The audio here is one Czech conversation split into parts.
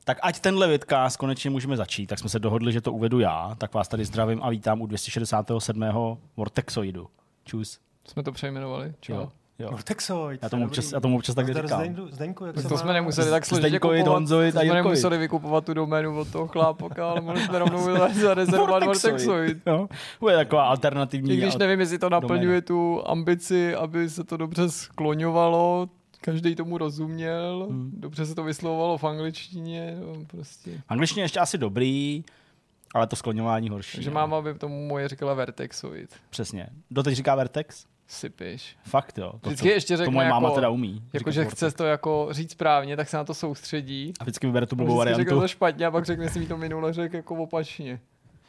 Tak ať tenhle vidcast konečně můžeme začít, tak jsme se dohodli, že to uvedu já, tak vás tady zdravím a vítám u 267. Vortexoidu. Čus. Jsme to přejmenovali? Jo. Vortexoid. Já tomu občas tak říkám. Zdeňku, jak to jsme nemuseli tak složitě Zdeňkoid, kupovat. Honzoid a jsme Jirkoid. nemuseli vykupovat tu doménu od toho chlápoka, ale mohli jsme rovnou zarezervovat Vortexoid. Jo. Bude taková alternativní. I když nevím, jestli to naplňuje tu ambici, aby se to dobře skloňovalo, každý tomu rozuměl, dobře se to vyslovovalo v angličtině, prostě. V angličtině ještě asi dobrý, ale to skloňování horší. Takže máma by tomu moje říkala Vertexoid. Přesně. Doteď říká Vertex? Sypiš. Fakt jo. Vždycky ještě řekne to moje máma jako, teda umí. Jako, že chce to jako říct správně, tak se na to soustředí. A vždycky vybere tu blbou Vždycky variantu. řekl to špatně a pak řekne, že si mi to minule řekl jako opačně.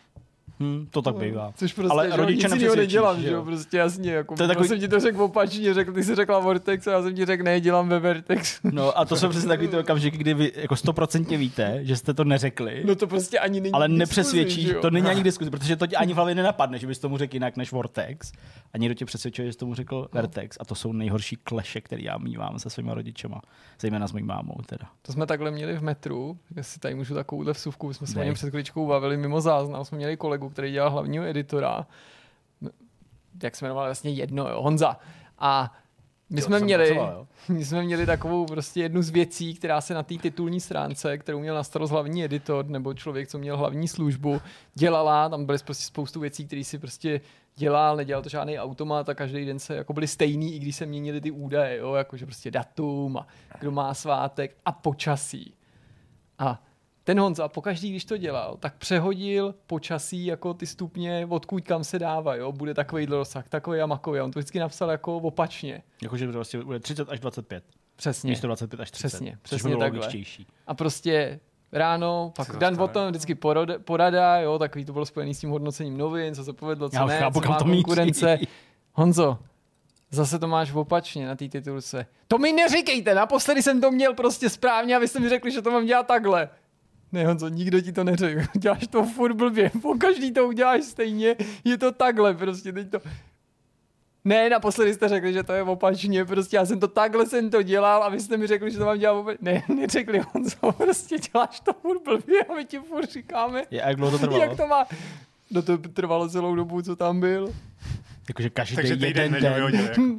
To tak bývá. Což prostě, ale že rodiče nic jiného nedělám, že že jo, prostě jasně, jako to je takový... jsem ti to řekl opačně, ty jsi řekla Vortex a já jsem ti řekl, ne, dělám ve Vertex. No a to jsou přesně takový ty okamžiky, kdy vy jako 100% víte, že jste to neřekli. No to prostě ani není ale diskuzi, nepřesvědčí, to není ani diskuzi, protože to tě ani v hlavě nenapadne, že bys tomu řekl jinak než Vortex. A někdo tě přesvědčuje, že jsi tomu řekl Vertex. A to jsou nejhorší kleše, který já mívám se svýma rodičema. Zejména s mojí mámou teda. To jsme takhle měli v metru, jestli tady můžu takovouhle vsuvku, jsme se o něm před chvíličkou bavili mimo záznam, jsme měli kolegu, který dělal hlavního editora, jak se jmenoval vlastně jedno, jo, Honza. A my jsme měli takovou prostě jednu z věcí, která se na té titulní stránce, kterou měl na starost hlavní editor nebo člověk, co měl hlavní službu, dělala, tam byly prostě spoustu věcí, které si prostě dělal, nedělal to žádný automat a každý den se jako byly stejný, i když se měnily ty údaje, jo, jakože prostě datum a kdo má svátek a počasí. A ten Honza pokaždý, když to dělal, tak přehodil počasí jako ty stupně, odkud kam se dává, jo, bude takovýhle rozsah, takový a makový. A on to vždycky napsal jako opačně. Jakože vlastně bude 30 až 25. Přesně. Místo 25 až 30. Přesně takhle. Logičtější. A prostě ráno, pak den potom vždycky porada, jo, takový to bylo spojený s tím hodnocením novin, co se povedlo, co ne, co má konkurence. Honzo, zase to máš opačně na té titulce. To mi neříkejte, naposledy jsem to měl prostě správně a vy jste mi řekli, že to mám dělat takhle. Ne, Honzo, nikdo ti to neřekl. Děláš to furt blbě. Pokaždý to uděláš stejně. Je to takhle prostě. Teď to... Ne, naposledy jste řekli, že to je opačně. Prostě já jsem to dělal a vy jste mi řekli, že to mám dělat opačně. Ne, neřekli, Honzo. Prostě děláš to furt blbě a my ti furt říkáme. Jak dlouho to trvalo? Jak to má... No to trvalo celou dobu, co tam byl. Jakože každý jeden den.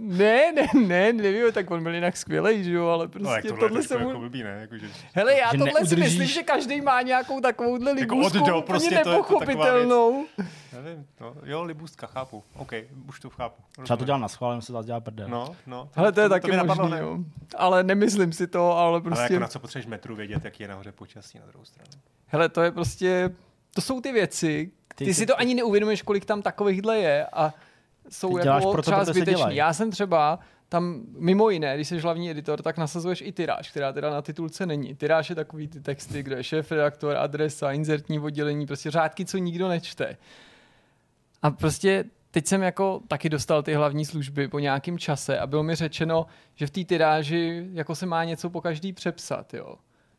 Nevím, tak on byl jinak skvělej, že jo, ale prostě no, tohle se mu... jako blbý, ne? Jakože... Hele, já tohle si myslím, že každý má nějakou takovouhle libůzku, jako úplně prostě nepochopitelnou. Nevím, no, jo, libůstka, chápu. OK, už to chápu. Třeba to dělal na schvál, se vás dělá prdel. No. Hele, to je taky možný, jo. Ale nemyslím si to, ale prostě... Ale jako na co potřebuješ metru vědět, jaký je nahoře počasí na druhou stranu. Hele, to je prostě... To jsou ty věci, ty si to ani neuvědomuješ, kolik tam takovýchhle je a jsou jako třeba zbytečný. Já jsem třeba tam mimo jiné, když jsi hlavní editor, tak nasazuješ i tiráž, která teda na titulce není. Tiráž je takový ty texty, kde je šéf-redaktor, adresa, inzertní oddělení, prostě řádky, co nikdo nečte. A prostě teď jsem jako taky dostal ty hlavní služby po nějakém čase a bylo mi řečeno, že v té tiráži jako se má něco po každý přepsat, jo.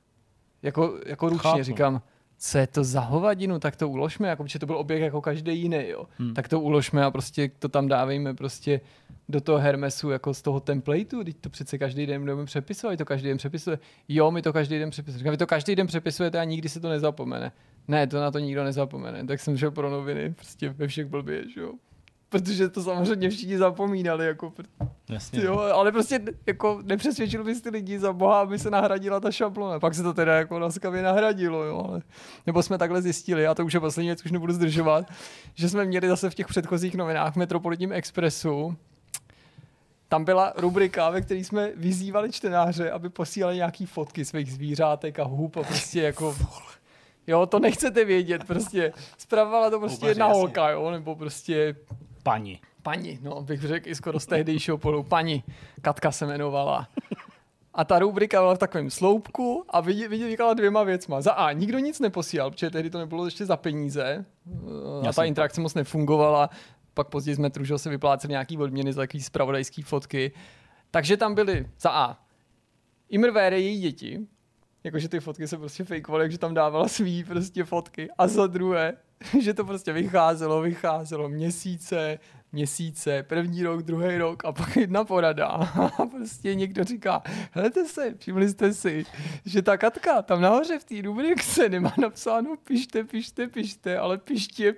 Jako ručně. Chápu. Říkám, co je to za hovadinu, tak to uložme, jako, protože to byl objekt jako každý jiný, jo. Tak to uložme a prostě to tam dávejme prostě do toho Hermesu jako z toho templateu, teď to přece každý den budeme přepisovat, to každý den přepisuje. Jo, my to každý den přepisujeme. Říkám, vy to každý den přepisujete a nikdy se to nezapomene. Ne, to na to nikdo nezapomene. Tak jsem šel pro noviny, prostě ve všech blbě, jo. Protože to samozřejmě všichni zapomínali, jako... Jasně. Jo, ale prostě jako nepřesvědčil bys ty lidi za boha, aby se nahradila ta šablona. Pak se to teda jako laskavě nahradilo, jo. Ale... Nebo jsme takhle zjistili, a to už je poslední věc, už nebudu zdržovat, že jsme měli zase v těch předchozích novinách v Metropolitním Expressu, tam byla rubrika, ve které jsme vyzývali čtenáře, aby posílali nějaký fotky svých zvířátek a hub a prostě jako... Jo, to nechcete vědět, prostě. Spravovala to prostě jedna holka, jo, nebo prostě... Paní, no, bych řekl i skoro z tehdejšího polu. Paní, Katka se jmenovala. A ta rubrika byla v takovém sloupku a vydělala dvěma věcma. Za A, nikdo nic neposílal, protože tehdy to nebylo ještě za peníze. A ta interakce moc nefungovala. Pak později jsme Metru, že se vypláceli nějaký odměny za takový zpravodajský fotky. Takže tam byly za A, Imrvére její děti, jakože ty fotky se prostě fejkovaly, takže tam dávala svý prostě fotky. A za druhé, že to prostě vycházelo měsíce, měsíce, první rok, druhý rok a pak jedna porada. A prostě někdo říká, helejte se, všimli jste si, že ta Katka tam nahoře v té rubrice nemá napsáno pište, ale piště.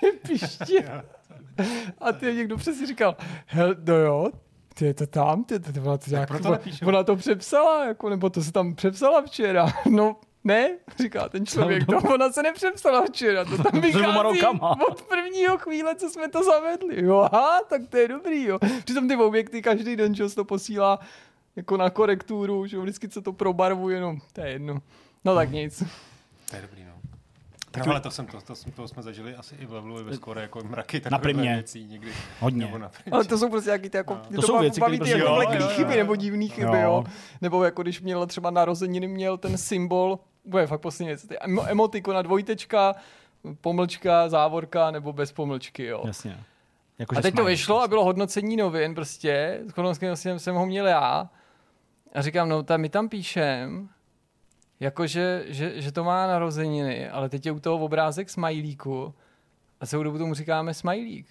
A ty někdo přesně říkal, no jo, ty je to tam, ona to přepsala, jako, nebo to se tam přepsala včera. No, ne, říká ten člověk, to ona se nepřepsala včera, to tam vychází od prvního chvíle, co jsme to zavedli. Jo, aha, tak to je dobrý, jo. Přitom ty objekty každý den, že to posílá jako na korekturu, že vždycky co to probarvuje, no, to je jedno. No tak nic. To je dobrý, no. Tak no, ale to jsme zažili asi i v levelu, i ve skore, jako mraky takových věcí někdy. Hodně. Ale to jsou prostě nějaký ty jako, to jsou věci, baví ty jako vleklý chyby nebo divný chyby, jo. Nebo jako když měl třeba narozeniny, měl ten symbol, bude fakt poslední věc, emotikona, dvojtečka, pomlčka, závorka nebo bez pomlčky, jo. Jasně. Jako, a teď to vyšlo a bylo hodnocení novin prostě, jsem ho měl já a říkám, no my tam píšem, jakože že to má narozeniny, ale teď je u toho obrázek smajlíku a celou dobu tomu říkáme smajlík.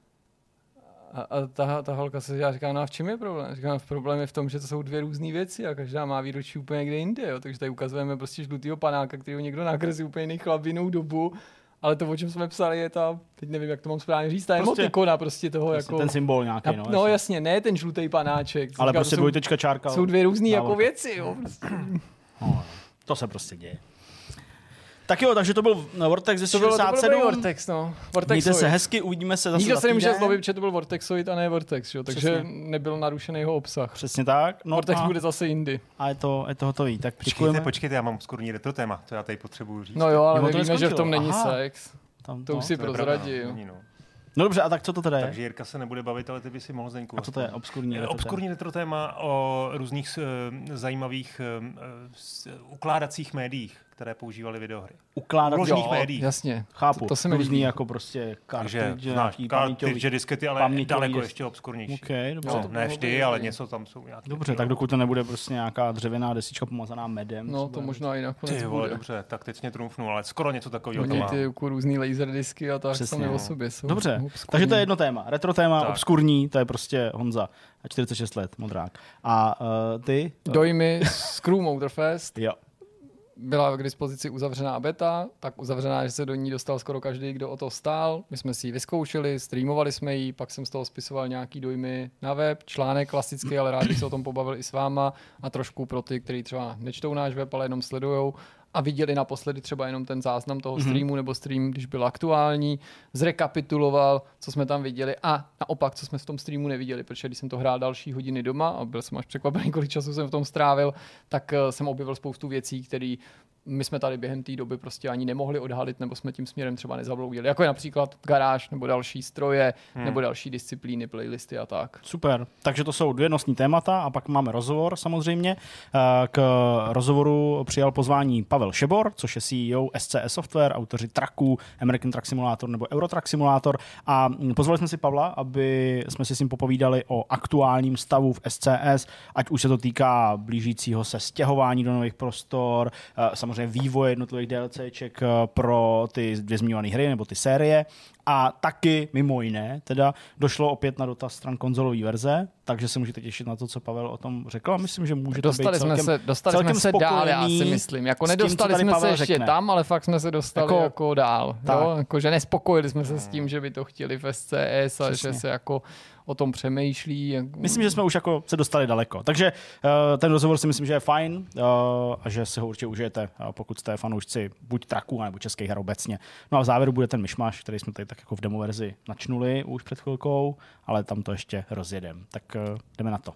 A ta holka se říká, no a v čem je problém? Říkám, problém je v tom, že to jsou dvě různé věci a každá má výročí úplně někde jinde, jo? Takže tady ukazujeme prostě žlutýho panáka, kterýho někdo nakreslí úplně nejchlap v jinou dobu, ale to, o čem jsme psali, je ta, teď nevím, jak to mám správně říct, ta emotikona prostě toho prostě jako... ten symbol nějaký, no. No jasně, ne ten žlutý panáček. Ale říká, prostě dvojtečka, čárka. Jsou dvě různé jako věci, jo. Prostě. To se prostě děje. Tak jo, takže to byl Vortex 267. To byl Vortex, no. Mějte se hezky, uvidíme se zase. Nikdo se nemůže zlobit, že to byl Vortexoid a ne Vortex, jo? Takže nebyl narušený jeho obsah. Přesně tak. No Vortex bude zase jindy. A je to hotový. Tak počkejte, já mám obskurní retro téma, to já tady potřebuji říct. No jo, ale víme, že v tom není sex. To už si prozradil. No dobře, a tak co to teda je? Takže Jirka se nebude bavit, ale ty by si mohl, Zdeňku. A co to je obskurní retro téma? Obskurní retro téma o různých zajímavých ukládacích médiích, které používaly videohry. Uložených médiích. Jasně. Chápu. To se mi líbí. Jako prostě karty, že diskety, ale daleko ještě obskurnější. Okay, dobře. No, ne vždy, ale něco tam jsou nějaké. Dobře, tak dokud to nebude prostě nějaká dřevěná desička pomazaná medem. No, to možná i nakonec ty vole, dobře, tak teď mě trumfnul, ale skoro něco takového to má. Ty různý laserdisky a tak sami o sobě jsou. Dobře, takže to je jedno téma. Retro téma, obskurní, to je prostě Honza. 46 let, modrák. A ty? Dojmy z Crew Motorfest. Jo. Byla k dispozici uzavřená beta, tak uzavřená, že se do ní dostal skoro každý, kdo o to stál. My jsme si ji vyzkoušeli, streamovali jsme ji, pak jsem z toho spisoval nějaký dojmy na web, článek klasický, ale rád bych se o tom pobavil i s váma a trošku pro ty, kteří třeba nečtou náš web, ale jenom sledujou a viděli naposledy třeba jenom ten záznam toho streamu nebo stream, když byl aktuální, zrekapituloval, co jsme tam viděli a naopak, co jsme v tom streamu neviděli, protože když jsem to hrál další hodiny doma a byl jsem až překvapený, kolik času jsem v tom strávil, tak jsem objevil spoustu věcí, které my jsme tady během té doby prostě ani nemohli odhalit, nebo jsme tím směrem třeba nezabloudili. Jako je například garáž, nebo další stroje, nebo další disciplíny, playlisty a tak. Super. Takže to jsou dvě nosní témata a pak máme rozhovor samozřejmě. K rozhovoru přijal pozvání Pavel Šebor, což je CEO SCS Software, autoři Trucků, American Truck Simulator nebo Euro Truck Simulator. A pozvali jsme si Pavla, aby jsme si s ním popovídali o aktuálním stavu v SCS, ať už se to týká blížícího se stěhování do nových prostor, samozřejmě vývoje jednotlivých DLCček pro ty dvě zmiňované hry nebo ty série. A taky, mimo jiné, teda došlo opět na dotaz stran konzolové verze, takže se můžete těšit na to, co Pavel o tom řekl. A myslím, že může to být Dostali jsme se dál, já si myslím. Jako nedostali jsme se ještě tam, ale fakt jsme se dostali jako dál. Jo? Jako, že nespokojili jsme se s tím, že by to chtěli v SCS a že se jako o tom přemýšlí. Myslím, že jsme už jako se dostali daleko. Takže ten rozhovor si myslím, že je fajn a že si ho určitě užijete, pokud jste fanoušci buď Trucků, nebo českých her obecně. No a v závěru bude ten myšmaš, který jsme tady tak jako v demo verzi načnuli už před chvilkou, ale tam to ještě rozjedem. Tak jdeme na to.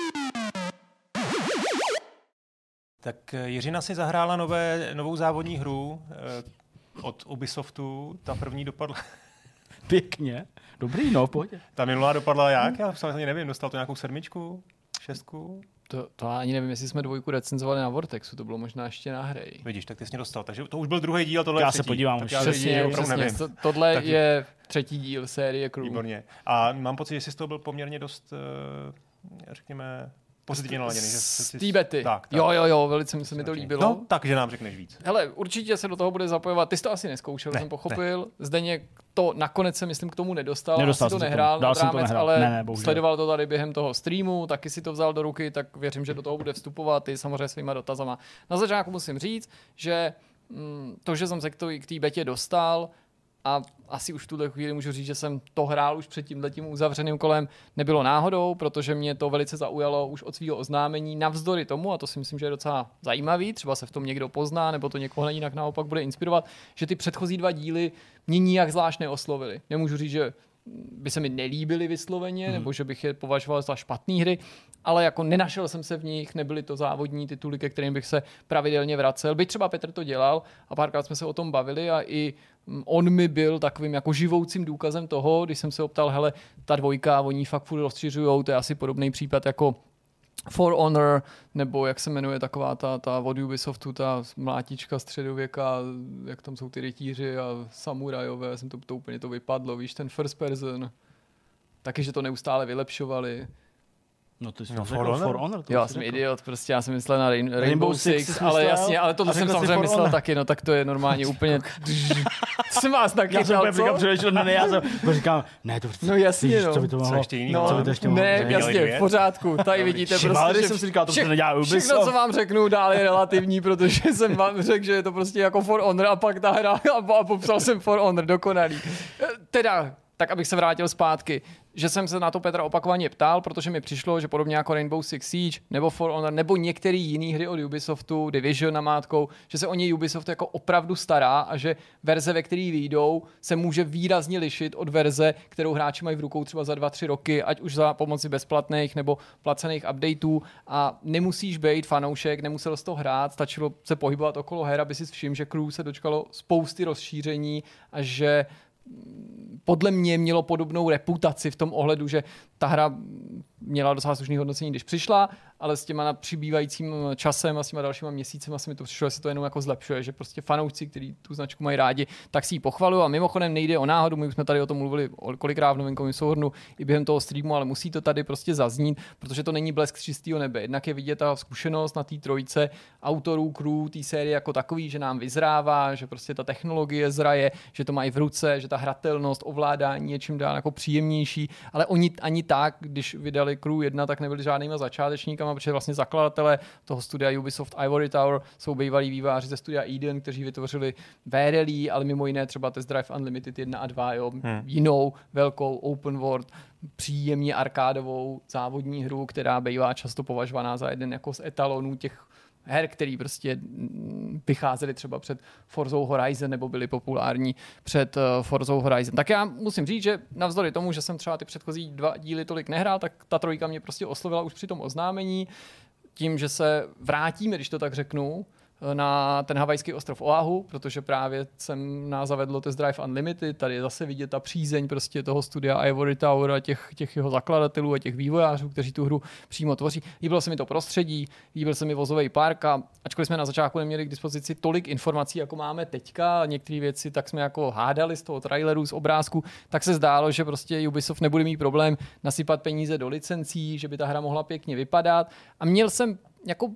Tak Jiřina si zahrála novou závodní hru od Ubisoftu. Ta první dopadla... Pěkně. Dobrý, no, v pohodě. Ta minulá dopadla jak? Já samozřejmě nevím, dostal to nějakou 7, 6? To ani nevím, jestli jsme 2 recenzovali na Vortexu, to bylo možná ještě na hře. Vidíš, tak ty jsi mě dostal. Takže to už byl druhý díl, tohle je třetí. Já se podívám. Přesně. Tohle je 3. díl série Crew. Výborně. A mám pocit, že jsi z toho byl poměrně dost, řekněme, pozitivně naladěný. Z té bety. Tak. Jo, velice se mi to líbilo. No, takže nám řekneš víc. Hele, určitě se do toho bude zapojovat. Ty jsi to asi neskoušel, jsem pochopil. Ne. Zdeněk to nakonec se myslím k tomu nedostal asi to nehrál nad rámec, ale sledoval to tady během toho streamu, taky si to vzal do ruky, tak věřím, že do toho bude vstupovat i samozřejmě svýma dotazama. Na začátku musím říct, že to, že jsem se k té betě dostal, a asi už v tuhle chvíli můžu říct, že jsem to hrál už před tímhletím uzavřeným kolem, nebylo náhodou, protože mě to velice zaujalo už od svého oznámení, navzdory tomu, a to si myslím, že je docela zajímavý, třeba se v tom někdo pozná, nebo to někoho jinak naopak bude inspirovat, že ty předchozí 2 díly mě nijak zvlášť neoslovily. Nemůžu říct, že by se mi nelíbily vysloveně, nebo že bych je považoval za špatné hry, ale jako nenašel jsem se v nich, nebyly to závodní tituly, ke kterým bych se pravidelně vracel. Byť třeba Petr to dělal a párkrát jsme se o tom bavili a i on mi byl takovým jako živoucím důkazem toho, když jsem se optal, hele, ta 2, oni fakt furt rozšiřujou, to je asi podobný případ jako For Honor, nebo jak se jmenuje taková ta od Ubisoftu, ta mlátička středověka, jak tam jsou ty rytíři a samurajové, jsem to úplně to vypadlo, víš, ten first person, taky, že to neustále vylepšovali. No to jsi For Honor? Já jsem idiot, prostě já jsem myslel na Rainbow Six, ale jasně, ale tohle jsem samozřejmě myslel taky, no tak to je normálně úplně... To jsem vás taky říkal, co? Já jsem říkal, ne, to prostě... No jasně, co by to mohlo? Ne, jasně, v pořádku, tady vidíte prostě... jsem si říkal, to se nedělá Ubisoft. Všechno, co vám řeknu, dál je relativní, protože jsem vám řekl, že je to prostě jako For Honor a pak ta hra a popsal jsem For Honor, dokonalý. Teda, tak abych se vrátil zpátky, že jsem se na to Petra opakovaně ptal, protože mi přišlo, že podobně jako Rainbow Six Siege nebo For Honor nebo některé jiné hry od Ubisoftu, Division namátkou, že se o ně Ubisoft jako opravdu stará a že verze, ve které vyjdou, se může výrazně lišit od verze, kterou hráči mají v rukou třeba za 2-3 roky, ať už za pomoci bezplatných nebo placených updateů, a nemusíš být fanoušek, nemusel jsi to hrát, stačilo se pohybovat okolo her, aby si všiml, že Crew se dočkalo spousty rozšíření a že podle mě mělo podobnou reputaci v tom ohledu, že ta hra měla docela slušný hodnocení, když přišla, ale s těma přibývajícím časem a s těma dalšíma měsícema se mi to přišlo, že se to jenom jako zlepšuje, že prostě fanoušci, kteří tu značku mají rádi, tak si ji pochvalují. A mimochodem nejde o náhodu, my už jsme tady o tom mluvili kolikrát v novinkovém souhrnu i během toho streamu, ale musí to tady prostě zaznít, protože to není blesk z čistého nebe. Jednak je vidět ta zkušenost na té trojice autorů, crew, té série jako takový, že nám vyzrává, že prostě ta technologie zraje, že to mají v ruce, že ta hratelnost, ovládání je čím dál jako příjemnější, ale oni ani tak, když vydali Crew 1, tak nebyli žádnýma začátečníkama, protože vlastně zakladatelé toho studia Ubisoft Ivory Tower jsou bývalí vývojáři ze studia Eden, kteří vytvořili VRLI, ale mimo jiné třeba Test Drive Unlimited 1 a 2, jo, jinou velkou open world, příjemně arkádovou závodní hru, která bývá často považovaná za jeden jako z etalonů těch her, který prostě vycházely třeba před Forzou Horizon nebo byly populární před Forzou Horizon. Tak já musím říct, že navzdory tomu, že jsem třeba ty předchozí 2 díly tolik nehrál, tak ta 3 mě prostě oslovila už při tom oznámení, tím, že se vrátíme, když to tak řeknu, na ten havajský ostrov Oahu, protože právě jsem nás zavedlo Test Drive Unlimited, tady je zase vidět ta přízeň prostě toho studia Ivory Tower a těch jeho zakladatelů a těch vývojářů, kteří tu hru přímo tvoří. Líbilo se mi to prostředí, líbil se mi vozový park a ačkoliv jsme na začátku neměli k dispozici tolik informací, jako máme teďka, a některé věci tak jsme jako hádali z toho traileru, z obrázku, tak se zdálo, že prostě Ubisoft nebude mít problém nasypat peníze do licencí, že by ta hra mohla pěkně vypadat, a měl jsem jako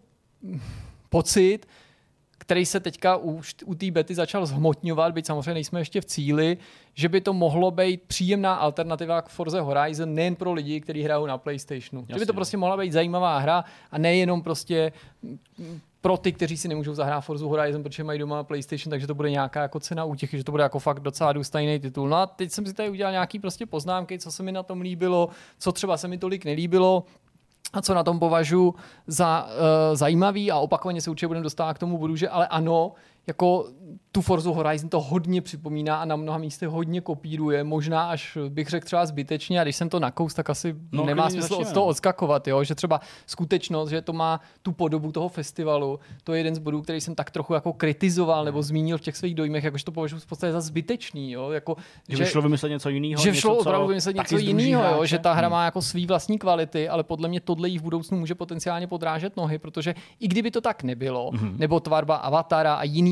pocit, který se teďka už u té bety začal zhmotňovat, byť samozřejmě nejsme ještě v cíli, že by to mohlo být příjemná alternativa k Forze Horizon nejen pro lidi, kteří hrajou na PlayStationu. Jasně. Že by to prostě mohla být zajímavá hra a nejenom prostě pro ty, kteří si nemůžou zahrát Forzu Horizon, protože mají doma PlayStation, takže to bude nějaká jako cena útěchy, že to bude jako fakt docela důstojný titul. No a teď jsem si tady udělal nějaký prostě poznámky, co se mi na tom líbilo, co třeba se mi tolik nelíbilo, a co na tom považuji za zajímavý, a opakovaně se určitě budeme dostávat k tomu bodu, že ale ano, jako tu Forzu Horizon to hodně připomíná a na mnoha místech hodně kopíruje, možná až bych řekl třeba zbytečně, a když jsem to nakous, tak asi nemá smysl od toho odskakovat, jo? Že třeba skutečnost, že to má tu podobu toho festivalu, to je jeden z bodů, který jsem tak trochu jako kritizoval nebo zmínil v těch svých dojmech, jakože to považuji v podstatě za zbytečný, jo? Jako, že šlo vymyslet něco jiného, že šlo opravdu vymyslet něco jiného, že ta hra má jako svý vlastní kvality, ale podle mě tohle jí v budoucnu může potenciálně podrážet nohy, protože i kdyby to tak nebylo, nebo tvarba Avatara a jiný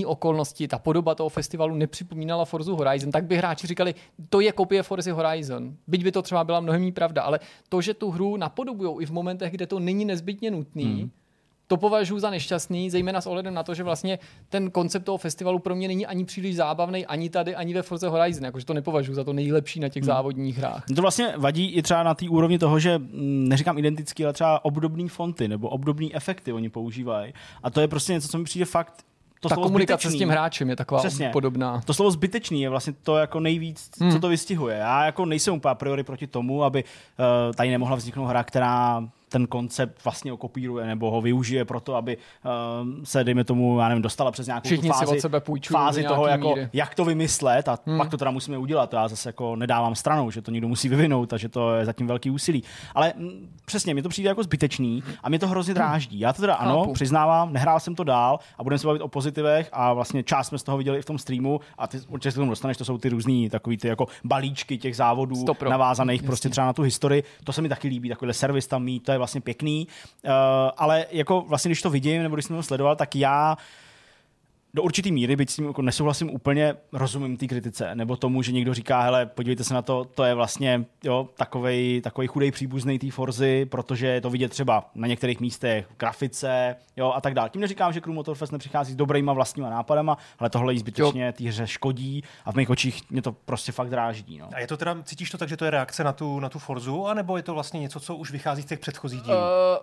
okolnosti, ta podoba toho festivalu nepřipomínala Forzu Horizon, tak by hráči říkali, to je kopie Forzy Horizon. Byť by to třeba byla mnohem pravda, ale to, že tu hru napodobujou i v momentech, kde to není nezbytně nutný, to považuji za nešťastný, zejména s ohledem na to, že vlastně ten koncept toho festivalu pro mě není ani příliš zábavný, ani tady, ani ve Forze Horizon, jakože to nepovažuji za to nejlepší na těch závodních hrách. To vlastně vadí i třeba na té úrovni toho, že neříkám identický, ale třeba obdobný fonty nebo obdobný efekty oni používají. A to je prostě něco, co mi přijde fakt ta komunikace zbytečný s tím hráčem je taková podobná. To slovo zbytečný je vlastně to jako nejvíc, co to vystihuje. Já jako nejsem úplně a priori proti tomu, aby tady nemohla vzniknout hra, která ten koncept vlastně okopíruje nebo ho využije proto, aby se, dejme tomu, já nevím, dostala přes nějakou fázi toho, jako, jak to vymyslet, a pak to teda musíme udělat. Já zase jako nedávám stranou, že to někdo musí vyvinout a že to je zatím velký úsilí. Ale přesně, mi to přijde jako zbytečný a mě to hrozně dráždí. Já to teda ano, přiznávám, nehrál jsem to dál a budeme se bavit o pozitivech a vlastně část jsme z toho viděli i v tom streamu a ty určitě se k tomu dostaneš, to jsou ty různý takový ty jako balíčky těch závodů navázaných prostě třeba na tu historii. To se mi taky líbí, takovýhle servis tam mít, to je vlastně pěkný, ale jako vlastně, když to vidím, nebo když jsem to sledoval, tak já do určitý míry, byť s tím jako nesouhlasím úplně, rozumím té kritice, nebo tomu, že někdo říká, hele, podívejte se na to, to je vlastně takovej chudej příbuznej té Forzy, protože je to vidět třeba na některých místech v grafice, a tak dále. Tím neříkám, že Crew Motorfest nepřichází s dobrýma vlastníma nápadama, ale tohle jí zbytečně té hře škodí a v mých očích mě to prostě fakt dráždí. No. A je to teda, cítíš to tak, že to je reakce na tu Forzu, anebo je to vlastně něco, co už vychází z těch předchozích dílů?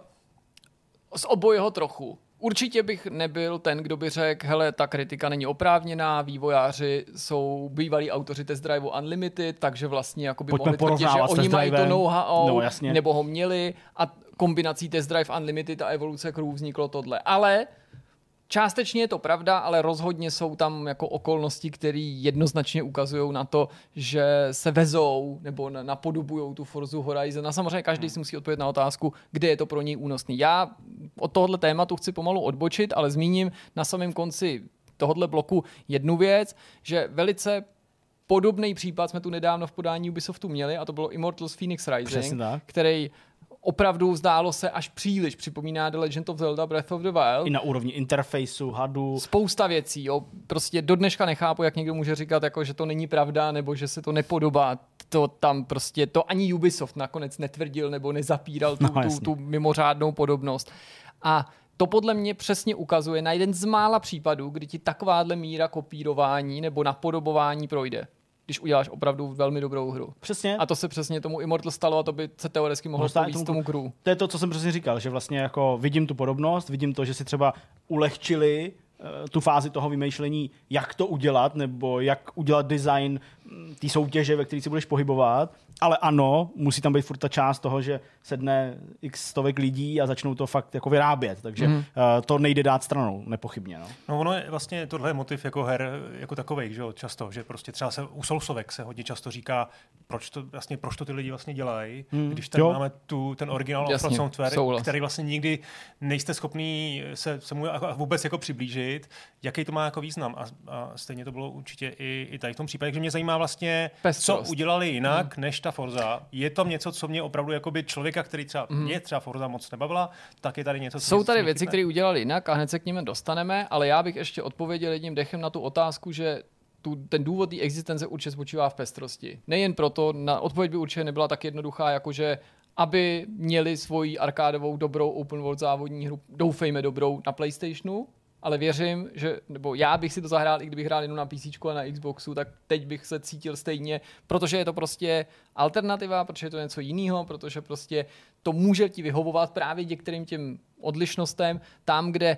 Z obojeho trochu. Určitě bych nebyl ten, kdo by řekl, hele, ta kritika není oprávněná, vývojáři jsou bývalí autoři Test Drive Unlimited, takže vlastně jakoby mohli tvrdit, že oni mají to know-how, nebo ho měli a kombinací Test Drive Unlimited a evoluce Crew vzniklo tohle. Ale částečně je to pravda, ale rozhodně jsou tam jako okolnosti, které jednoznačně ukazují na to, že se vezou nebo napodobujou tu Forzu Horizon. A samozřejmě každý si musí odpovědět na otázku, kde je to pro něj únosný. Já od tohohle tématu chci pomalu odbočit, ale zmíním na samém konci tohohle bloku jednu věc, že velice podobný případ jsme tu nedávno v podání Ubisoftu měli a to bylo Immortals Phoenix Rising, který opravdu zdálo se až příliš připomíná The Legend of Zelda Breath of the Wild. I na úrovni interfejsu, hadu. Spousta věcí. Prostě do dneška nechápu, jak někdo může říkat, jako, že to není pravda, nebo že se to nepodobá. To tam prostě, to ani Ubisoft nakonec netvrdil, nebo nezapíral tu mimořádnou podobnost. A to podle mě přesně ukazuje na jeden z mála případů, kdy ti takováhle míra kopírování nebo napodobování projde, když uděláš opravdu velmi dobrou hru. Přesně. A to se přesně tomu Immortal stalo a to by se teoreticky mohlo stát tomu Crew. To je to, co jsem přesně říkal, že vlastně jako vidím tu podobnost, vidím to, že si třeba ulehčili tu fázi toho vymýšlení, jak to udělat, nebo jak udělat design té soutěže, ve které si budeš pohybovat. Ale ano, musí tam být furt ta část toho, že sedne x stovek lidí a začnou to fakt jako vyrábět. Takže to nejde dát stranou, nepochybně. No ono je vlastně tohle motiv jako her jako takovej, že jo, často, že prostě třeba u Soulsovek se hodně často říká, proč to ty lidi vlastně dělají, když tady máme ten originál From Software, který vlastně nikdy nejste schopný se mu vůbec jako přiblížit, jaký to má jako význam. A stejně to bylo určitě i tady v tom případě, že mě zajímá vlastně, co udělali jinak než ta Forza. Je tam něco, co mě opravdu jakoby člověka, který mě třeba Forza moc nebavila, tak je tady něco, co jsou tady věci, které udělali jinak a hned se k nim dostaneme, ale já bych ještě odpověděl jedním dechem na tu otázku, že ten důvod té existence určitě spočívá v pestrosti. Nejen proto, odpověď by určitě nebyla tak jednoduchá, jakože aby měli svoji arkádovou dobrou open world závodní hru, doufejme dobrou na PlayStationu, ale věřím, že, nebo já bych si to zahrál, i kdybych hrál jenom na PC a na Xboxu, tak teď bych se cítil stejně, protože je to prostě alternativa, protože je to něco jiného, protože prostě to může ti vyhovovat právě některým těm odlišnostem, tam, kde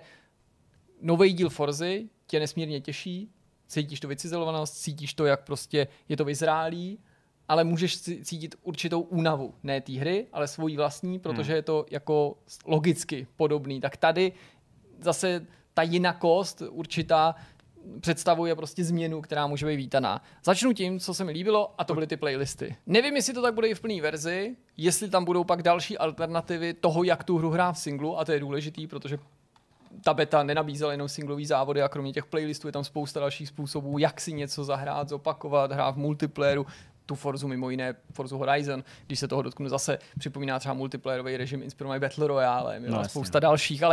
nový díl Forzy tě nesmírně těší, cítíš tu vycizelovanost, cítíš to, jak prostě je to vyzrálý, ale můžeš cítit určitou únavu, ne té hry, ale svojí vlastní, protože je to jako logicky podobný. Tak tady zase ta jinakost určitá představuje prostě změnu, která může být vítaná. Začnu tím, co se mi líbilo, a to byly ty playlisty. Nevím, jestli to tak bude i v plné verzi, jestli tam budou pak další alternativy toho, jak tu hru hrát v singlu, a to je důležitý, protože ta beta nenabízela jenom singlový závody a kromě těch playlistů je tam spousta dalších způsobů, jak si něco zahrát, zopakovat, hrát v multiplayeru, tu Forzu, mimo jiné Forzu Horizon, když se toho dotknu, zase připomíná třeba multiplayerový režim inspirovaný Battle Royale, spousta dalších, ale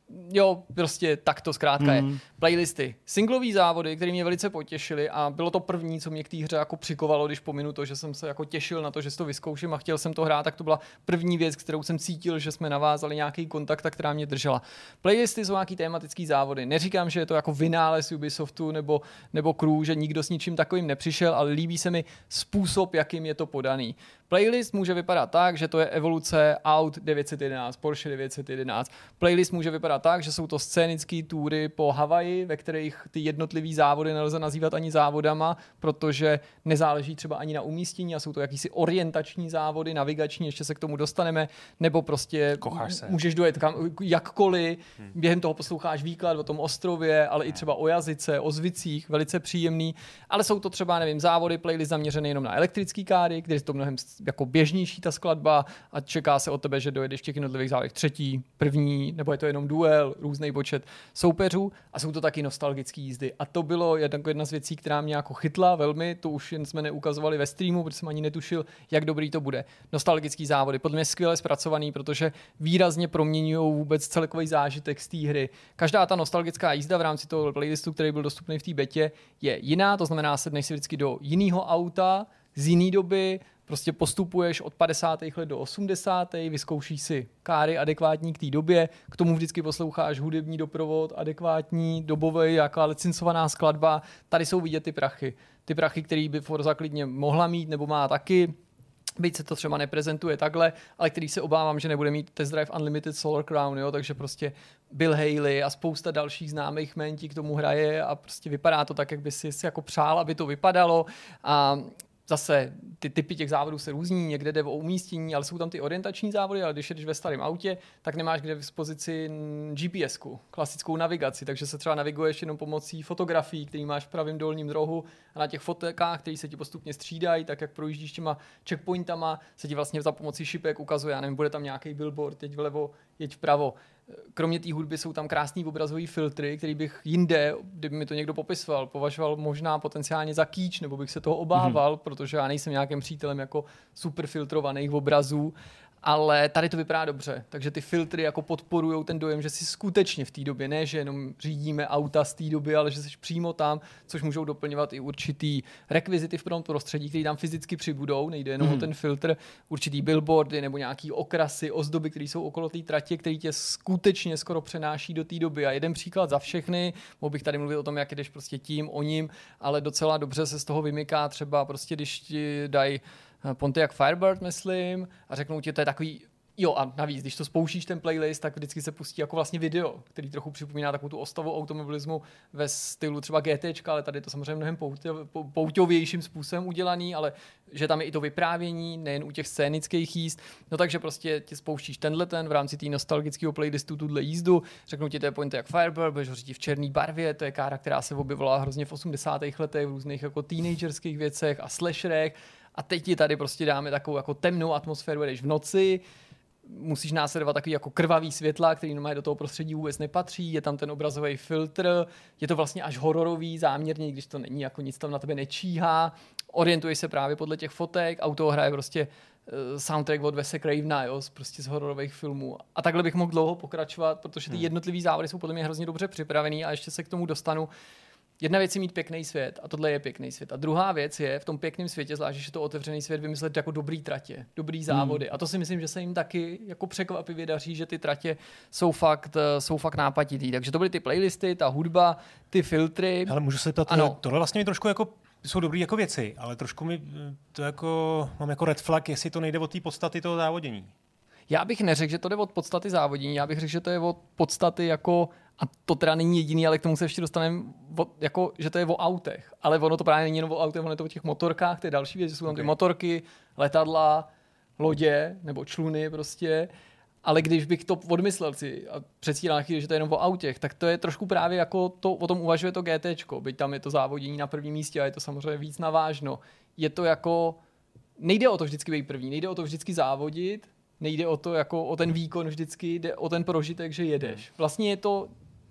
jo, prostě tak to zkrátka je. Playlisty. Singlový závody, které mě velice potěšily a bylo to první, co mě k té hře jako přikovalo, když pominu to, že jsem se jako těšil na to, že si to vyzkouším a chtěl jsem to hrát, tak to byla první věc, kterou jsem cítil, že jsme navázali nějaký kontakt, která mě držela. Playlisty jsou nějaký tematický závody. Neříkám, že je to jako vynález Ubisoftu nebo Crew, že nikdo s ničím takovým nepřišel, ale líbí se mi způsob, jakým je to podaný. Playlist může vypadat tak, že to je evoluce Aut 911, Porsche 911. Playlist může vypadat tak, že jsou to scénické túry po Havaji, ve kterých ty jednotlivý závody nelze nazývat ani závodama, protože nezáleží třeba ani na umístění a jsou to jakýsi orientační závody, navigační, ještě se k tomu dostaneme, nebo prostě můžeš dojet jakkoliv, během toho posloucháš výklad o tom ostrově, ale i třeba o jazyce, o zvicích, velice příjemný, ale jsou to třeba, nevím, závody, playlist zaměřený jenom na elektrický káry, kde je to mnohem jako běžnější ta skladba a čeká se od tebe, že dojedeš v těch jednotlivých závodech třetí, první, nebo je to jenom duel, různý počet soupeřů a jsou to taky nostalgické jízdy. A to bylo jedna z věcí, která mě jako chytla velmi, to už jen jsme neukazovali ve streamu, protože jsem ani netušil, jak dobrý to bude. Nostalgický závody, podle mě skvěle zpracovaný, protože výrazně proměňují vůbec celkový zážitek z té hry. Každá ta nostalgická jízda v rámci toho playlistu, který byl dostupný v té betě, je jiná, to znamená, sedneš si vždycky do jiného auta, z jiné doby, prostě postupuješ od 50. let do 80. Vyzkoušíš si káry adekvátní k té době, k tomu vždycky posloucháš hudební doprovod, adekvátní, dobový, jaká licencovaná skladba. Tady jsou vidět ty prachy. Ty prachy, který by Forza klidně mohla mít nebo má taky, byť se to třeba neprezentuje takhle, ale který se obávám, že nebude mít Test Drive Unlimited Solar Crown, jo? Takže prostě Bill Haley a spousta dalších známých jmen ti k tomu hraje a prostě vypadá to tak, jak by si jako přál, aby to vypadalo. A zase ty typy těch závodů se různí, někde jde o umístění, ale jsou tam ty orientační závody, ale když jedeš ve starém autě, tak nemáš kde v dispozici GPS-ku, klasickou navigaci, takže se třeba naviguješ jenom pomocí fotografií, který máš v pravém dolním rohu a na těch fotkách, které se ti postupně střídají, tak jak projíždíš těma checkpointama, se ti vlastně za pomocí šipek ukazuje, já nevím, bude tam nějaký billboard, teď vlevo, jeď vpravo. Kromě té hudby jsou tam krásný obrazový filtry, který bych jinde, kdyby mi to někdo popisoval, považoval možná potenciálně za kýč, nebo bych se toho obával, protože já nejsem nějakým přítelem jako super filtrovaných obrazů, ale tady to vypadá dobře, takže ty filtry jako podporujou ten dojem, že si skutečně v té době, ne že jenom řídíme auta z té doby, ale že jsi přímo tam, což můžou doplňovat i určitý rekvizity v tom prostředí, které tam fyzicky přibudou, nejde jenom o ten filtr, určitý billboardy nebo nějaký okrasy, ozdoby, které jsou okolo té tratě, které tě skutečně skoro přenáší do té doby. A jeden příklad za všechny, mohl bych tady mluvit o tom, jak jdeš prostě tím, o ním, ale docela dobře se z toho vymyká třeba prostě, když ti dají Pontiac Firebird, myslím, a řeknou ti, to je takový, jo a navíc, když to spouštíš ten playlist, tak vždycky se pustí jako vlastně video, který trochu připomíná takovou tu ostavu automobilismu ve stylu třeba GTčka, ale tady je to samozřejmě mnohem pouťovějším způsobem udělaný, ale že tam je i to vyprávění, nejen u těch scénických jízd, no takže prostě ti spouštíš v rámci té nostalgického playlistu tuhle jízdu, řeknou ti, to je Pontiac Firebird, budeš ho řídit v černé barvě, to je kára, která se objevila hrozně v 80. letech v různých jako teenagerských věcech a slasherech. A teď ti tady prostě dáme takovou jako temnou atmosféru, jdeš v noci, musíš následovat takový jako krvavý světla, který normálně do toho prostředí vůbec nepatří, je tam ten obrazový filtr, je to vlastně až hororový záměrně, když to není, jako nic tam na tebe nečíhá, orientuješ se právě podle těch fotek, auto hraje prostě soundtrack od Wese Cravena, jo, prostě z hororových filmů. A takhle bych mohl dlouho pokračovat, protože ty jednotlivý závody jsou podle mě hrozně dobře připravený a ještě se k tomu dostanu. Jedna věc je mít pěkný svět a tohle je pěkný svět. A druhá věc je v tom pěkném světě, zvlášť, že je to otevřený svět, vymyslet jako dobrý tratě, dobrý závody. A to si myslím, že se jim taky jako překvapivě daří, že ty tratě jsou fakt nápaditý. Takže to byly ty playlisty, ta hudba, ty filtry. Ale můžu se ptat, ano. Tohle vlastně mi trošku jako jsou dobrý jako věci, ale trošku mi to jako mám jako red flag, jestli to nejde od té podstaty toho závodění. Já bych neřekl, že to jde od podstaty závodění, já bych řekl, že to je od podstaty jako, a to teda není jediný, ale k tomu se ještě dostaneme, jako, že to je o autech. Ale ono to právě není jenom o autech, ono je to o těch motorkách, to je další věc, že jsou tam ty motorky, letadla, lodě nebo čluny prostě. Ale když bych to odmyslel si a předstíral chvíli, že to je jenom o autech, tak to je trošku právě jako to, o tom uvažuje to GTčko, byť tam je to závodění na prvním místě a je to samozřejmě víc navážno. Je to jako, nejde o to vždycky být první, nejde o to vždycky závodit, nejde o to jako o ten výkon vždycky, jde o ten prožitek, že jedeš. Vlastně je to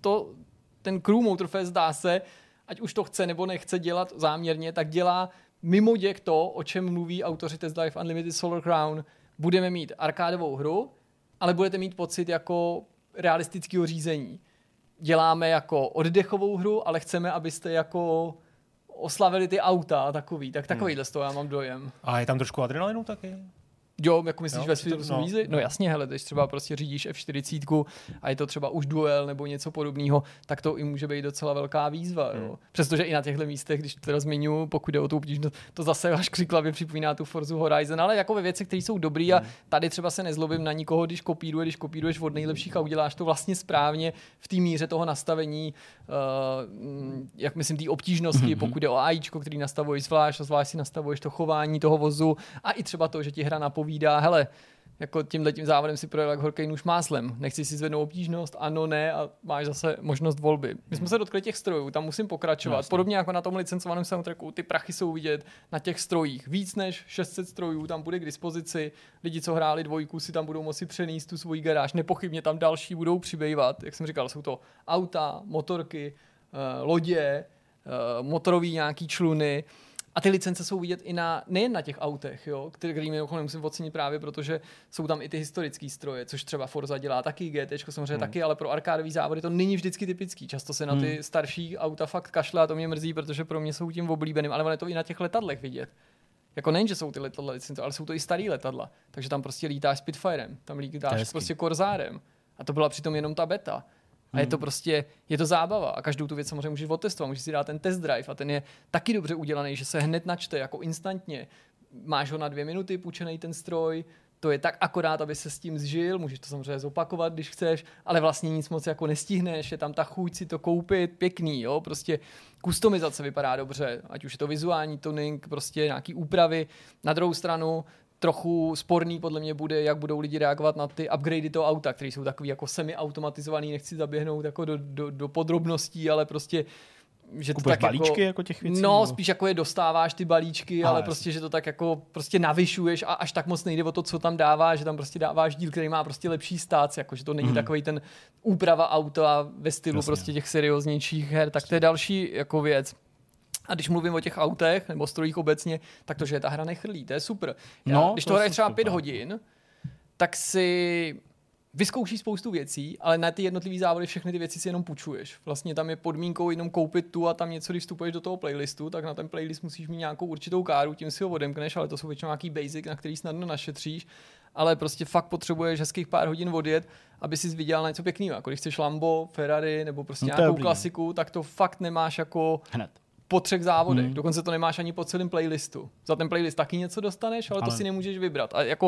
ten Crew Motorfest dá se, ať už to chce nebo nechce dělat záměrně, tak dělá mimo děk to, o čem mluví autoři Test Drive Unlimited Solar Crown. Budeme mít arkádovou hru, ale budete mít pocit jako realistického řízení. Děláme jako oddechovou hru, ale chceme, abyste jako oslavili ty auta a takový. Tak takovýhle z toho já mám dojem. A je tam trošku adrenalinu taky? Jo, jako myslíš ve světě vízy? No jasně, hele, když třeba prostě řídíš F40 a je to třeba už duel nebo něco podobného, tak to i může být docela velká výzva. Jo. Přestože i na těchto místech, když teda zmiňuji, pokud jde o tu obtížnost, to zase až křiklavě připomíná tu Forzu Horizon, ale jako ve věci, které jsou dobrý a tady třeba se nezlobím na nikoho, když kopíruješ od nejlepších a uděláš to vlastně správně v té míře toho nastavení, jak myslím, té obtížnosti, pokud jde o AIčko, který nastavuješ zvlášť si nastavuješ to chování toho vozu a i třeba to, že ti hra napovídá, hele, jako tímhletím závodem si projel jak horkej nůž máslem. Nechci si zvednout obtížnost, ano, ne a máš zase možnost volby. My jsme se dotkli těch strojů, tam musím pokračovat. Vlastně. Podobně jako na tom licencovaném soundtracku, ty prachy jsou vidět na těch strojích. Víc než 600 strojů tam bude k dispozici. Lidi, co hráli 2, si tam budou moci přenést tu svoji garáž. Nepochybně tam další budou přibývat. Jak jsem říkal, jsou to auta, motorky, lodě, motorové nějaký čluny. A ty licence jsou vidět i nejen na těch autech, jo, který nemusím ocenit právě, protože jsou tam i ty historické stroje, což třeba Forza dělá taky, GTčko samozřejmě taky, ale pro arkádový závody to není vždycky typický. Často se na ty starší auta fakt kašle a to mě mrzí, protože pro mě jsou tím oblíbeným, ale je to i na těch letadlech vidět. Jako nejen, že jsou ty letadla licence, ale jsou to i starý letadla. Takže tam prostě lítáš Spitfirem, tam lítáš prostě Corsárem. A to byla přitom jenom ta beta. A je to prostě, je to zábava a každou tu věc samozřejmě můžeš otestovat, můžeš si dát ten test drive a ten je taky dobře udělaný, že se hned načte jako instantně. Máš ho na 2 minuty, půjčenej ten stroj, to je tak akorát, aby se s tím zžil, můžeš to samozřejmě zopakovat, když chceš, ale vlastně nic moc jako nestihneš, je tam ta chuť si to koupit, pěkný, jo, prostě kustomizace vypadá dobře, ať už je to vizuální tuning, prostě nějaký úpravy. Na druhou stranu trochu sporný podle mě bude, jak budou lidi reagovat na ty upgradey toho auta, které jsou takový jako semi-automatizovaný, nechci zaběhnout jako do podrobností, ale prostě že to tak balíčky jako těch věcí? No, spíš jako je dostáváš ty balíčky, ale prostě, že to tak jako prostě navyšuješ a až tak moc nejde o to, co tam dáváš, že tam prostě dáváš díl, který má prostě lepší stác, jako že to není takovej ten úprava auta ve stylu prostě těch serióznějších her, tak to je další jako věc. A když mluvím o těch autech nebo strojích obecně, tak to, že ta hra nechrlí, to je super. Když to hraješ třeba 5 hodin, tak si vyzkoušíš spoustu věcí, ale na ty jednotlivý závody všechny ty věci si jenom půjčuješ. Vlastně tam je podmínkou jenom koupit tu a tam něco, když vstupuješ do toho playlistu, tak na ten playlist musíš mít nějakou určitou káru, tím si ho odemkneš, ale to jsou většinou nějaký basic, na který snadno našetříš, ale prostě fakt potřebuješ hezkých pár hodin odjet, aby si vydělal něco pěkného. Jako když chceš Lambo, Ferrari nebo prostě nějakou klasiku, tak to fakt nemáš jako hned. Po 3 závodech. Dokonce to nemáš ani po celém playlistu. Za ten playlist taky něco dostaneš, ale to si nemůžeš vybrat. A jako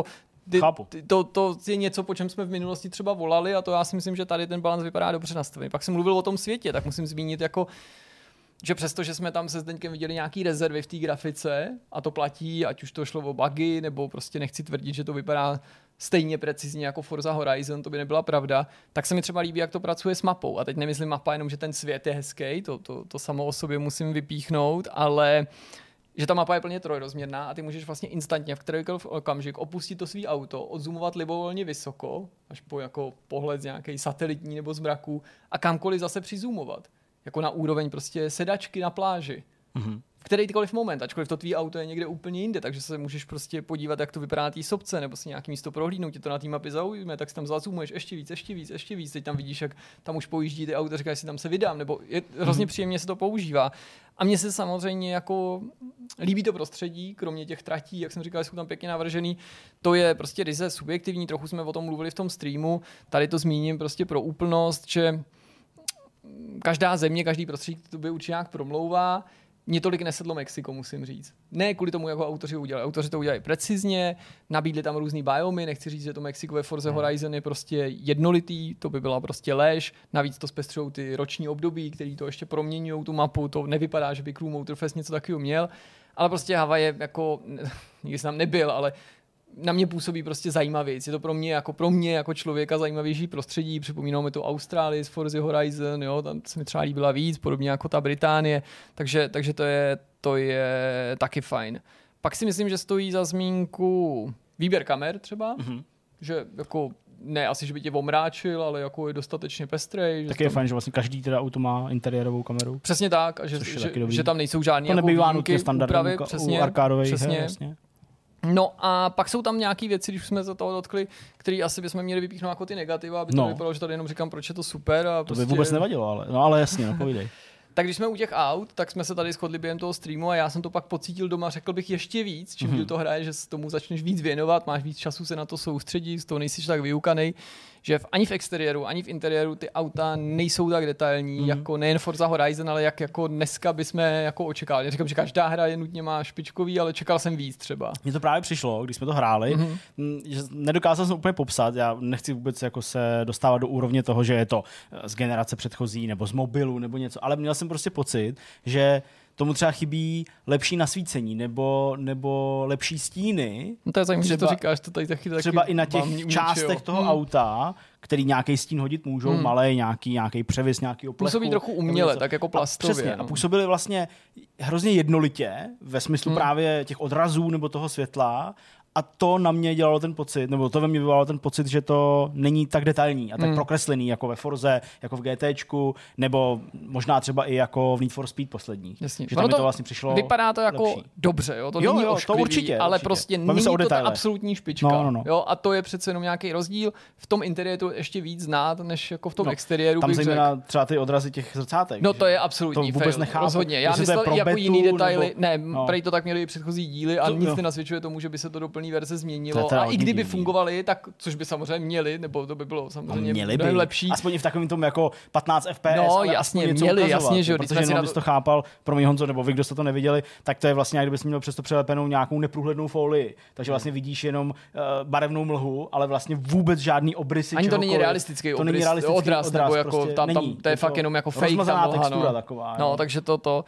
to je něco, po čem jsme v minulosti třeba volali a to já si myslím, že tady ten balans vypadá dobře nastavený. Pak jsem mluvil o tom světě, tak musím zmínit jako že přesto, že jsme tam se Zdeňkem viděli nějaký rezervy v té grafice a to platí, ať už to šlo o bugy, nebo prostě nechci tvrdit, že to vypadá stejně precizně jako Forza Horizon, to by nebyla pravda, tak se mi třeba líbí, jak to pracuje s mapou. A teď nemyslím mapa jenom, že ten svět je hezký, to samo o sobě musím vypíchnout, ale že ta mapa je plně trojrozměrná a ty můžeš vlastně instantně v kterýkoliv okamžik opustit to svý auto, odzoomovat libovolně vysoko, až po jako pohled z nějaký satelitní nebo z mraku a kamkoliv zase přizumovat. Jako na úroveň prostě sedačky na pláži. V kterýkoliv moment, ačkoliv to tvý auto je někde úplně jinde, takže se můžeš prostě podívat, jak to vypadá na té sopce, nebo si nějaký místo prohlídnout, tě to na té mapě zaujme, tak si tam zazumuješ ještě víc, teď tam vidíš, jak tam už pojíždí ty auta, říkáš si tam se vydám, nebo je hrozně příjemně se to používá. A mně se samozřejmě jako líbí to prostředí, kromě těch tratí, jak jsem říkal, jsou tam pěkně navržený. To je prostě ryze subjektivní, trochu jsme o tom mluvili v tom streamu, tady to zmíním prostě pro úplnost, že každá země, každý prostředí to by určitě nějak promlouvá. Mně tolik nesedlo Mexiko, musím říct. Ne kvůli tomu, jak ho autoři udělali. Autoři to udělali precizně, nabídli tam různý biomy, nechci říct, že to Mexiko ve Forze Horizon je prostě jednolitý, to by byla prostě lež. Navíc to zpestřují ty roční období, který to ještě proměňují tu mapu, to nevypadá, že by Crew Motorfest něco takového měl, ale prostě Havaj je jako, nikdy jsem tam nebyl, ale na mě působí prostě zajímavějc. Je to pro mě jako člověka zajímavější prostředí. Připomínalo mi tu Austrálii z Forza Horizon, jo, tam se mi třeba líbila víc, podobně jako ta Británie, takže to je taky fajn. Pak si myslím, že stojí za zmínku výběr kamer třeba, že jako ne asi, že by tě omráčil, ale jako je dostatečně pestrej. Tak je fajn, že vlastně každý teda auto má interiérovou kameru. Přesně tak, a že tam nejsou žádný to jako nebývá nutně standardní u arkádových her, jasně. No a pak jsou tam nějaké věci, když jsme se toho dotkli, které asi bychom měli vypíchnout jako ty negativa, aby to vypadalo, že tady jenom říkám, proč je to super. A to by vůbec nevadilo, ale jasně, povídej. Tak když jsme u těch aut, tak jsme se tady shodli během toho streamu a já jsem to pak pocítil doma, řekl bych ještě víc, čím díl to hraje, že se tomu začneš víc věnovat, máš víc času se na to soustředit, z toho nejsi tak vyukanej, že ani v exteriéru, ani v interiéru ty auta nejsou tak detailní, jako nejen Forza Horizon, ale jak jako dneska bychom jako očekávali. Říkám, že každá hra je nutně má špičkový, ale čekal jsem víc třeba. Mně to právě přišlo, když jsme to hráli, že nedokázal jsem úplně popsat, já nechci vůbec jako se dostávat do úrovně toho, že je to z generace předchozí nebo z mobilu nebo něco, ale měl jsem prostě pocit, že tomu třeba chybí lepší nasvícení nebo lepší stíny. No to je zajímavé, že to říkáš, to tady taky třeba i na těch částech toho auta, který nějaký stín hodit můžou, malej, nějaký převis, nějaký oplechu. Působí trochu uměle, tak jako plastově. Přesně, a působili vlastně hrozně jednolitě ve smyslu právě těch odrazů nebo toho světla. A to na mě dělalo ten pocit, nebo to ve mně vyvolalo ten pocit, že to není tak detailní a tak prokreslený jako ve Forze, jako v GTčku, nebo možná třeba i jako v Need for Speed poslední. Jasně. Že tam to vlastně přišlo vypadá to jako lepší. Dobře, jo? To není ošklivý, to určitě, ale prostě není to ta absolutní špička. No. Jo? A to je přece jenom nějaký rozdíl. V tom interiéru ještě víc znát, než jako v tom exteriéru. Tam zejména třeba ty odrazy těch zrcátek. No to je absolutní to vůbec nechápu. Rozhodně. Já myslel jako jiný detaily. Ne, prej to tak měli i předchozí díly a nic nenasvědčuje tomu, že by se to do plné verze změnilo. A i kdyby fungovaly, tak což by samozřejmě měli, nebo to by bylo samozřejmě mnohem lepší. Aspoň v takovém tom jako 15 FPS. No jasně, měli, jasně, že protože jenom bys to chápal, pro mě Honzo, nebo vy, kdo jste to neviděli, tak to je vlastně, jak kdybys měl přesto přelepenou nějakou neprůhlednou folii. Takže vlastně vidíš jenom barevnou mlhu, ale vlastně vůbec žádný obrysy. Ani to není realistický odraz, nebo jako prostě tam to je fakt jenom jako fake ta textura taková. No, takže to.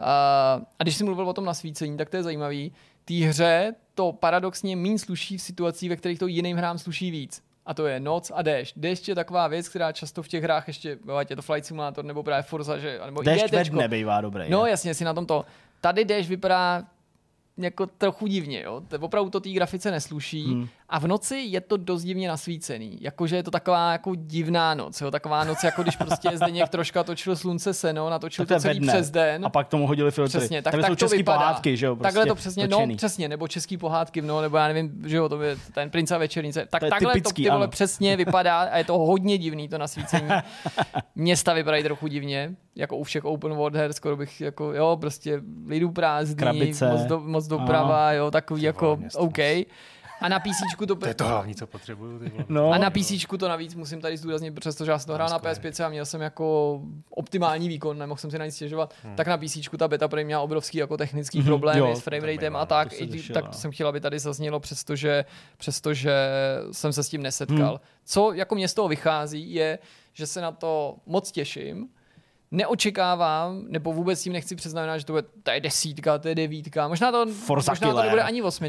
A když jsi mluvil o tom nasvícení, tak to je zajímavý. Té hře to paradoxně míň sluší v situacích, ve kterých to jiným hrám sluší víc. A to je noc a déšť. Déšť je taková věc, která často v těch hrách ještě, ať je to Flight Simulator nebo právě Forza, že nebo déšť ve dne bývá dobrý. No jasně, si na tom to. Tady déšť vypadá jako trochu divně, jo. Opravdu to té grafice nesluší. A v noci je to dost divně nasvícený. Jakože je to taková jako divná noc, jo. Taková noc, jako když prostě Zdeněk troška točil Slunce seno, natočil to celý přes den. A pak tomu hodili filtry. Přesně, tak jsou český pohádky, že jo, prostě takhle to přesně, točený. No přesně, nebo český pohádky, no, nebo já nevím, že jo, to je ten Princ a večernice. Tak takhle typický, to ty vole přesně vypadá a je to hodně divný to nasvícení. Města vypadají trochu divně, jako u všech open world her, skoro bych jako, jo, prostě lidu prázdný, moc doprava, jo, takový jako OK. A na PCčku to je to hlavní, co potřebuju. No, a na PCčku to navíc musím tady zdůraznit, přestože já jsem to hrál na PS5 a měl jsem jako optimální výkon, nemohl jsem si na nic stěžovat, tak na PCčku ta beta prý měla obrovský jako technický problémy s frameratem a tak. Tak jsem chtěl, aby tady zaznělo, přestože jsem se s tím nesetkal. Co jako mě z toho vychází, je, že se na to moc těším. Neočekávám, nebo vůbec tím nechci přiznat, že to je 10, to je 9, možná to nebude ani 8.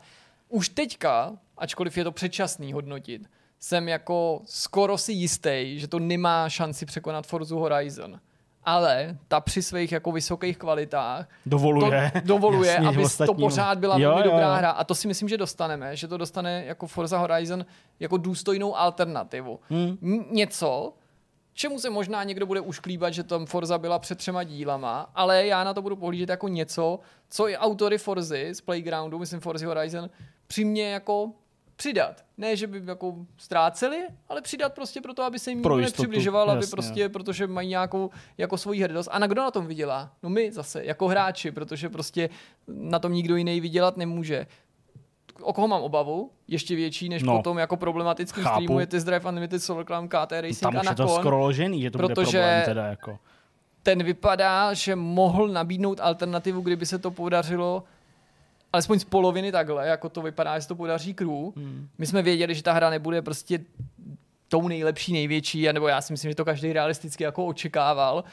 Už teďka, ačkoliv je to předčasný hodnotit, jsem jako skoro si jistý, že to nemá šanci překonat Forzu Horizon. Ale ta při svých jako vysokých kvalitách dovoluje jasně, aby to pořád byla velmi dobrá hra. A to si myslím, že dostaneme, že to dostane jako Forza Horizon jako důstojnou alternativu. Něco, čemu se možná někdo bude ušklíbat, že tam Forza byla před 3 dílama, ale já na to budu pohlížet jako něco, co i autory Forzy z Playgroundu, myslím Forza Horizon, přimě jako přidat. Ne, že by jako ztráceli, ale přidat prostě proto, aby se jim nikdo nepřibližoval, aby prostě, protože mají nějakou jako svoji hrdost. A kdo na tom vydělá? No my zase, jako hráči, protože prostě na tom nikdo jiný vydělat nemůže. O koho mám obavu? Ještě větší než potom jako problematický streamu je Test Drive Unlimited, Solar Climb, KT Racing tam a Nakon. Tam už je to skoro ložený, že to bude problém teda jako. Ten vypadá, že mohl nabídnout alternativu, kdyby se to podařilo alespoň z poloviny takhle, jako to vypadá, že se to podaří Crew. My jsme věděli, že ta hra nebude prostě tou nejlepší, největší, nebo já si myslím, že to každý realisticky jako očekával.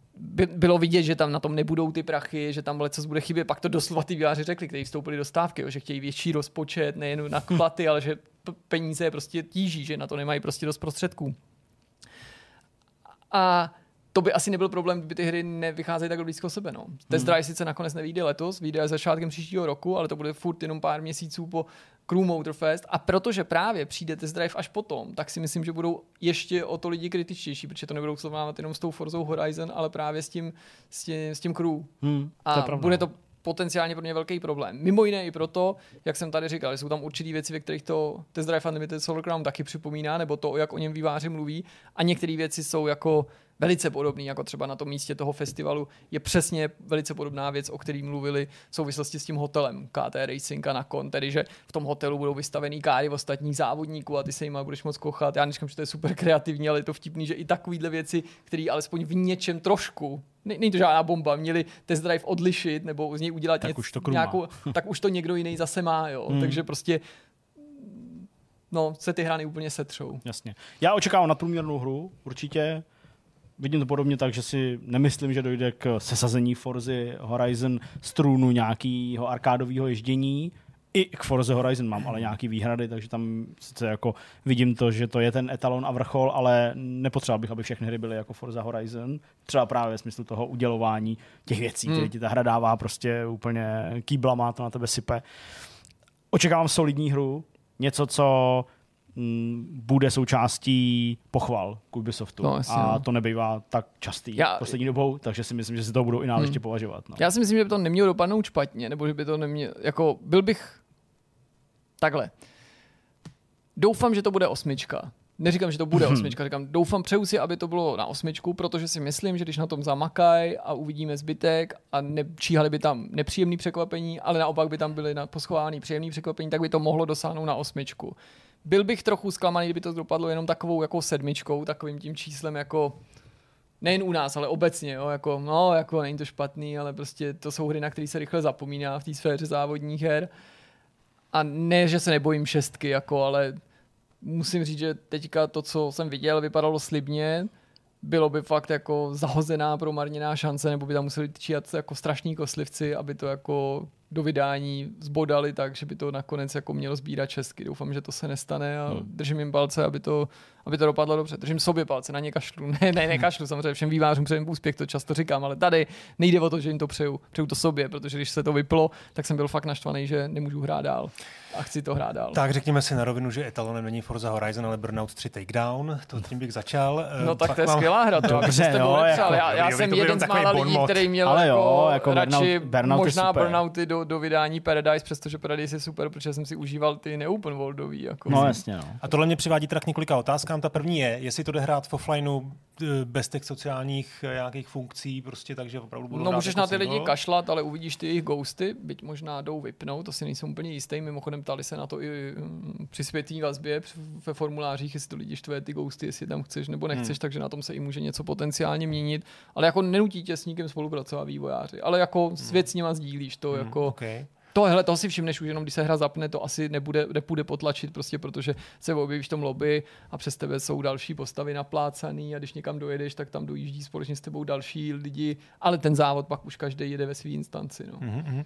Bylo vidět, že tam na tom nebudou ty prachy, že tam lecos bude chybět. Pak to doslova ty vývojáři řekli, kteří vstoupili do stávky, že chtějí větší rozpočet, nejen na platy, ale že peníze je prostě tíží, že na to nemají prostě dost prostředků. A to by asi nebyl problém, kdyby ty hry nevycházejí tak blízko sebe. No. Test Drive sice nakonec nevyjde letos, vyjde začátkem příštího roku, ale to bude furt jenom pár měsíců po Crew Motorfest. A protože právě přijde Test Drive až potom, tak si myslím, že budou ještě o to lidi kritičtější, protože to nebudou srovnávat jenom s tou Forzou Horizon, ale právě s tím Crew. A bude to potenciálně pro mě velký problém. Mimo jiné i proto, jak jsem tady říkal, jsou tam určitý věci, ve kterých to Test Drive Unlimited Solar Crown taky připomíná, nebo to, jak o něm výváři mluví, a některé věci jsou jako velice podobný, jako třeba na tom místě toho festivalu je přesně velice podobná věc, o který mluvili v souvislosti s tím hotelem KT Racing a Nakon, tedy že v tom hotelu budou vystavený káry ostatních závodníků a ty se jima budeš moc kochat. Já neříkám, že to je super kreativní, ale je to vtipný, že i takovýhle věci, které alespoň v něčem trošku, není to žádná bomba, měli test drive odlišit nebo z něj udělat nějakou, tak už to někdo jiný zase má, jo. Takže prostě se ty hry úplně setřou. Jasně. Já očekávám nadprůměrnou hru, určitě. Vidím to podobně tak, že si nemyslím, že dojde k sesazení Forzy Horizon z trůnu nějakého arkádového ježdění. I k Forze Horizon mám ale nějaký výhrady, takže tam sice jako vidím to, že to je ten etalon a vrchol, ale nepotřeboval bych, aby všechny hry byly jako Forza Horizon. Třeba právě v smyslu toho udělování těch věcí, které ti ta hra dává prostě úplně kýblama, to na tebe sype. Očekávám solidní hru, něco, co bude součástí pochval k Ubisoftu. A to nebývá tak častý poslední dobou, takže si myslím, že si to budou i náležitě považovat. No. Já si myslím, že by to nemělo dopadnout špatně, nebo že by to nemělo, jako byl bych takhle. Doufám, že to bude 8. Neříkám, že to bude 8, říkám, přeju si, aby to bylo na 8, protože si myslím, že když na tom zamakají a uvidíme zbytek a číhali by tam nepříjemný překvapení, ale naopak by tam byly poschovány příjemný překvapení, tak by to mohlo dosáhnout na 8. Byl bych trochu zklamaný, kdyby to dopadlo jenom takovou jako 7, takovým tím číslem jako nejen u nás, ale obecně, jo, jako není to špatný, ale prostě to jsou hry, na které se rychle zapomíná v té sféře závodních her. A ne, že se nebojím 6, jako, ale musím říct, že teďka to, co jsem viděl, vypadalo slibně. Bylo by fakt jako zahozená, promarněná šance, nebo by tam museli číhat jako strašní koslivci, aby to jako do vydání zbodali tak, že by to nakonec jako mělo sbírat 6. Doufám, že to se nestane a držím jim palce, aby to dopadlo dobře. Držím sobě palce, na ně kašlu. Ne kašlu, samozřejmě všem vývářům přejím úspěch, to často říkám, ale tady nejde o to, že jim to přeju to sobě, protože když se to vyplo, tak jsem byl fakt naštvaný, že nemůžu hrát dál a chci to hrát dál. Tak řekněme si na rovinu, že etalonem není Forza Horizon, ale Burnout 3 Takedown, to tím bych začal. No tak to je skvělá hra, to abych se s tebou nepřál. Já jsem jeden z mála lidí, který měl jako radši možná Burnouty do vydání Paradise, přestože Paradise je super, protože jsem si užíval ty neopen worldový. Jako. No jasně. No. A tohle mě přivádí teda k několika otázkám. Ta první je, jestli to jde hrát v offlineu bez těch sociálních nějakých funkcí, prostě takže opravdu budu hrát. No můžeš na ty lidi kašlat, ale uvidíš ty jejich ghosty, byť možná jdou vypnout, to si nejsem úplně jistý. Mimochodem ptali se na to i při zpětné vazbě ve formulářích, jestli to lidi štve ty ghosty, jestli tam chceš nebo nechceš, takže na tom se i může něco potenciálně měnit, ale jako nenutí tě s nikým spolupracovat vývojáři, ale jako svět s nima sdílíš to jako okay. Toho si všimneš už jenom, když se hra zapne, to asi nepůjde potlačit, prostě protože se objevíš v tom lobby a přes tebe jsou další postavy naplácaný a když někam dojedeš, tak tam dojíždí společně s tebou další lidi, ale ten závod pak už každý jede ve své instanci. No.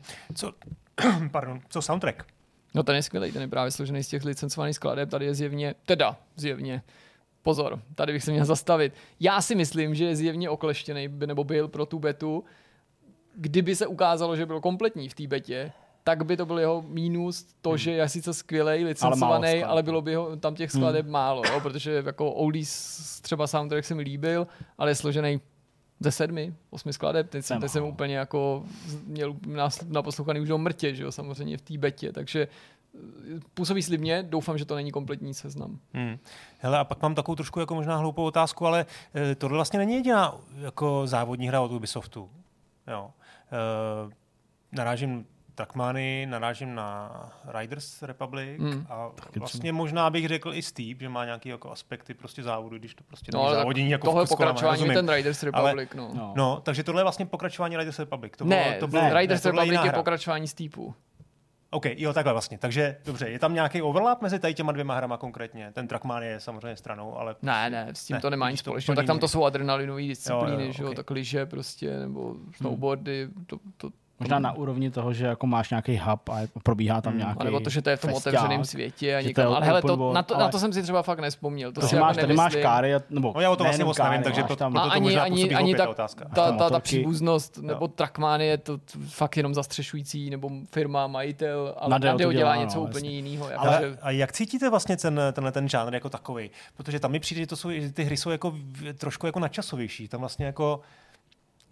Co soundtrack? No ten je skvělý, ten je právě složený z těch licencovaných skladeb, tady je zjevně, pozor, tady bych se měl zastavit. Já si myslím, že je zjevně okleštěný, nebo byl pro tu betu. Kdyby se ukázalo, že byl kompletní v té betě, tak by to byl jeho mínus, to, že je sice skvělej, licencovaný, ale bylo by ho tam těch skladeb málo, jo, protože jako oldies třeba soundtrack se mi líbil, ale je složený ze 7, 8 skladeb, teď jsem úplně jako měl naposlouchaný už o mrtě, že jo, samozřejmě v té betě, takže působí slibně, doufám, že to není kompletní seznam. Hele, a pak mám takovou trošku jako možná hloupou otázku, ale tohle vlastně není jediná jako závodní hra od Ubisoftu. Jo. Narážím Trackmany, narážím na Riders Republic a vlastně možná bych řekl i Steep, že má nějaké jako aspekty prostě závodu, když to prostě není závodění jako tohle pokračování je ten Riders Republic, no, takže tohle je vlastně pokračování Riders Republic. Riders Republic je pokračování Steepu. OK, jo, takhle vlastně. Takže dobře, je tam nějaký overlap mezi tady těma dvěma hrama konkrétně? Ten Trackman je samozřejmě stranou, ale... Ne, s tím to nemá nic společného. Tak tam to jsou adrenalinové disciplíny, že jo, tak lyže prostě, nebo snowboardy, to možná na úrovni toho, že jako máš nějaký hub a probíhá tam nějaký nebo to, že to je v tom otevřeném světě a někam. Ale hele, na to jsem si třeba fakt nevzpomněl. To si máš, tady máš káry, nebo já o to vlastně moc nevím, takže proto to možná působí hloupě ta otázka. Ta příbuznost, nebo Trackman je to fakt jenom zastřešující, nebo firma, majitel, ale Nadeo dělá něco úplně jiného. A jak cítíte vlastně ten žánr jako takový? Protože tam mi přijde, že ty hry jsou jako trošku jako nadčasovější. Tam vlastně jako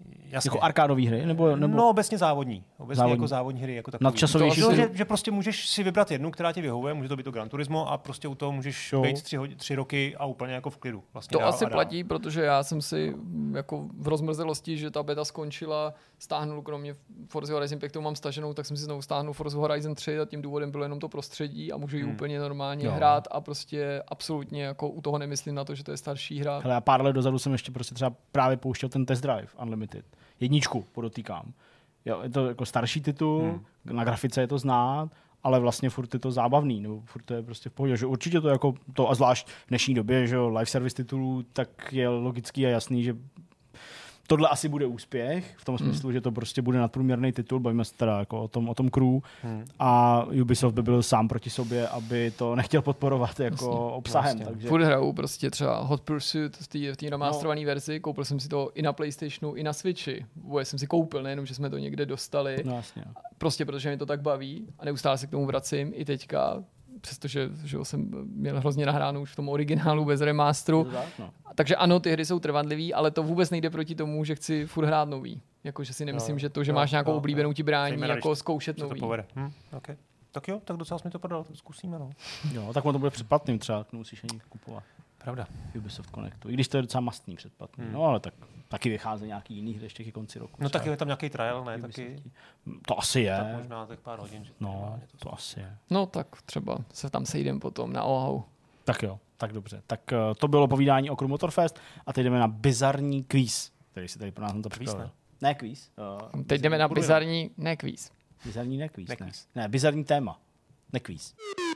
Jasně. Jako arkádové hry? Nebo... No, obecně závodní. Jako závodní hry. Jako nadčasovější. Že prostě můžeš si vybrat jednu, která ti vyhovuje, může to být to Gran Turismo a prostě u toho můžeš být 3 roky a úplně jako v klidu. Vlastně to asi platí, protože já jsem si jako v rozmrzelosti, že ta beta skončila, stáhnul kromě Forza Horizon 5, mám staženou, tak jsem si znovu stáhnul Forza Horizon 3 a tím důvodem bylo jenom to prostředí a můžu ji úplně normálně hrát a prostě absolutně jako u toho nemyslím na to, že to je starší hra. Hele, já pár let dozadu jsem ještě prostě třeba právě pouštěl ten Test Drive Unlimited. 1 podotýkám. Jo, je to jako starší titul, na grafice je to znát, ale vlastně furt je to zábavný, nebo furt to je prostě v pohodě, že určitě to jako to, a zvlášť v dnešní době, že live service titulů, tak je logický a jasný, že tohle asi bude úspěch, v tom smyslu, že to prostě bude nadprůměrný titul, bavíme se teda jako o tom crew a Ubisoft by byl sám proti sobě, aby to nechtěl podporovat jako obsahem. Takže... Furt hraju prostě třeba Hot Pursuit v té remasterované verzi, koupil jsem si to i na PlayStationu, i na Switchi. Vůbec jsem si koupil, nejenom, že jsme to někde dostali. No, jasně. Prostě protože mě to tak baví a neustále se k tomu vracím i teďka, přestože že jsem měl hrozně nahráno už v tom originálu bez remasteru. Takže ano, ty hry jsou trvanlivý, ale to vůbec nejde proti tomu, že chci furt hrát nový. Jakože si nemyslím, že to, že máš nějakou oblíbenou ti brání, jako zkoušet nový. Okay. Tak jo, tak docela jsi mi to prodal, to zkusíme. No. Jo, tak ono to bude předplatným třeba, nemusíš ani kupovat. Pravda. Ubisoft Connectu. I když to je docela mastný předplatný. No ale tak taky vychází nějaký jiný hry ještě ke konci roku. No taky je tam nějaký trial, ne? Taky. To asi je. Tak možná tak pár hodin. No, to asi je. No tak třeba se tam sejdem potom na OHU. Tak jo, tak dobře. Tak to bylo povídání o Crew Motorfest a teď jdeme na bizarní kvíz, který si tady pro nás to připravil. Ne kvíz. Teď jdeme na bizarní, ne kvíz. Bizarní ne kvíz. Ne, bizarní téma. Ne kvíz.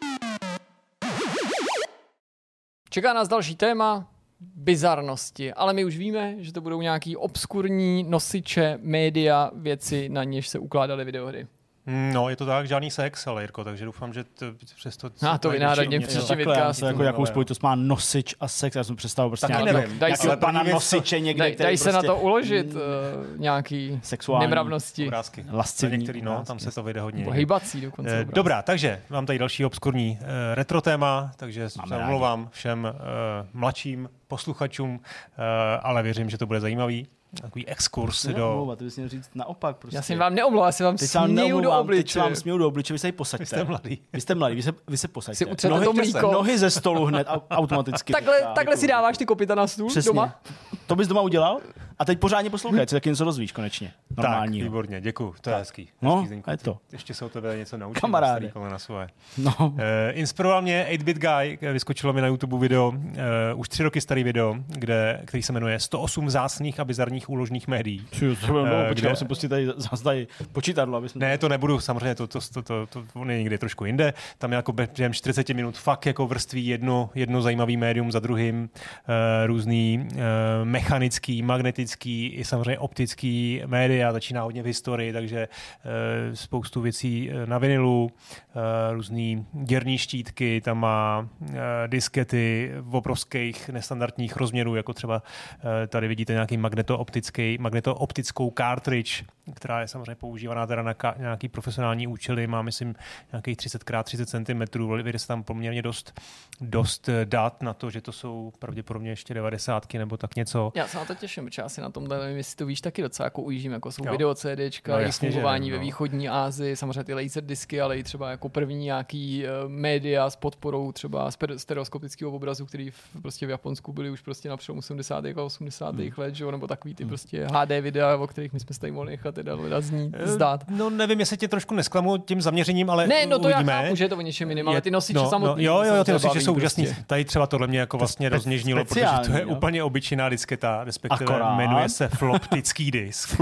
Čeká nás další téma, bizarnosti, ale my už víme, že to budou nějaký obskurní nosiče, média, věci, na něž se ukládaly videohry. No, je to tak, žádný sex, ale Jirko, takže doufám, že přesto... To vynárodně v příštím vidcastu. Jako jakou spojitost má nosič a sex, já jsem představil prostě nějakého pana nosiče někde, Dají se na to uložit nějaký sexuální nemravnosti. Obrázky. Lascivní některý, tam se to vyjde hodně. Hejbací dokonce. Dobrá, takže mám tady další obskurní retro téma, takže se omlouvám všem mladším posluchačům, ale věřím, že to bude zajímavý. Takový exkurs do... Ty bys měl říct naopak. Prostě. Já jsem vám neomlouval, já jsem vám směju do obliče. Teď vám směju do obliče, vy se ji posaďte. Vy jste mladý, vy se posaďte. Nohy ze stolu hned automaticky. Takhle si dáváš ty kopyta na stůl doma? To bys doma udělal? A teď pořádně poslouchej, co taky něco dozvíš konečně. Normálního. Tak, výborně, děkuju, to je hezký. No, je to. Ještě se o tebe něco naučím. Kamaráde. Na svoje. No. Inspiroval mě 8-bit Guy, vyskočilo mi na YouTube video, už 3 roky starý video, který se jmenuje 108 vzácných a bizarních úložných médií. Počkej, jsem prostě tady počítadlo. Ne, to nebudu, samozřejmě, to je někde trošku jinde. Tam je jako během 40 minut fakt jako vrství jedno zajímavý médium za druhým, různý mechanický, magnetický i samozřejmě optický média, začíná hodně v historii, takže spoustu věcí na vinilu, různý děrní štítky, tam má diskety v obrovských nestandardních rozměrů, jako třeba tady vidíte nějaký magnetooptickou cartridge, která je samozřejmě používaná teda na nějaký profesionální účely, má myslím nějakých 30x30 cm, vyjde se tam poměrně dost dat na to, že to jsou pravděpodobně ještě 90 nebo tak něco. Já se na to těším, protože asi na tomhle, nevím, jestli to víš taky docela jako ujíždím, jako jsou video CDčka, jejich fungování ve východní Asii, samozřejmě ty laser disky, ale i třeba jako první nějaký média s podporou třeba stereoskopického obrazu, který prostě v Japonsku byly už prostě na přelomu 70. a 80. let, že? Nebo takový ty prostě HD videa, o kterých my jsme se tady mohli nechat teda zdát. No nevím, jestli tě trošku nesklamu tím zaměřením, ale ne, no to uvidíme. Já chápu, že je to o něčem jiném, ale ty nosiče samotný. Jo, ty nosiče jsou úžasný. Tady třeba tohle mě jako vlastně rozněžnilo, protože to je úplně obyčejná disketa, respektive jmenuje se floptický disk.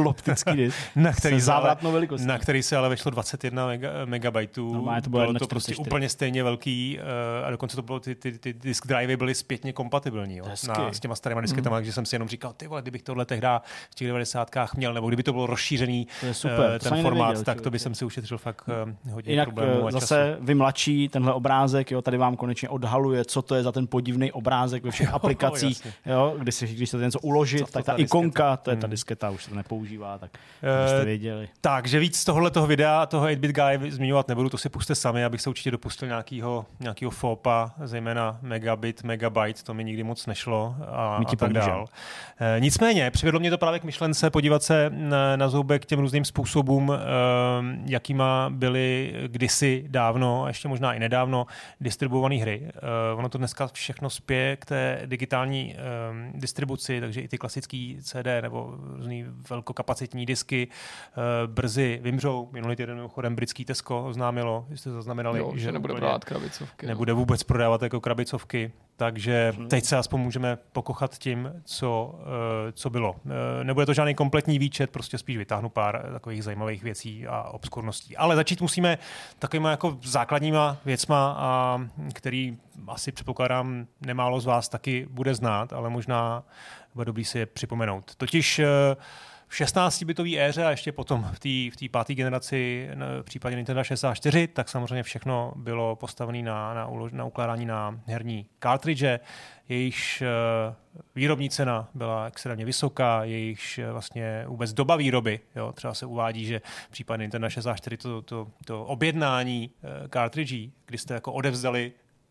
Na který se ale vešlo 21 megabajtů. Bylo to prostě úplně stejně velký a dokonce to bylo ty disk drivey byly zpětně kompatibilní s těma starýma disketama, takže jsem si jenom říkal, ty vole, kdybych tohle tehdy v těch 90kách měl, nebo kdyby to bylo rozšířené rozšířený ten formát, tak to by jsem si ušetřil fakt hodně jinak problémů a zase času. vymladší tenhle obrázek, jo, tady vám konečně odhaluje, co to je za ten podivný obrázek ve všech aplikacích, jo, když se něco uložit, tak ta ikonka, to je ta disketa, už se to nepoužívá, tak abyste věděli. Takže víc z tohoto videa, toho 8-bit guy zmiňovat nebudu, to si puste sami, abych se určitě dopustil nějakého fópa, zejména megabit, megabyte, to mi nikdy moc nešlo a tak dál. Nicméně, přivedlo mě to právě k myšlence podívat se na Zoubek k těm různým způsobům, jakýma byly kdysi dávno, a ještě možná i nedávno, distribuované hry. Ono to dneska všechno spěje k té digitální distribuci, takže i ty klasické CD nebo různý velkokapacitní disky brzy vymřou. Minulý týden mimochodem britský Tesco oznámilo, jste zaznamenali, že nebude prodávat krabicovky. Nebude vůbec prodávat jako krabicovky. Takže teď se aspoň můžeme pokochat tím, co bylo. Nebude to žádný kompletní výčet, prostě spíš vytáhnu pár takových zajímavých věcí a obskurností. Ale začít musíme takovýma jako základníma věcma, který asi předpokládám nemálo z vás taky bude znát, ale možná bude dobrý si je připomenout. Totiž v 16-bitové éře a ještě potom v té páté generaci, v případě Nintendo 64, tak samozřejmě všechno bylo postavené na ukládání na herní cartridge. Jejichž výrobní cena byla extrémně vysoká, jejichž vlastně vůbec doba výroby. Jo, třeba se uvádí, že v případě Nintendo 64 to objednání cartridge, kdy jste jako odevzdali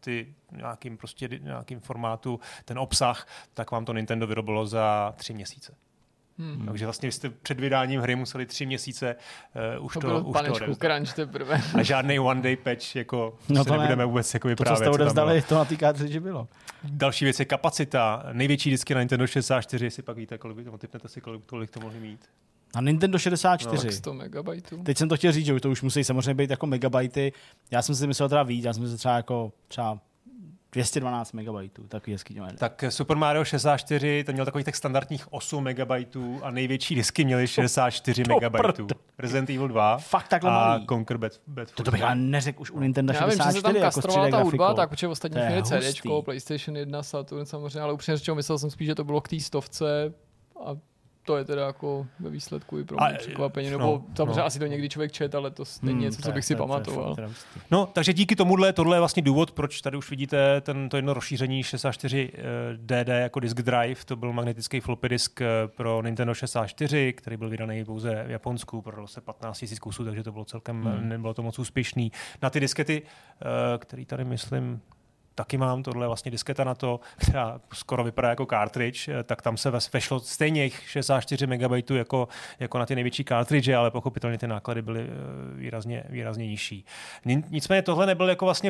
nějakým formátu ten obsah, tak vám to Nintendo vyrobilo za 3 měsíce. Takže vlastně jste před vydáním hry museli 3 měsíce už to crunch teprve. A žádný one day patch, jako se nebudeme vůbec jako vyprávět. To, co jste odevzdali, to na té cartridge bylo. Další věc je kapacita. Největší disky na Nintendo 64, jestli pak víte, typnete si, kolik to mohli mít. Na Nintendo 64. No, 100 megabajtů. Teď jsem to chtěl říct, že to už musí samozřejmě být jako megabajty. Já jsem si myslel teda víc, já jsem si třeba 212 megabajtů, takový hezký těm. Tak Super Mario 64, to měl takových tak standardních 8 megabajtů a největší disky měly 64 megabajtů. Resident Evil 2 fakt takhle malý. A Conquer Bad To bych ale neřekl už u Nintendo 64. Já vím, že se tam kastrovala ta hudba, tak protože ostatní měli CDčko, PlayStation 1, Saturn samozřejmě, ale upřímně řečeno myslel jsem spíš, že to bylo k té 100 a to je teda jako ve výsledku i pro mě překvapení, nebo samozřejmě asi to někdy člověk čet, ale to není něco, co bych si pamatoval. No, takže díky tomuhle, tohle je vlastně důvod, proč tady už vidíte to jedno rozšíření 64DD jako disk drive, to byl magnetický floppy disk pro Nintendo 64, který byl vydaný pouze v Japonsku, prodalo se 15 000 kusů, takže to bylo celkem, nebylo to moc úspěšný. Na ty diskety, který tady myslím taky mám, tohle vlastně disketa na to, která skoro vypadá jako cartridge, tak tam se vešlo stejně 64 MB jako na ty největší cartridge, ale pochopitelně ty náklady byly výrazně nižší. Nicméně tohle nebyl jako vlastně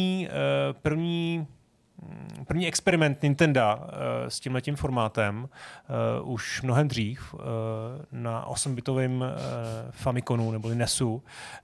první experiment Nintendo s tímhletím formátem už mnohem dřív na 8-bitovém Famiconu neboli NESu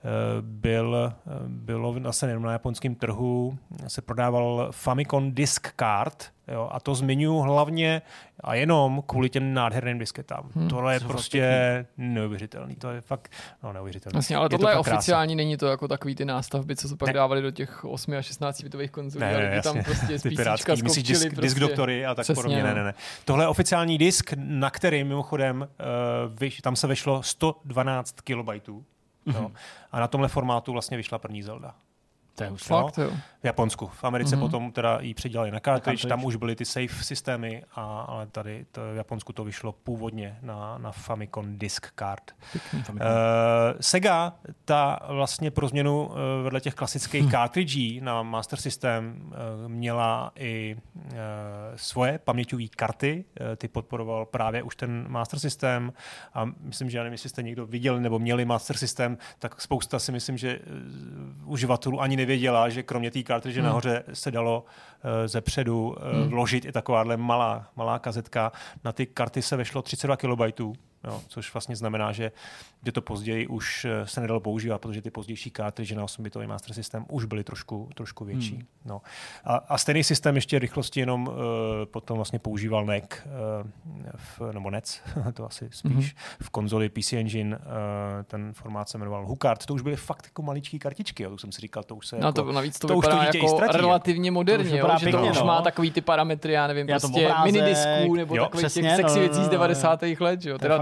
bylo zase jenom na japonském trhu se prodával Famicom Disk Card. Jo, a to zmiňuji hlavně a jenom kvůli těm nádherným disketám. Tohle je prostě neuvěřitelný. To je fakt neuvěřitelný. Vlastně, ale tohle je oficiální, není to jako takový ty nástavby, co se pak dávali do těch 8 a 16 bitových konzolí, ale tam prostě z PCčka skopčili disk doktory a tak podobně. Ne. Tohle je oficiální disk, na který mimochodem tam se vešlo 112 kilobajtů. A na tomhle formátu vlastně vyšla první Zelda. To je už fakt, jo. V Japonsku. V Americe potom teda ji předělali na cartridge, tam už byly ty safe systémy, ale tady v Japonsku to vyšlo původně na Famicom Disk Card. Sega, ta vlastně pro změnu vedle těch klasických cartridží na Master System měla i svoje paměťové karty, ty podporoval právě už ten Master System a myslím, že já nevím, jestli jste někdo viděl nebo měli Master System, tak spousta si myslím, že uživatelů ani nevěděla, že kromě té cartridge nahoře se dalo zepředu vložit i takováhle malá kazetka. Na ty karty se vešlo 32 kilobajtů, což vlastně znamená, že to později už se nedalo používat, protože ty pozdější kartridže na 8-bitový Master System už byly trošku větší. No. A stejný systém ještě rychlosti jenom potom vlastně používal NEC, nebo NEC, to asi spíš, v konzoli PC Engine, ten formát se jmenoval HuCard. To už byly fakt jako maličký kartičky, to jsem si říkal, to už se to vypadá jako ztratí, relativně moderně, že to už má takový ty parametry, já nevím, prostě minidisku nebo takových těch sexy věcí z 90. let, jo. Teda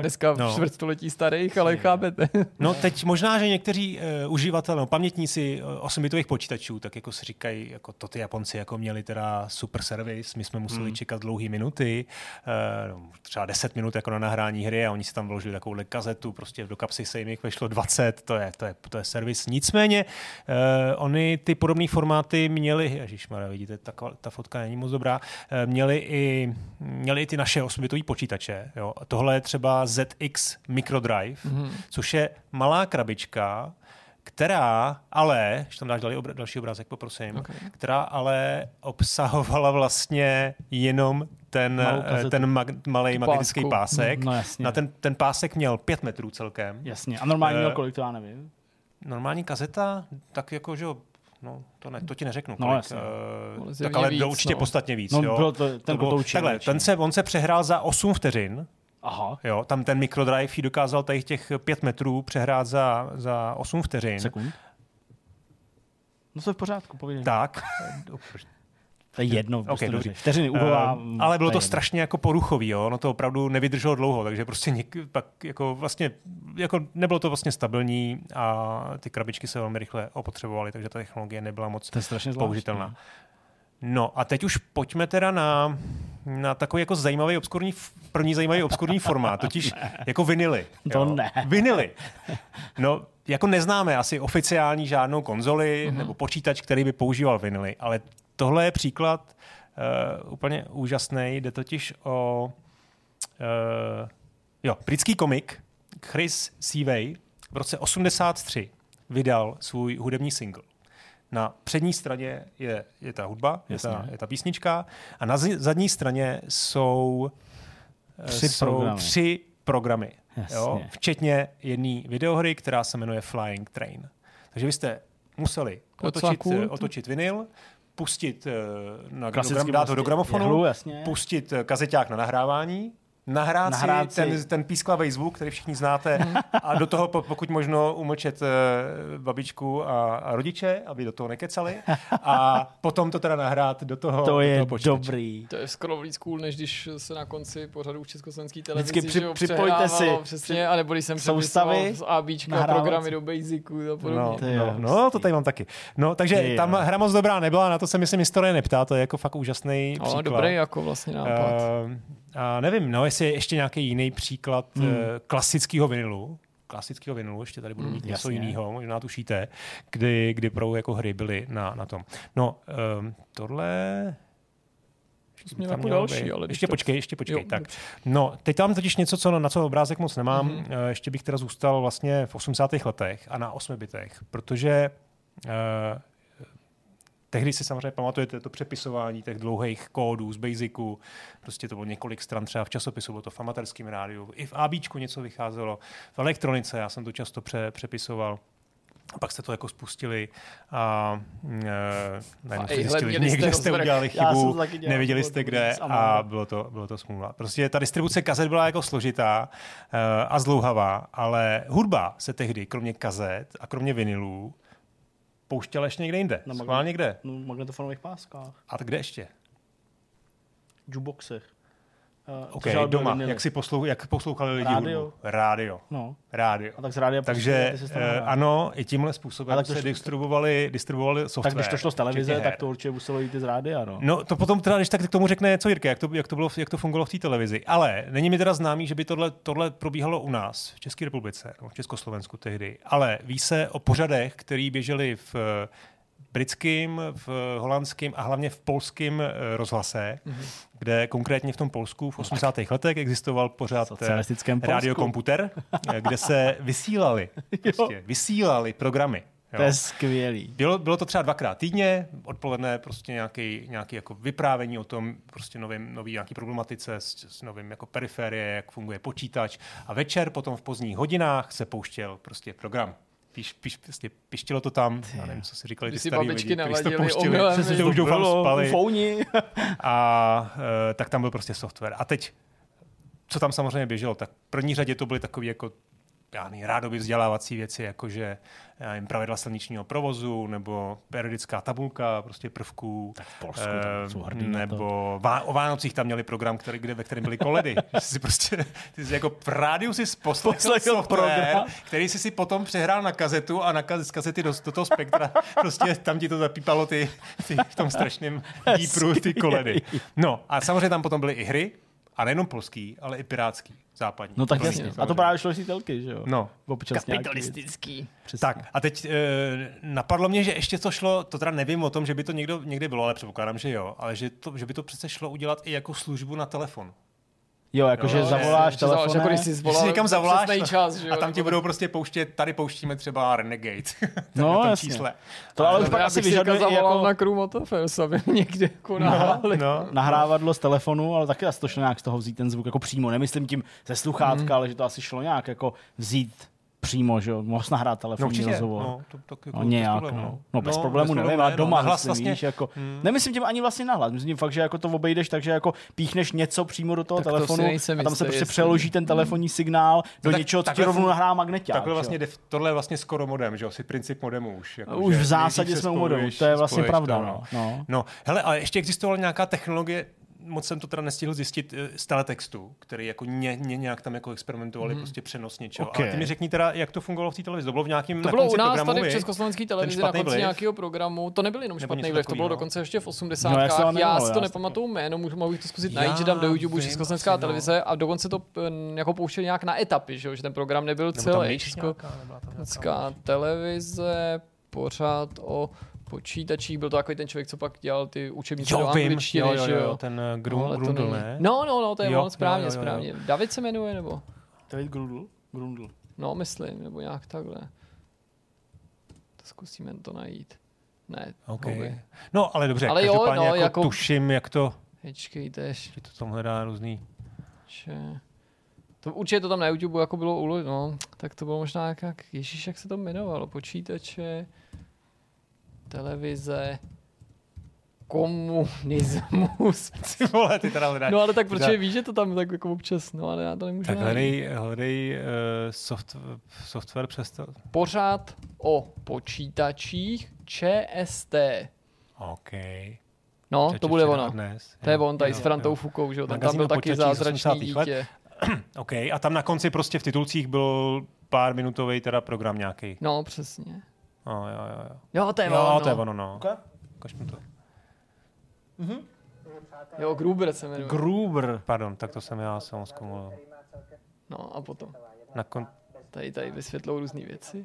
dneska čtvrtstoletí starých, ale chápete. No teď možná, že někteří uživatelé, pamětníci 8-bitových počítačů, tak jako si říkají, jako to ty Japonci jako měli teda super servis, my jsme museli čekat dlouhé minuty, třeba 10 minut jako na nahrání hry a oni si tam vložili takovouhle kazetu, prostě do kapsy se jim vešlo 20, to je servis. Nicméně oni ty podobné formáty měli, ježišmarja, vidíte, ta fotka není moc dobrá, měli i ty naše 8-bitové počítače. Jo. Tohle je třeba ZX Microdrive, což je malá krabička, která ale, když tam dáš další obrázek, poprosím, která ale obsahovala vlastně jenom ten malý magnetický pásek. No, jasně. Ten pásek měl 5 metrů celkem. Jasně. A normálně měl kolik, to já nevím. Normální kazeta, tak jako, že no, to ti neřeknu. No, kolik, tak ale víc, určitě podstatně víc. No, jo. Bylo ten takhle, on se přehrál za 8 vteřin. Aha. Jo, tam ten Microdrive dokázal těch 5 metrů přehrát za 8 vteřin. Sekund. No to je v pořádku, povídej. Tak. To je jedno. Vteřiny uhová. Ale bylo to strašně jako poruchový, jo. No to opravdu nevydrželo dlouho, takže prostě pak jako vlastně jako nebylo to vlastně stabilní a ty krabičky se velmi rychle opotřebovaly, takže ta technologie nebyla moc použitelná. No a teď už pojďme teda na takový jako první zajímavý obskurní formát, totiž jako vinily. To ne. Vinily. No, jako neznáme asi oficiální žádnou konzoli nebo počítač, který by používal vinily, ale tohle je příklad úplně úžasný, jde totiž o britský komik Chris Seavey v roce 1983 vydal svůj hudební single. Na přední straně je ta hudba, je ta písnička a na zadní straně jsou 3 programy. Jo, včetně jedné videohry, která se jmenuje Flying Train. Takže vy jste museli otočit vinyl, pustit dát ho do gramofonu, pustit kazeťák na nahrávání, nahrát si ten písklavý zvuk, který všichni znáte a do toho pokud možno umlčet babičku a rodiče, aby do toho nekecali a potom to teda nahrát do toho To je počítače. Dobrý. To je skoro víc cool, než když se na konci pořadu v československé televizi připojte si přesně, anebo když jsem přepisoval z ABčka programy do Basicu a podobně. No, to tady mám taky. No, takže tam hra moc dobrá nebyla, na to se myslím historie neptá, to je jako fakt úžasný příklad. Dobrý jako vlastně nápad. A nevím, jestli je ještě nějaký jiný příklad klasického vinilu, ještě tady budu mít něco jiného, možná tušíte, kdy pro jako hry byly na tom. No, tohle... Tam další, ale ještě počkej. Tak. No, teď tam totiž něco, na co obrázek moc nemám, ještě bych teda zůstal vlastně v 80. letech a na 8 bitech, protože... Tehdy si samozřejmě pamatujete to přepisování těch dlouhých kódů z Basicu, prostě to bylo několik stran třeba v časopisu, bylo to v amatérském rádiu, i v ABčku něco vycházelo, v elektronice, já jsem to často přepisoval. A pak jste to jako spustili a zjistili, že někde jste udělali chybu, nevěděli jste kde a bylo to smůla. Prostě ta distribuce kazet byla jako složitá a zdlouhavá, ale hudba se tehdy, kromě kazet a kromě vinilů, pouštěl ještě někde jinde. Schválně kde? Na magnetofonových páskách. A tak kde ještě? Jukeboxech. Doma. Jak poslouchali lidi hudbu? Rádio. No. Rádio. A tak z rádia takže ano, i tímhle způsobem se distribuovali software. Tak když to šlo z televize, tak to určitě muselo jít z rádia, no. No to potom teda, když tak k tomu řekne co Jirka, jak to fungovalo v té televizi. Ale není mi teda známý, že by tohle probíhalo u nás v České republice, v Československu tehdy. Ale ví se o pořadech, který běželi v britským, v holandským a hlavně v polském rozhlase, kde konkrétně v tom Polsku v 80. letech existoval pořad Radio Komputer, kde se vysílali programy. Jo. To je skvělý. Bylo to třeba 2krát týdně, odpoledne prostě nějaký jako vyprávění o tom prostě nový nějaký problematice s novým jako periferie, jak funguje počítač a večer potom v pozdních hodinách se pouštěl prostě program. Pištilo to tam, já nevím, co si říkali ty starý lidi, když to pouštěli, že už doufám spali. A tak tam byl prostě software. A teď, co tam samozřejmě běželo, tak v první řadě to byly takový jako rádoby vzdělávací věci, jakože pravidla silničního provozu, nebo periodická tabulka prostě prvků. Tak v Polsku jsou hrdý nebo o Vánocích tam měli program, ve kterém byly koledy. Ty jsi jako v rádiu si poslechl program, který si potom přehrál na kazetu a z kazety do toho spektra prostě tam ti to zapípalo ty v tom strašném výpru ty koledy. No a samozřejmě tam potom byly i hry, a nejenom polský, ale i pirátský, západní. No tak jasně. A to právě šlo si telky, že jo? No. Kapitalistický. Tak a teď napadlo mě, že ještě to šlo, to teda nevím o tom, že by to někdy bylo, ale předpokládám, že jo, ale že by to přece šlo udělat i jako službu na telefon. Jo, jakože zavoláš telefonem. Jako když jsi někam zavoláš čas, a tam ti budou prostě pouštět, tady pouštíme třeba Renegade. No, jasně. Čísle. To ale už pak asi vyžaduje jako na Crew Motofels, aby někde jako nahrávadlo z telefonu, ale taky asi to šlo nějak z toho vzít ten zvuk jako přímo. Nemyslím tím ze sluchátka, ale že to asi šlo nějak jako vzít přímo, že jo, mohl jsi nahrát telefonní rozhovor. No, nějak, no, bez problému nevím, ale doma nahlas vlastně, víš, jako, nemyslím tím ani vlastně nahlas, myslím fakt, že jako to obejdeš, takže jako píchneš něco přímo do toho telefonu a tam se prostě přeloží ten telefonní signál do něčeho, co ti rovnou nahrá magneťák. Takhle vlastně, tohle je vlastně skoro modem, že jo, asi princip modemu už. Jako, už v zásadě jsme u modemu, to je vlastně pravda. No, hele, ale ještě existovala nějaká technologie, moc jsem to teda nestihl zjistit z teletextu, který jako nějak tam jako experimentovali prostě přenos něčeho. Okay. Ale ty mi řekni teda, jak to fungovalo v té televizi. To bylo v nějakým to bylo u nás tady v československé televizi na konci nějakého programu. To nebyl jenom špatný vliv, to bylo dokonce ještě v 80. Já si to nepamatuju jméno, mohu to zkusit najít, že dám do YouTube československá televize a dokonce to jako pouštěli nějak na etapy, že ten program nebyl celý. Československá televize, pořád o počítačích, byl to takový ten člověk, co pak dělal ty učebnice do angličtiny, že jo? Ten Grundl, ne? No, to je on, správně. David se jmenuje, nebo? David Grundl. No, myslím, nebo nějak takhle. To zkusíme to najít. Ne, okay. No, ale dobře, ale každopádně jako tuším, jak to... Hečkejte. Že to tam hledá různý... To určitě to tam na YouTube jako bylo tak to bylo možná jak Ježíš, jak se to jmenovalo, počítače... televize, komunismus. Vole, ty teda hledáš. No ale tak proč víš, že to tam tak jako občas, no ale já to nemůžu. Tak hledej software přes to. Pořád o počítačích ČST. OK. No, to bude ono. To je on tady s Frantou Fukou, že jo? Tam byl taky zázračný dítě. OK, a tam na konci prostě v titulcích byl pár minutový teda program nějaký. No, přesně. Jo, to je ono. To je ono, no. Okay. Ukaž mi to. Jo, Gruber se jmenuje. Gruber. Pardon, tak to jsem já jsem zkomolil. No a potom. Tady vysvětlou různý věci.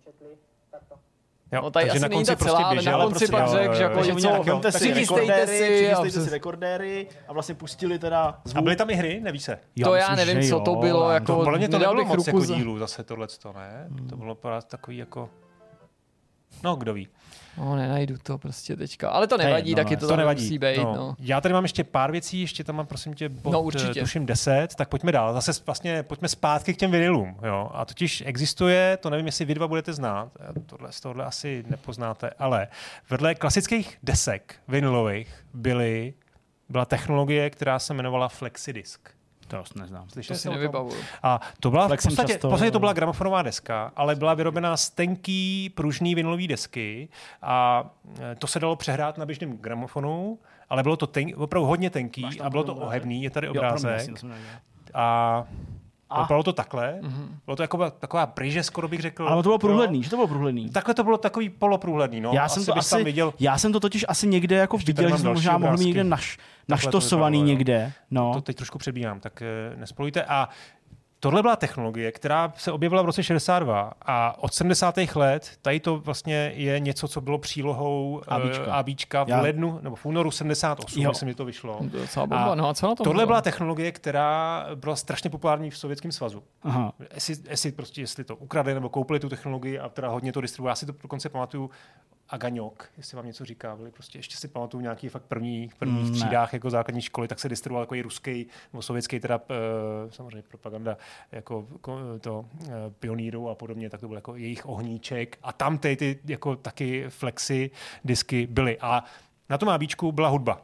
Jo, no tady takže asi na konci celá, prostě ale běžel. na konci pak řekl, že jako něco, přichystejte si rekordéry a vlastně pustili teda zvuk. A byly tam i hry, neví se? To já nevím, co to bylo. Jako, podle mě to nebylo moc jako dílů zase tohleto, ne? To bylo takový jako... No, kdo ví. No, nenajdu to prostě teďka. Ale to nevadí, taky to nevadí. Musí být. No. Já tady mám ještě pár věcí, ještě tam mám, prosím tě, bod, tuším 10, tak pojďme dál. Zase vlastně pojďme zpátky k těm vinylům. Jo? A totiž existuje, to nevím, jestli vy dva budete znát, tohle asi nepoznáte, ale vedle klasických desek vinylových byla technologie, která se jmenovala Flexidisk. To neznám. To si nevybavuju. A to byla v podstatě to byla gramofonová deska, ale byla vyrobená z tenký pružný vinylový desky a to se dalo přehrát na běžném gramofonu, ale bylo to opravdu hodně tenký a bylo to ohebný, je tady obrázek. A bylo to takhle. Bylo to jako taková pryže, skoro bych řekl. Ale to bylo průhledný, že to bylo průhledný. Takhle to bylo takový poloprůhledný. No. Já jsem to totiž asi někde jako viděl, že jsem možná mohl mít někde naštosovaný někde. No. To teď trošku přebíhám, tak nespolujte. A tohle byla technologie, která se objevila v roce 62 a od 70. let tady to vlastně je něco, co bylo přílohou ABčka v lednu nebo v únoru 78, myslím, že to vyšlo. Tohle byla technologie, která byla strašně populární v Sovětském svazu. Jestli to ukradli nebo koupili tu technologii a teda hodně to distribuovali. Já si to dokonce pamatuju Agaňok, jestli vám něco říká, byli prostě ještě si pamatuju nějaký fakt prvních třídách jako základní školy, tak se distribuoval jako i ruský nebo sovětský teda samozřejmě propaganda jako to pionýrů a podobně, tak to byl jako jejich ohníček a tam ty jako taky flexy disky byly a na tom ABčku byla hudba.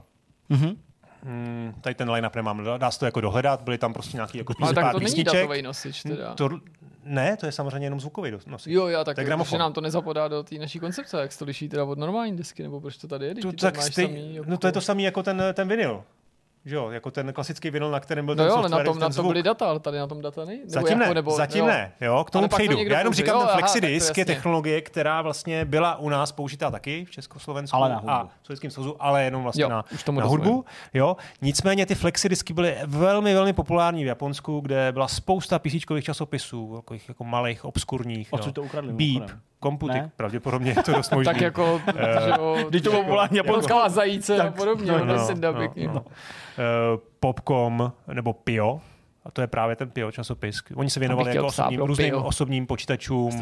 Tady ten line-up nemám, dá se to jako dohledat, byly tam prostě nějaký jako pár písniček. Ale tak to není datový nosič teda. Ne, to je samozřejmě jenom zvukový nosič. Jo, já tak, že nám to nezapadá do té naší koncepce, jak se to liší teda od normální disky, nebo proč to tady je? No to je to samý jako ten vinyl. Že jo, jako ten klasický vinyl, na kterém byl ten software, ale na tom byly data, ale tady na tom data nejde. Zatím ne, jo, k tomu přejdu. Já jenom říkám, ten FlexiDisk je technologie, která vlastně byla u nás použitá taky v Československu a v Sovětském svazu, ale jenom vlastně na hudbu. Jo. Nicméně ty FlexiDisky byly velmi, velmi populární v Japonsku, kde byla spousta písíčkových časopisů, jako malých, obskurních. To ukradli, Beep, Komputik, pravděpodobně je to dost možný. Tak jako, když to bylo populární japonská zajíce a podobně. Popcom nebo Pio, a to je právě ten Pio časopis. Oni se věnovali jako různým osobním počítačům,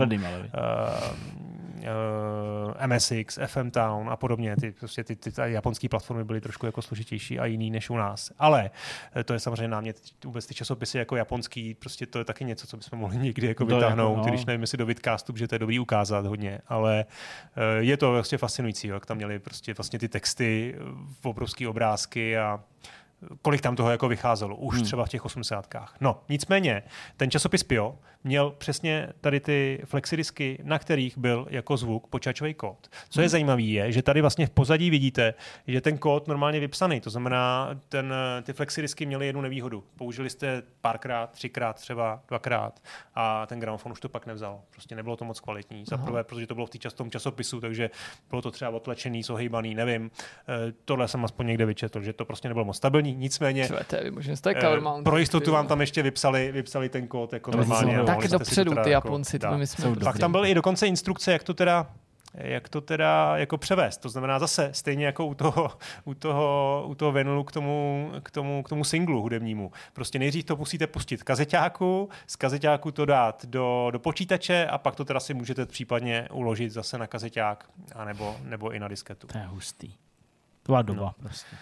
MSX, FM Town a podobně. Ty japonské platformy byly trošku jako složitější a jiný než u nás. Ale to je samozřejmě námět, vůbec ty časopisy jako japonský, prostě to je taky něco, co bychom mohli někdy jako vytáhnout, když nevím, jestli do vidcastu, že to je dobrý ukázat hodně, ale je to vlastně fascinující, jak tam měli prostě vlastně ty texty, obrovský obrázky a kolik tam toho jako vycházelo, už třeba v těch 80kách. No, nicméně, ten časopis Pio měl přesně tady ty flexidisky, na kterých byl jako zvuk počítačový kód. Co je zajímavé je, že tady vlastně v pozadí vidíte, že ten kód normálně vypsaný, to znamená, ty flexidisky měly jednu nevýhodu. Použili jste párkrát, třikrát, třeba dvakrát a ten gramofon už to pak nevzal. Prostě nebylo to moc kvalitní. Za prvé, protože to bylo v tom časopisu, takže bylo to třeba otlačený, zohejbaný, nevím. Tohle jsem aspoň někde vyčetl, že to prostě nebylo moc stabilní. Nicméně pro jistotu vám tam ještě vypsali ten kód jako normálně. Tak dopředu ty Japonci. Pak tam byly i dokonce instrukce, jak to teda jako převést. To znamená zase stejně jako u toho vinylu k tomu singlu hudebnímu. Prostě nejdřív to musíte pustit kazeťáku, z kazeťáku to dát do počítače a pak to teda si můžete případně uložit zase na kazeťák nebo i na disketu. To je hustý. To byla doba prostě.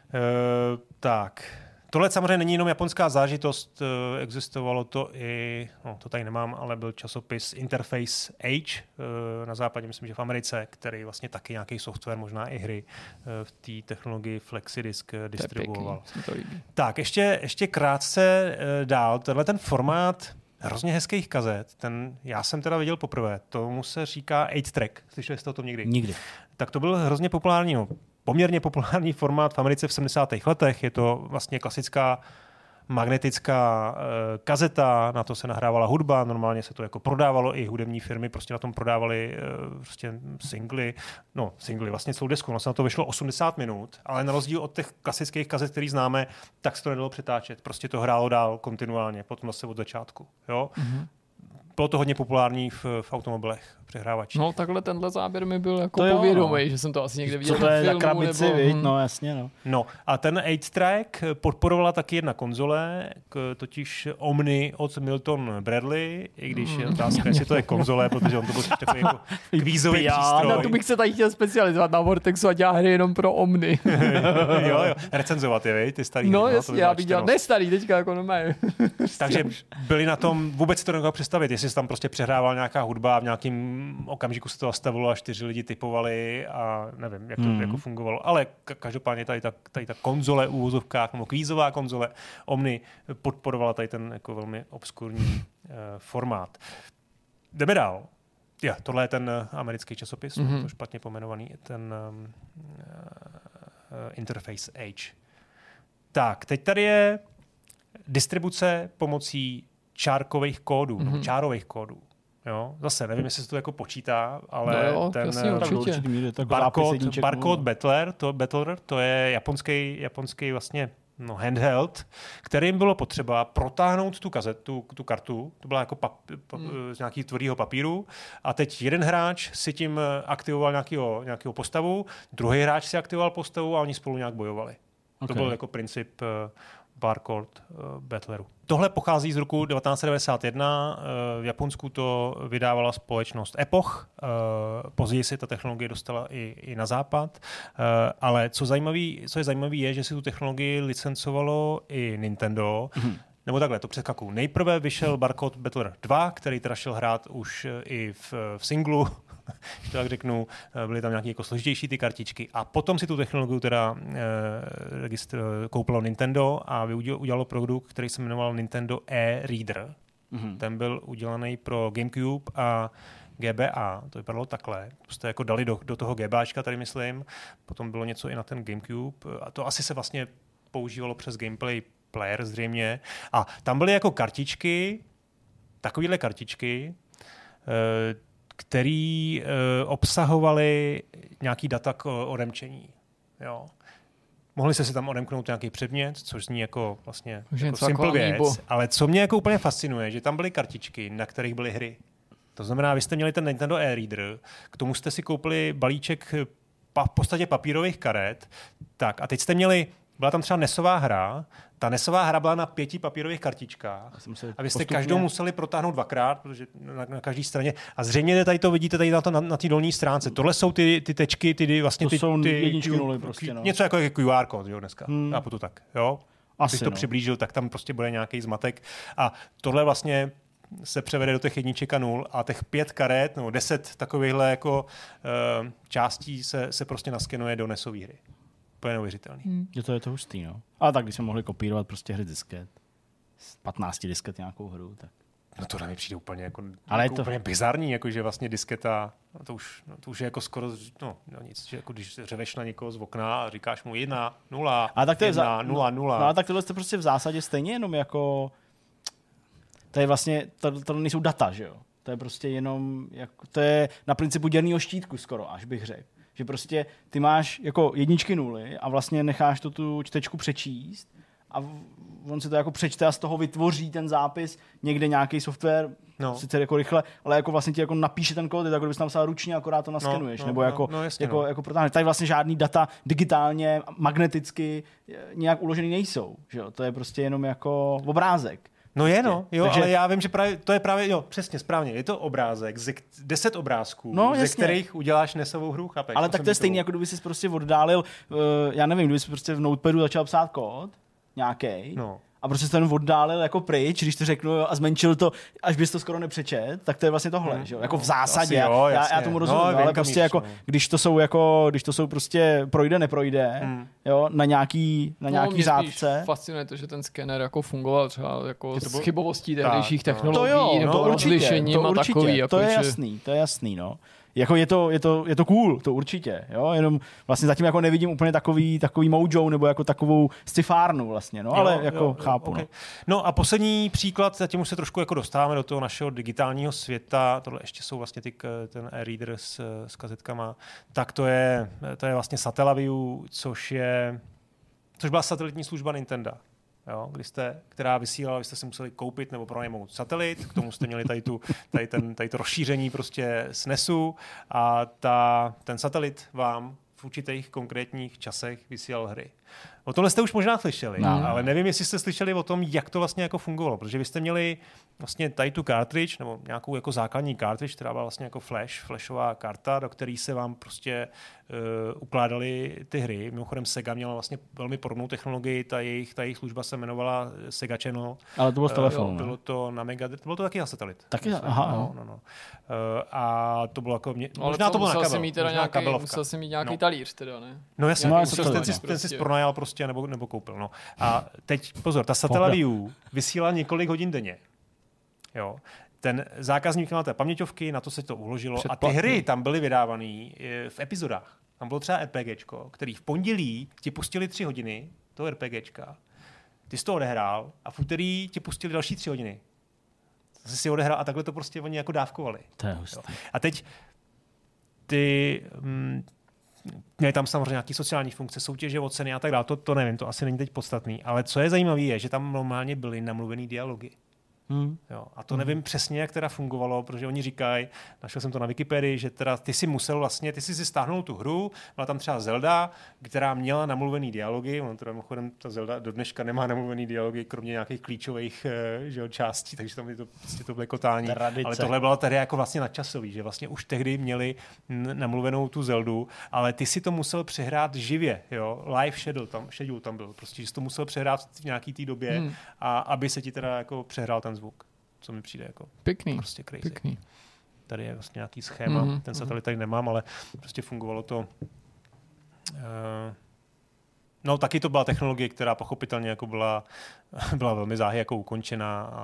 Tak. Tohle samozřejmě není jenom japonská zážitost, existovalo to i, to tady nemám, ale byl časopis Interface Age na západě, myslím, že v Americe, který vlastně taky nějaký software, možná i hry v té technologii FlexiDisk distribuoval. Tak, ještě krátce dál. Tenhle ten formát hrozně hezkých kazet, já jsem teda viděl poprvé, tomu se říká 8-track. Slyšeli jste o tom někdy? Nikdy. Tak to byl hrozně populární, poměrně populární formát v Americe v 70. letech. Je to vlastně klasická magnetická kazeta, na to se nahrávala hudba, normálně se to jako prodávalo, i hudební firmy prostě na tom prodávali prostě singly, vlastně celou desku. No se na to vyšlo 80 minut, ale na rozdíl od těch klasických kazet, který známe, tak se to nedalo přetáčet. Prostě to hrálo dál kontinuálně, potom zase od začátku. Jo? Mm-hmm. Bylo to hodně populární v automobilech, přehrávačích. No takhle tenhle záběr mi byl jako povědomý, že jsem to asi někde viděl. Co to je na krabici, no jasně. No. No a ten 8-track podporovala taky jedna konzole, totiž Omni od Milton Bradley, i když je otázka, jestli to je konzole, protože on to byl takový jako kvízový přístroj. Na to bych se tady chtěl specializovat na Vortexu a dělat hry jenom pro Omni. jo, recenzovat je, ty starý. No jasně, já bych dělal, ne starý, teďka jako normálně. Takže byli na tom, vůbec to nemohli představit, jestli se tam prostě přehrával nějaká hudba a v nějakým okamžiku se to zastavilo a 4 lidi typovali a nevím, jak to jako fungovalo. Ale každopádně tady ta konzole v uvozovkách, nebo kvízová konzole Omni podporovala tady ten jako velmi obskurní formát. Jdeme dál. Tohle je ten americký časopis, to špatně pomenovaný, ten Interface Age. Tak, teď tady je distribuce pomocí čárkových kódů, nebo čárových kódů. Jo, zase nevím, jestli se to jako počítá, ale ten barcode Battler, to je japonský vlastně handheld, kterým bylo potřeba protáhnout tu kazetu, tu kartu, to byla jako z nějakého tvrdého papíru a teď jeden hráč si tím aktivoval nějakého postavu, druhý hráč si aktivoval postavu a oni spolu nějak bojovali. Okay. To byl jako princip barcode Battleru. Tohle pochází z roku 1991. V Japonsku to vydávala společnost Epoch. Později se ta technologie dostala i na západ. Ale co je zajímavé, je, že si tu technologii licencovalo i Nintendo. Nebo takhle, to přeskakuju. Nejprve vyšel Barcode Battler 2, který teda šel hrát už i v singlu, že tak řeknu, byly tam nějaké jako složitější ty kartičky. A potom si tu technologii teda koupilo Nintendo a udělalo produkt, který se jmenoval Nintendo e-Reader. Ten byl udělaný pro GameCube a GBA, to vypadalo takhle. Prostě jako dali do toho GBAčka, tady myslím, potom bylo něco i na ten GameCube a to asi se vlastně používalo přes Gameplay Player zřejmě. A tam byly jako kartičky, takovýhle kartičky, které obsahovaly nějaký data k odemčení. Jo. Mohli se si tam odemknout nějaký předmět, což zní jako vlastně jako simple věc, ale co mě jako úplně fascinuje, že tam byly kartičky, na kterých byly hry. To znamená, vy jste měli ten Nintendo e-reader, k tomu jste si koupili balíček v podstatě papírových karet, tak a teď jste měli, byla tam třeba NESová hra, ta NESová hra byla na 5 papírových kartičkách a vy jste každou museli protáhnout 2krát, protože na každé straně. A zřejmě tady to vidíte tady na té dolní stránce. Tohle jsou ty tečky, to jsou jedničky nuly prostě. No. Něco jako QR kód, jo, dneska. A to tak, jo. Když to přiblížil, tak tam prostě bude nějaký zmatek. A tohle vlastně se převede do těch jedniček a nul a těch 5 karet, no 10 takovýchhle jako částí se prostě naskenuje do NESové hry. To je neuvěřitelný. Je to hustý, no. Ale tak, když jsme mohli kopírovat prostě hry disket, z 15 disket nějakou hru, tak... No to mi přijde úplně jako, jako to... úplně bizarní, jako že vlastně disketa, to už je jako skoro, no nic, že jako když řeveš na někoho z okna a říkáš mu 1, 0, a tak 1, 0, 0. No a tak tohle jste prostě v zásadě stejně jenom jako... To je vlastně, to nejsou data, že jo? To je prostě jenom, jako, to je na principu děrného štítku skoro, až bych řekl. Že prostě ty máš jako jedničky nuly a vlastně necháš to tu čtečku přečíst a on si to jako přečte a z toho vytvoří ten zápis někde nějaký software, sice jako rychle, ale jako vlastně ti jako napíše ten kód, jako kdybys tam psal ručně, akorát to naskenuješ, nebo jako protáhneš. Tady vlastně žádný data digitálně, magneticky nějak uložený nejsou, že jo? To je prostě jenom jako obrázek. No je, no, jo, takže... ale já vím, že to je právě, jo, přesně, správně, je to obrázek, 10 obrázků, ze kterých uděláš NESovou hru, chápeš? Ale tak to je stejný, jako kdyby jsi prostě oddálil, já nevím, kdyby jsi prostě v Notepadu začal psát kód, nějaký. A prostě se ten oddálil jako pryč, když to řeknu, a zmenšil to, až bys to skoro nepřečet, tak to je vlastně tohle, že jo? Jako v zásadě. Já tomu rozumím, ale prostě jako, když to jsou prostě projde, neprojde, jo, na nějaký řádce. Fascinuje to, že ten skener jako fungoval třeba jako s chybovostí tehdejších technologií, nebo odlišením a takový. Jako to je jasný, no. Jako je to cool, to určitě, jo, jenom vlastně zatím jako nevidím úplně takový mojo nebo jako takovou scifárnu vlastně, no, ale jako chápu. Okay. No a poslední příklad, zatím už se trošku jako dostáváme do toho našeho digitálního světa, tohle ještě jsou vlastně ten e-reader s kazetkama, tak to je vlastně Satellaview, což byla satelitní služba Nintendo. Jo, která vysílala, vy jste si museli koupit nebo pronajmout satelit, k tomu jste měli tady to rozšíření prostě z NESu a ten satelit vám v určitých konkrétních časech vysílal hry. O tohle jste už možná slyšeli, ale nevím, jestli jste slyšeli o tom, jak to vlastně jako fungovalo, protože vy jste měli vlastně tady tu cartridge, nebo nějakou jako základní cartridge, která byla vlastně jako flashová karta, do které se vám prostě ukládaly ty hry. Mimochodem Sega měla vlastně velmi podobnou technologii, ta jejich služba se jmenovala Sega Channel. Ale to bylo z telefonu. Bylo to na Megadrive, bylo to taky na satelit. Taky, aha. No. A to bylo jako možná to bylo na kabel. Musel si mít nějaký talíř teda, ne? No jasně, ten si pronajal prostě nebo koupil. No. A teď pozor, ta Satellaview vysílala několik hodin denně. Jo. Ten zákazník měl té paměťovky, na to se to uložilo a ty hry tam byly vydávané v epizodách. Tam bylo třeba RPGčko, který v pondělí ti pustili 3 hodiny toho RPGčka. Ty jsi to odehrál a v úterý ti pustili další 3 hodiny. Zase si odehrál a takhle to prostě oni jako dávkovali. To je hustý. A teď ty měli tam samozřejmě nějaké sociální funkce, soutěže, oceny a tak dále. To nevím, to asi není teď podstatný. Ale co je zajímavé, je, že tam normálně byly namluvený dialogy. Jo, a to nevím přesně, jak teda fungovalo, protože oni říkají, našel jsem to na Wikipedii, že teda ty si stáhnul tu hru, byla tam třeba Zelda, která měla namluvený dialogy, ono teda mimochodem ta Zelda do dneška nemá namluvený dialogy, kromě nějakých klíčových částí, takže tam je to prostě to blekotání. Tradice. Ale tohle bylo tady jako vlastně nadčasový, že vlastně už tehdy měli namluvenou tu Zeldu, ale ty si to musel přehrát živě, jo, live schedule tam byl, prostě, že jsi to musel přehrát v nějaký té době a aby se ti teda jako přehrál ten zvuk, co mi přijde jako pěkný, prostě crazy. Pěkný. Tady je vlastně nějaký schéma, ten satelit tady nemám, ale prostě fungovalo to. No taky to byla technologie, která pochopitelně jako byla velmi záhy jako ukončená a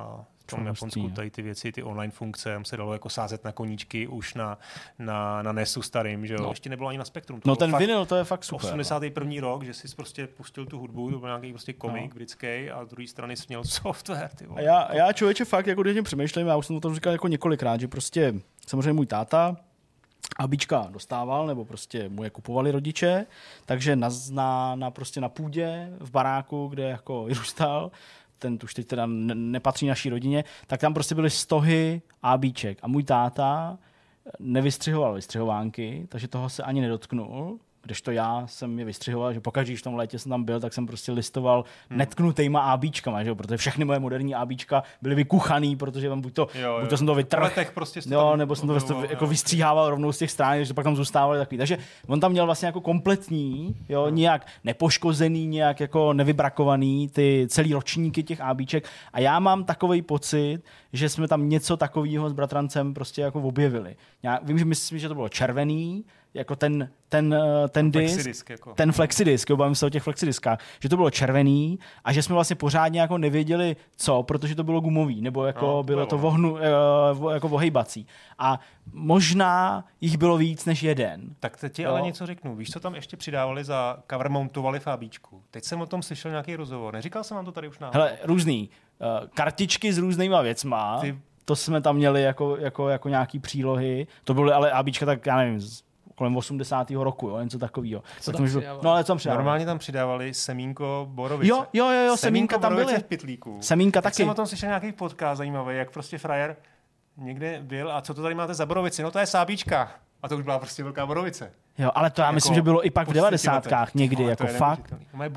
V tom Japonsku tady ty věci, ty online funkce, se dalo jako sázet na koníčky už na NESu starým, že jo. Ještě nebylo ani na Spektrum. No ten vinyl, to je fakt super. 81. rok, že jsi prostě pustil tu hudbu, to byl nějaký prostě komik britský a z druhé strany jsi měl software. A já člověče fakt, jako když přemýšlím, já už jsem o tom říkal jako několikrát, že prostě samozřejmě můj táta ABčka dostával, nebo prostě mu je kupovali rodiče, takže prostě na půdě v baráku, kde jako vyrůstal, ten už teď teda nepatří naší rodině, tak tam prostě byly stohy ABček a můj táta nevystřihoval vystřihovánky, takže toho se ani nedotknul, kdežto já jsem je vystřihoval, že pokaždý, když v tom létě jsem tam byl, tak jsem prostě listoval netknutejma ABčkama, že jo, protože všechny moje moderní ABčka byly vykuchaný, protože buď to jsem to vytrhl, prostě nebo jsem to jako vystříhával rovnou z těch stran, že pak tam zůstávaly takový. Takže on tam měl vlastně jako kompletní, jo, nějak nepoškozený, nějak jako nevybrakovaný ty celý ročníky těch ABček a já mám takovej pocit, že jsme tam něco takového s bratrancem prostě jako objevili. Vím, že myslím, že to bylo červený, jako ten disk, ten flexidisk, bavím se o těch flexidiskách, že to bylo červený a že jsme vlastně pořádně jako nevěděli co, protože to bylo gumový, nebo jako bylo to jako ohejbací. A možná jich bylo víc než jeden. Tak teď ti ale něco řeknu. Víš, co tam ještě přidávali za cover mountovali v ABčku? Teď jsem o tom slyšel nějaký rozhovor. Neříkal jsem vám to tady už náhodou? Hele, různý. Kartičky s různýma věcma. To jsme tam měli jako nějaký přílohy. To byly ale ABčka tak, já nevím, kolem 80. roku, jo, něco takového. No ale co tam přidávali? Normálně tam přidávali semínko borovice. Jo, semínka tam byly. v pytlíku. Semínka taky. Jsem o tom slyšel nějaký podcast zajímavý, jak prostě frajer někde byl a co to tady máte za borovici? No to je sábíčka. A to už byla prostě velká borovice. Jo, ale to já myslím, že bylo i pak v 90kách někdy, jako fakt.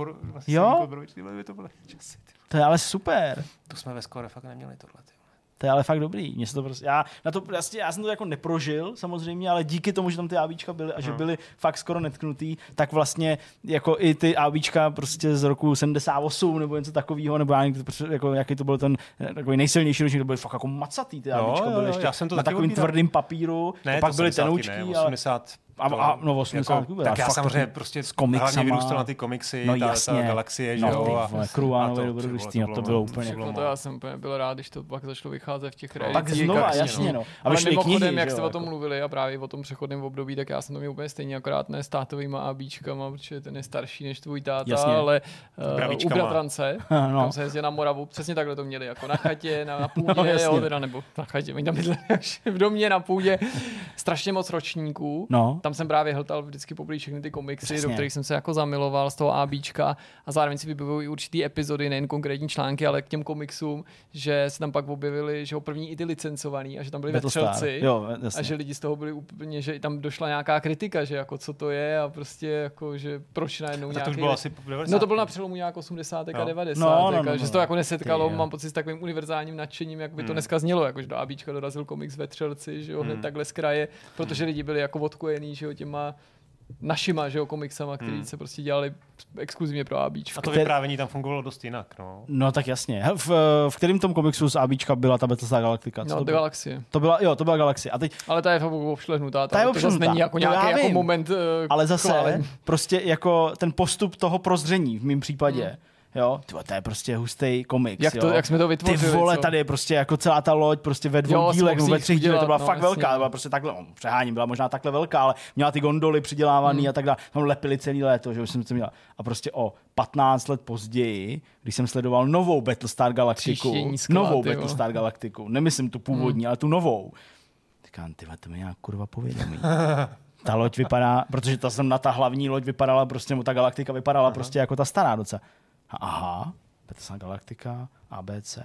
To je ale super. To jsme ve Skore fakt neměli tohle. To je ale fakt dobrý. Mě se to prostě, já jsem to jako neprožil samozřejmě, ale díky tomu, že tam ty ABčka byly a že byly fakt skoro netknutý, tak vlastně jako i ty ABčka prostě z roku 78 nebo něco takového, nebo jako jaký to byl ten takový nejsilnější ročník, to byly fakt jako macatý ty ABčka, byly ještě na takovým tvrdým papíru, a pak byly tenoučky. 80 no 80 jako, tak já samozřejmě prostě hlavně vyrůstal na ty komiksy, ta Galaxie, že jo. Kruánové dobrodružství, to bylo úplně. To já jsem úplně byl rád, když to pak začalo vycházet v těch realitích. Tak znova, jasně, no. Ale mimochodem, jak jste o tom mluvili a právě o tom přechodném období, tak já jsem to měl úplně stejně, akorát ne s tátovýma ABčkama, protože ten je starší než tvůj táta, ale u bratrance, tam se jezdil na Moravu, přesně takhle to měli, jako na chatě, na půdě, nebo na chatě, oni tam bydleli v domě na půdě, strašně moc ročníků. Tam jsem právě hltal vždycky poblíž všechny ty komiksy, do kterých jsem se jako zamiloval z toho ABčka a zároveň si vybavují i určitý epizody, nejen konkrétní články, ale k těm komiksům, že se tam pak objevili, že první i ty licencovaný a že tam byli vetřelci a že lidi z toho byli úplně, že tam došla nějaká kritika, že jako co to je a prostě jako, že proč najednou nějaký... To bylo asi 90. No to bylo na přelomu nějak 80. a 90. Že se to jako nesetkalo, mám pocit s takovým univerzálním nadšením, jak by to dneska znělo, jako že do ABčka dorazil komiks vetřelci, že jo, hned takhle z kraje, protože lidi byli jako odkojení, že jo, těma našima, že jo, komiksama, který se prostě dělali exkluzivně pro ABčka. A to vyprávění tam fungovalo dost jinak, no. No tak jasně. V kterém tom komiksu z ABčka byla ta Battlestar Galactica? No, to Galaxie. To byla Galaxie. A teď... Ale ta je obšlehnutá. To zase není jako nějaký jako moment ale zase prostě jako ten postup toho prozření v mém případě. Jo, to je prostě hustý komiks. Jak jsme to vytvořili. Ty vole, tady je prostě jako celá ta loď prostě ve 2 dílech, nebo ve 3 dílech, to byla fakt velká, to byla prostě takhle, přeháním, byla možná takhle velká, ale měla ty gondoly přidělávaný a tak dále. Tam lepili celý léto, že už jsem to měla. A prostě o 15 let později, když jsem sledoval novou Battlestar Galactiku, nemyslím tu původní, ale tu novou. Říkám, tyhle, to mi nějak kurva povědomí. Ta loď vypadá, protože ta hlavní loď vypadala prostě, ta Galaktika vypadala prostě jako ta stará docela. Aha, Battlestar Galactica, ABC.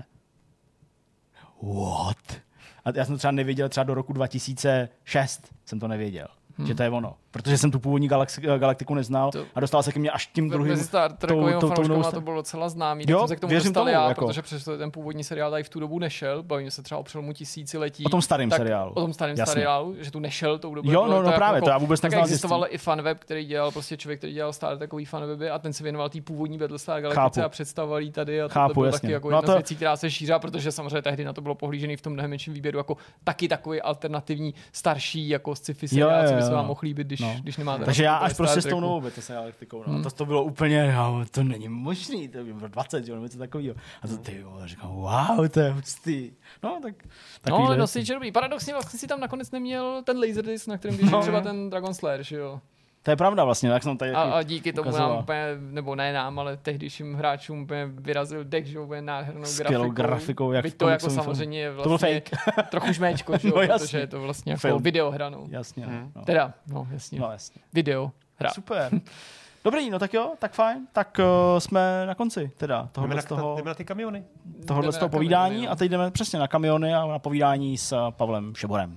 What? A já jsem třeba nevěděl, třeba do roku 2006 jsem to nevěděl, že to je ono. Protože jsem tu původní Galaktiku neznal a dostal se ke mně až tím druhým. Mezi Star Trekovými fanouškama to bylo docela známý, tak jsem se k tomu dostal já, jako... protože přesto ten původní seriál tady v tu dobu nešel, bavíme se třeba o přelomu tisíciletí. O tom starém seriálu. O tom starém seriálu, že tu nešel tou dobu. Jo, no právě, to já vůbec neznal. Tak existoval i fanweb, který dělal prostě člověk, který dělal Star Trekový fanweby a ten se věnoval té původní Battlestar Galactice a představoval jí tady a to bylo taky jako jedna z věcí, která se šířila, protože samozřejmě tehdy na to bylo pohlížený v tom mnohem menším výběru jako taky takový alternativní starší jako sci-fi seriál, co by se vám mohl líbit, když nemáte. Takže já až prostě s tou novou beta elektrikou. No. To bylo úplně, to není možný, to bylo 20, nebo něco takového. A to ty říkám, wow, to je hustý. No, tak no, nosič dobrý. Paradoxně vlastně si tam nakonec neměl ten Laserdisc, na kterém běží třeba ten Dragon Slayer, že jo? To je pravda vlastně, tak jsem tady a díky tomu nám úplně, nebo ne nám, ale tehdejším hráčům úplně vyrazil deck, že úplně nádhernou grafikou. Jak to jako samozřejmě je vlastně to byl fake. Trochu žméčko, že jo, protože je to vlastně jako videohranou. Jasně. Teda, jasně. Video hra. Super. Dobrý, no tak jo, tak fajn. Tak jsme na konci teda jdeme na ty kamiony. Tohohle z toho povídání a teď jdeme přesně na kamiony a na povídání s Pavlem Šeborem.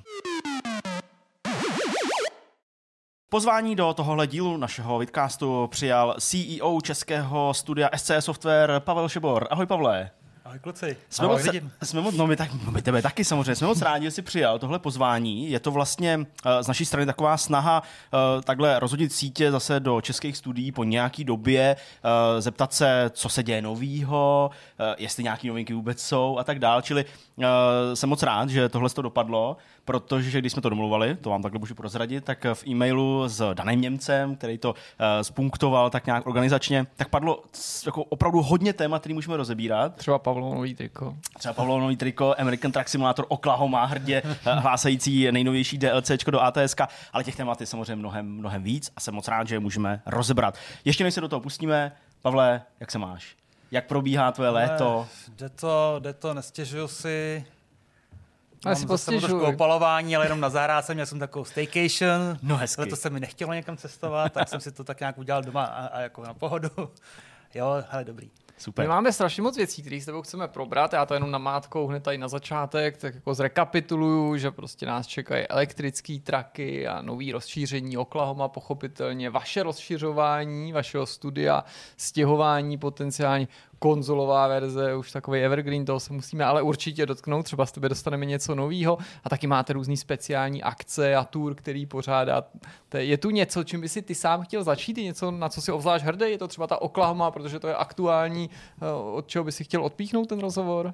Pozvání do tohohle dílu našeho vidcastu přijal CEO českého studia SCS Software Pavel Šebor. Ahoj, Pavle. Ahoj, kluci. My tebe taky samozřejmě. Jsme moc rádi, že jsi přijal tohle pozvání. Je to vlastně z naší strany taková snaha takhle rozhodit sítě zase do českých studií po nějaký době, zeptat se, co se děje novýho, jestli nějaký novinky vůbec jsou a tak dál. Čili jsem moc rád, že tohle to dopadlo, protože když jsme to domluvali, to vám takhle můžu prozradit, tak v e-mailu s daným Němcem, který to spunktoval tak nějak organizačně, tak padlo jako opravdu hodně témat, který můžeme rozebírat. Třeba Pavlovo nový triko, American Truck Simulator, Oklahoma, hrdě hlásající nejnovější DLCčko do ATSK, ale těch témat je samozřejmě mnohem víc a jsem moc rád, že je můžeme rozebrat. Ještě než se do toho pustíme, Pavle, jak se máš? Jak probíhá tvoje léto? Jde to, nestěžuju si. Mám zase trošku opalování, ale jenom na zahrádce, měl jsem takovou staycation. No hezky. Ale to se mi nechtělo někam cestovat, tak jsem si to tak nějak udělal doma a jako na pohodu. Jo, hele, dobrý. Super. My máme strašně moc věcí, které s tebou chceme probrat. Já to jenom namátkou hned tady na začátek, tak jako zrekapituluju, že prostě nás čekají elektrické traky a nový rozšíření Oklahoma, pochopitelně vaše rozšiřování, vašeho studia, stěhování potenciálně, konzolová verze, už takový evergreen, toho se musíme ale určitě dotknout, třeba z tebe dostaneme něco novýho a taky máte různý speciální akce a tour, který pořádáte. Je tu něco, čím by si ty sám chtěl začít, je něco, na co si obzvlášť hrdý, je to třeba ta Oklahoma, protože to je aktuální, od čeho by si chtěl odpíchnout ten rozhovor?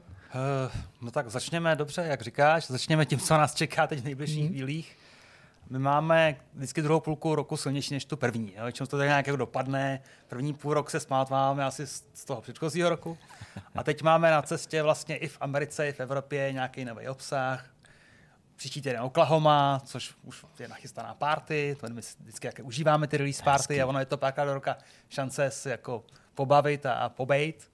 No tak začněme dobře, jak říkáš, začněme tím, co nás čeká teď v nejbližších chvílích. My máme vždycky druhou půlku roku silnější než tu první. Většinou to tak nějak dopadne. První půl rok se smáváme asi z toho předchozího roku. A teď máme na cestě vlastně i v Americe, i v Evropě nějaký nový obsah. Příští týden Oklahoma, což už je nachystaná party. To my vždycky jak užíváme ty release party a ono je to párkrát do roka šance si jako pobavit a pobejt.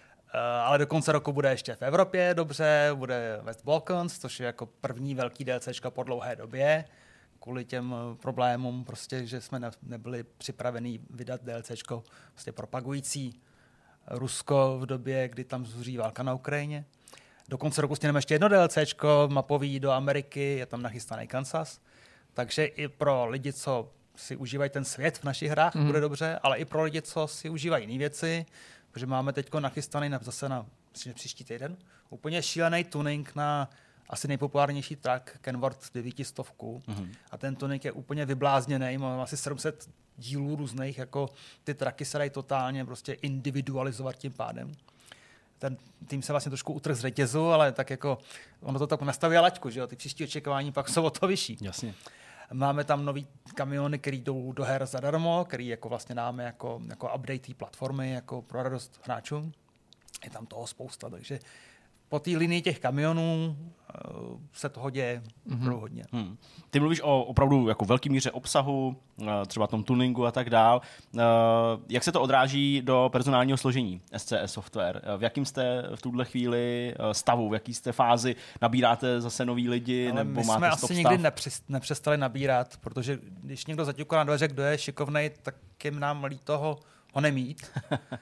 Ale do konce roku bude ještě v Evropě dobře, bude West Balkans, což je jako první velký DLCčka po dlouhé době. Kvůli těm problémům, prostě, že jsme nebyli připraveni vydat DLCčko prostě propagující Rusko v době, kdy tam zuří válka na Ukrajině. Do konce roku stěneme ještě jedno DLCčko mapový do Ameriky, je tam nachystaný Kansas. Takže i pro lidi, co si užívají ten svět v našich hrách, bude dobře, ale i pro lidi, co si užívají jiné věci, protože máme teď nachystaný zase na příští týden úplně šílený tuning na asi nejpopulárnější track Kenworth 900. A ten tuning je úplně vyblázněný, mám asi 700 dílů různých, jako ty tracky se dají totálně prostě individualizovat tím pádem. Ten tým se vlastně trošku utrhl z řetězu, ale tak jako ono to tak nastaví laťku, že jo, ty příští očekávání pak jsou o to vyšší. Jasně. Máme tam nový kamiony, které jdou do her zadarmo, který jako vlastně dáme jako update té platformy, jako pro radost hráčům. Je tam toho spousta, takže po té linii těch kamionů se toho děje hodně. Ty mluvíš o opravdu jako velké míře obsahu, třeba tom tuningu a tak dál. Jak se to odráží do personálního složení SCS Software? V jakým jste v tuhle chvíli stavu, v jaký jste fázi? Nabíráte zase nový lidi? Ale nebo my máte jsme stop asi stav? nikdy nepřestali nabírat, protože když někdo zaťuká na dveře, kdo je šikovnej, tak jim nám líto ho nemít.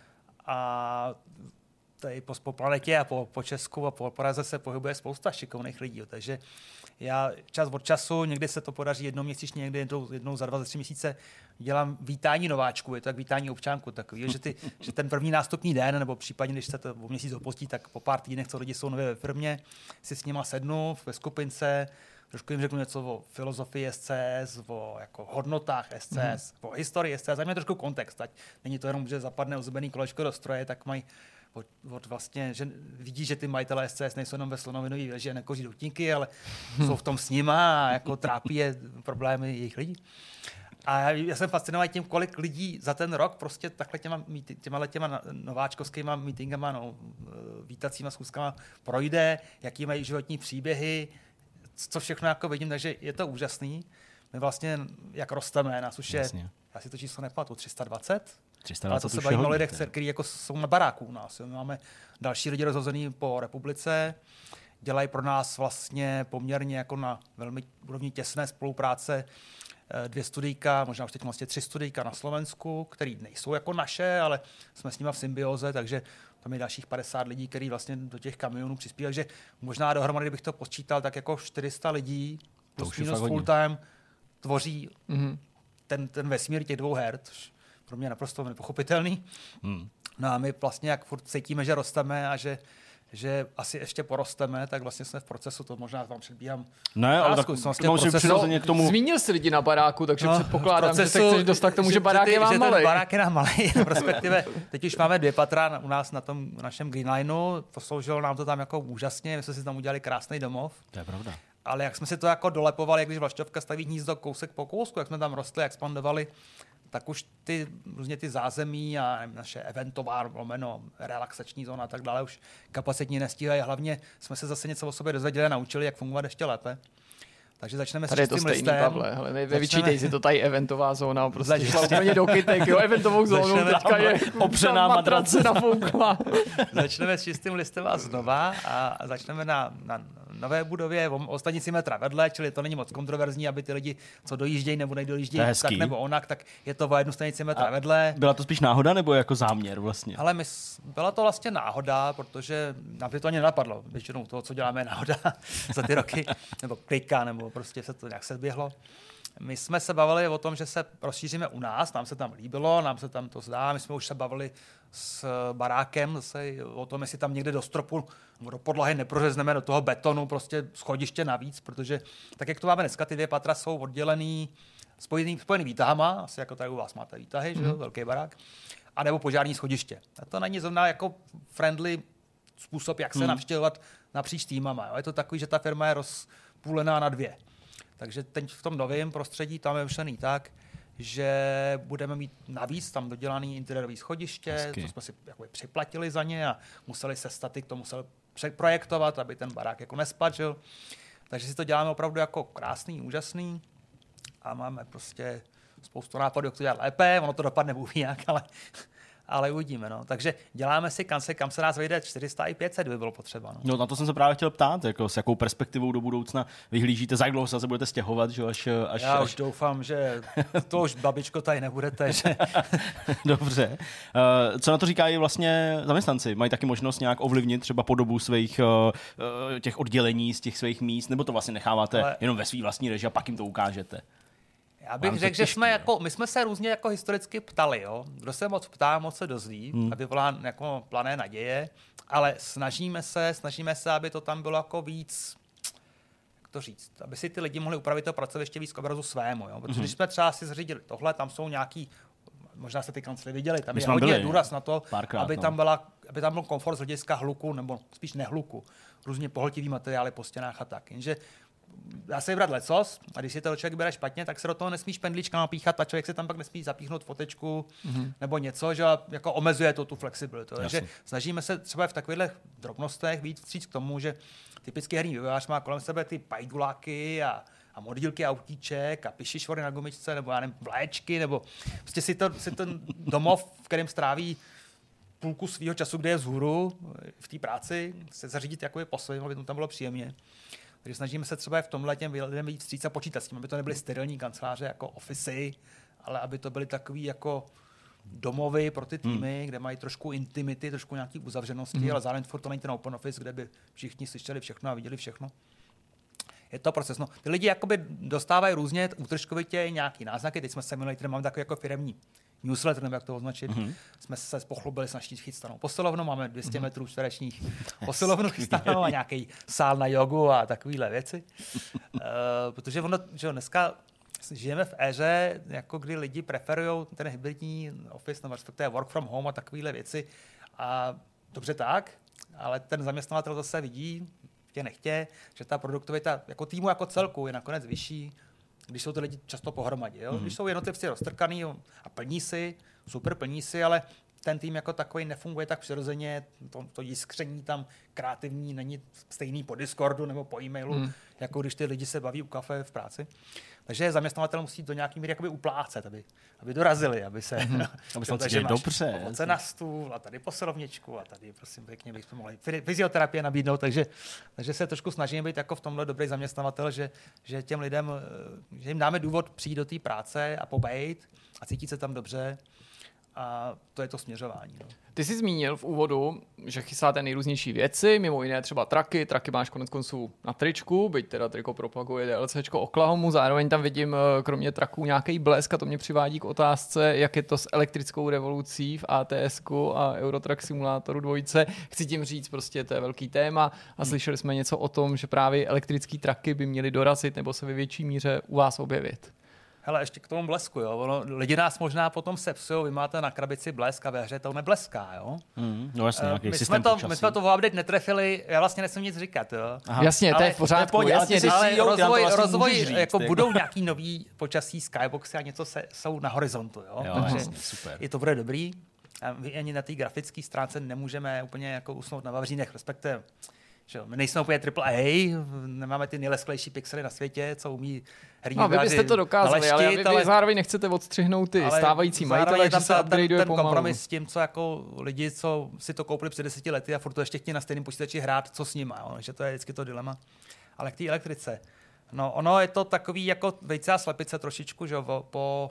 A tady po planetě a po Česku a po Praze se pohybuje spousta šikovných lidí. Takže já čas od času, někdy se to podaří jednoměsíčně, někdy jednou za 2, za 3 měsíce dělám vítání nováčků, je to jak vítání občanku, takový, že ten první nástupní den, nebo případně, když se to o měsíc opustí, tak po pár týdnech, co lidi jsou nově ve firmě, si s nima sednu ve skupince, trošku jim řeknu něco o filozofii SCS, o jako hodnotách SCS, o historii SCS, zajímavé trošku kontext, ať není to jenom, že zapadne ozubený kolečko do stroje, tak mají vlastně, že vidí, že ty majitelé SCS nejsou jenom ve slonovinové věži a nekoří doutníky, ale jsou v tom s nima a jako trápí je problémy jejich lidí. A já jsem fascinovaný tím, kolik lidí za ten rok prostě takhle těma nováčkovskýma meetingama, vítacíma schůzkama projde, jaký mají životní příběhy, co všechno jako vidím, takže je to úžasný. My vlastně, jak rosteme, nás už je, já si to číslo nepamatuju, 320? Ale to se bavíme o lidech, kteří jako jsou na baráku u nás. My máme další lidi rozhozený po republice, dělají pro nás vlastně poměrně jako na velmi úrovni těsné spolupráce 2 studijka, možná už teď vlastně 3 studijka na Slovensku, který nejsou jako naše, ale jsme s nimi v symbioze, takže tam je dalších 50 lidí, kteří vlastně do těch kamionů přispívají, že možná dohromady, kdybych to počítal, tak jako 400 lidí plus minus full time tvoří ten vesmír těch 2 her, což pro mě je naprosto nepochopitelný. No a my vlastně jak furt cítíme, že rosteme a že asi ještě porosteme, tak vlastně jsme v procesu, to možná vám předbíhám. Ne, ale tak vlastně k tomu... Zmínil jsi lidi na baráku, takže předpokládám, že se chceš dostat k tomu, že barák je vám malej. Barák je nám malej, respektive teď už máme 2 patra u nás na tom našem Greenlineu, posloužilo nám to tam jako úžasně, my jsme si tam udělali krásný domov. To je pravda. Ale jak jsme si to jako dolepovali, jak když vlašťovka staví hnízdo kousek po kousku, jak jsme tam rostli, expandovali, tak už různě ty zázemí a naše eventová, relaxační zóna a tak dále už kapacitně nestíhají. Hlavně jsme se zase něco o sobě dozvěděli a naučili, jak fungovat ještě lépe. Takže začneme s čistým listem. Pavle, hele, vyčítej si to tady eventová zóna, prostě šla úplně do kytek, jo, eventovou zónu, teďka je opřená matrace nafoukla. Začneme s čistým listem a znova a začneme na nové budově o stanici metra vedle, čili to není moc kontroverzní, aby ty lidi, co dojíždějí nebo nejdojíždějí, tak nebo onak, tak je to o jednu stanici metra vedle. Byla to spíš náhoda nebo jako záměr vlastně? Ale byla to vlastně náhoda, protože nám by to ani nenapadlo. Většinou toho, co děláme, je náhoda za ty roky, nebo klika, nebo prostě se to nějak zběhlo. My jsme se bavili o tom, že se rozšíříme u nás, nám se tam líbilo, nám se tam to zdá, my jsme už se bavili s barákem zase o tom, jestli tam někde do stropu nebo do podlahy neprořezneme do toho betonu prostě schodiště navíc, protože tak, jak to máme dneska, ty 2 patra jsou oddělený spojený výtahama, asi jako tady u vás máte výtahy, že jo, velký barák, anebo požární schodiště. A to není zrovna jako friendly způsob, jak se navštěvovat napříč týmama. Jo. Je to takový, že ta firma je rozpůlená na 2. Takže teď v tom novém prostředí tam je myšlený tak, že budeme mít navíc tam dodělaný interiérový schodiště, co jsme si jakoby připlatili za ně a museli se statik to musel projektovat, aby ten barák jako nespadl. Takže si to děláme opravdu jako krásný, úžasný a máme prostě spoustu nápadů, jak to dělat lépe, ono to dopadne bůh jak, ale uvidíme. No. Takže děláme si, kam se nás vejde 400 i 500, by bylo potřeba. No. Na to jsem se právě chtěl ptát, jako s jakou perspektivou do budoucna vyhlížíte, za jak dlouho se budete stěhovat, že Já už doufám, že to už babičko tady nebudete. Že... Dobře. Co na to říkají vlastně zaměstnanci? Mají taky možnost nějak ovlivnit třeba podobu svých těch oddělení z těch svých míst, nebo to vlastně necháváte jenom ve svý vlastní režii a pak jim to ukážete? Já bych řekl, že my jsme se různě jako historicky ptali, jo? Kdo se moc ptá, moc se dozví, aby byla jako plané naděje, ale snažíme se, aby to tam bylo jako víc, jak to říct, aby si ty lidi mohli upravit to pracoviště víc k obrazu svému, jo? Protože když jsme třeba si zřídili tohle, tam jsou nějaký, možná jste ty kancly viděli, tam je hodně důraz na to, aby tam byl komfort z hlediska hluku, nebo spíš nehluku, různě pohltivý materiály po stěnách a tak, jenže dá se vybrat lecos a když si to člověk bere špatně, tak se do toho nesmí špendlíčka napíchat a člověk se tam pak nesmí zapíchnout fotečku nebo něco, že jako omezuje to tu flexibilitu. Takže snažíme se třeba v takovýchhle drobnostech víc vstříc k tomu, že typický herní vývojář má kolem sebe ty pajduláky a modílky autíček a pišišvory na gumičce nebo já nevím, vléčky nebo prostě si ten domov, v kterém stráví půlku svého času, kde je vzhůru v té práci, se zařídit jako je po svém, aby tam bylo příjemně. Takže snažíme se třeba v tomhle těm lidem víc vstříc a počítat s tím, aby to nebyly sterilní kanceláře jako ofisy, ale aby to byly takový jako domovy pro ty týmy, kde mají trošku intimity, trošku nějaký uzavřenosti, ale zároveň furt to není ten open office, kde by všichni slyšeli všechno a viděli všechno. Je to proces. No, ty lidi jakoby dostávají různě útržkovitě nějaký náznaky. Teď jsme se minulý týden máme takový jako firemní newsletter, nebo jak to označit. Jsme se pochlubili s naší chystanou posilovnou, máme 200 metrů čtverečních posilovnu chystanou a nějaký sál na jogu a takovéhle věci. Protože že dneska žijeme v éře, jako kdy lidi preferují ten hybridní office, nebo respektive work from home a takovéhle věci. A dobře tak, ale ten zaměstnavatel zase vidí, nechtě, že ta produktivita jako týmu jako celku je nakonec vyšší, když jsou ty lidi často pohromadě. Jo? Když jsou jednotlivci roztrkaný a plní si, ale ten tým jako takový nefunguje tak přirozeně, to jiskření tam kreativní není stejný po Discordu nebo po e-mailu, jako když ty lidi se baví u kafe v práci. Takže zaměstnavatel musí do nějaký míry jakoby uplácet, aby dorazili, aby se cítili dobře. Ovoce na stůl a tady posilovničku a tady prosím pěkně bychom mohli fyzioterapie nabídnout, takže se trošku snažíme být jako v tomhle dobrý zaměstnavatel, že těm lidem, že jim dáme důvod přijít do té práce a pobejt a cítit se tam dobře. A to je to směřování. No. Ty jsi zmínil v úvodu, že chystáte nejrůznější věci, mimo jiné třeba traky máš koneckonců na tričku, byť teda triko propaguje DLCčko Oklahomu, zároveň tam vidím kromě traků nějaký blesk a to mě přivádí k otázce, jak je to s elektrickou revolucí v ATSku a Eurotrack Simulátoru 2. Chci tím říct, prostě to je velký téma a slyšeli jsme něco o tom, že právě elektrické traky by měly dorazit nebo se ve větší míře u vás objevit. Hele, ještě k tomu blesku, jo. Lidi nás možná potom sepsujou, vy máte na krabici blesk a ve hře to nebleská, jo. No jasně, nějaký systém my jsme to v update netrefili, já vlastně nesmím nic říkat, jo. Aha. Jasně, to je v pořádku. Ale rozvoj jako budou nějaký nový počasí skyboxy a něco jsou na horizontu, jo. Takže super. I to bude dobrý. A my ani na té grafické stránce nemůžeme úplně jako usnout na vavřínech, respektive že my nejsme úplně AAA, nemáme ty nejlesklejší pixely na světě, co umí herní vývojáři. Vy byste to dokázali, ale vy zároveň nechcete odstřihnout ty stávající majitele, že se upgradeuje pomalu. Kompromis s tím, co jako lidi, co si to koupili před 10 lety a furt to ještě chtějí na stejném počítači hrát, co s nima, jo? Že to je vždycky to dilema. Ale k té elektrice. No, ono je to takový jako vejce a slepice trošičku, že po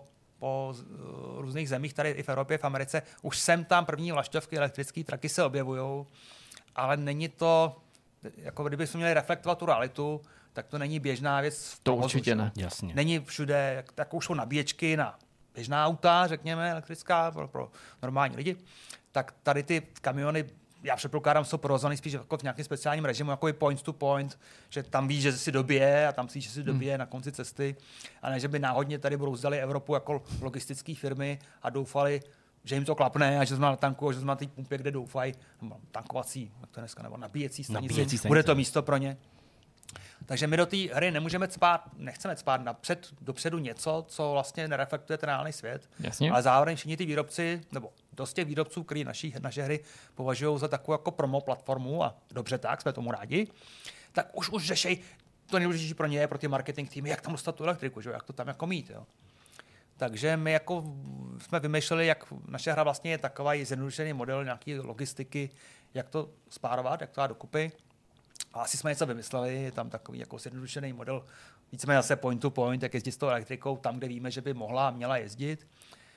různých zemích, tady i v Evropě, v Americe, už sem tam první vlašťovky, elektrické traky se objevujou, ale není to jako kdybychom měli reflektovat tu realitu, tak to není běžná věc v provozu. To určitě ne. Jasně. Není všude, tak už jsou nabíječky na běžná auta, řekněme, elektrická pro normální lidi. Tak tady ty kamiony, já předpokládám, jsou provozovaný spíš jako v nějakém speciálním režimu, jako je point to point, že tam víš, že si dobije a tam si, že si dobije na konci cesty. A ne, že by náhodně tady brouzdali Evropu jako logistické firmy a doufali, že jim to klapne a že jsme na tanku, že jsme na té pumpě, kde doufají, tankovací, jak to dneska, nebo nabíjecí stanici, bude to místo pro ně. Takže my do té hry nemůžeme nechceme cpát dopředu něco, co vlastně nereflektuje ten reálný svět. Jasně. Ale zároveň všichni ty výrobci, nebo dost těch výrobců, kteří naše hry považují za takovou jako promo platformu, a dobře tak, jsme tomu rádi, tak už řešej, to nejdůležitější pro ně, pro ty marketing týmy, jak tam dostat tu elektriku, že? Jak to tam jako mít. Jo? Takže my jako jsme vymýšleli, jak naše hra vlastně je takový zjednodušený model nějaký logistiky, jak to spárovat, jak to dát dokupy. A asi jsme něco vymysleli, je tam takový jako zjednodušený model, víceméně zase point to point, jak jezdit s tou elektrikou tam, kde víme, že by mohla a měla jezdit.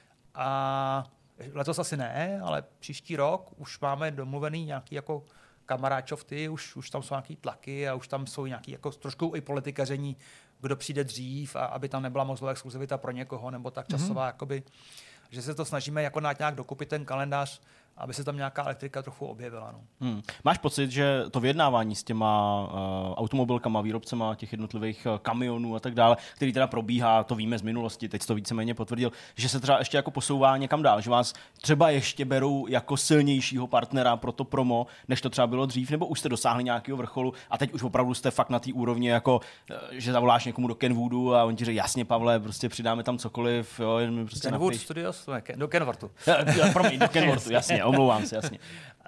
A letos asi ne, ale příští rok už máme domluvený nějaký jako kamaráčovty, už tam jsou nějaký tlaky a už tam jsou nějaký jako trošku i politikaření, kdo přijde dřív a aby tam nebyla moc exkluzivita pro někoho nebo tak časová, jakoby, že se to snažíme jako nějak dokupit ten kalendář, aby se tam nějaká elektrika trochu objevila. No. Máš pocit, že to vyjednávání s těma automobilkama, výrobcema těch jednotlivých kamionů a tak dále, který teda probíhá, to víme z minulosti, teď to víceméně potvrdil, že se třeba ještě jako posouvá někam dál, že vás třeba ještě berou jako silnějšího partnera pro to promo, než to třeba bylo dřív, nebo už jste dosáhli nějakého vrcholu a teď už opravdu jste fakt na té úrovni, jako že zavoláš někomu do Kenwoodu a on ti řekne, jasně Pavle, prostě přidáme tam cokoliv, jo, jen prostě Kenwood Studios, do Kenworthu. Promiň, do Kenworthu, jasně. Omlouvám se, jasně.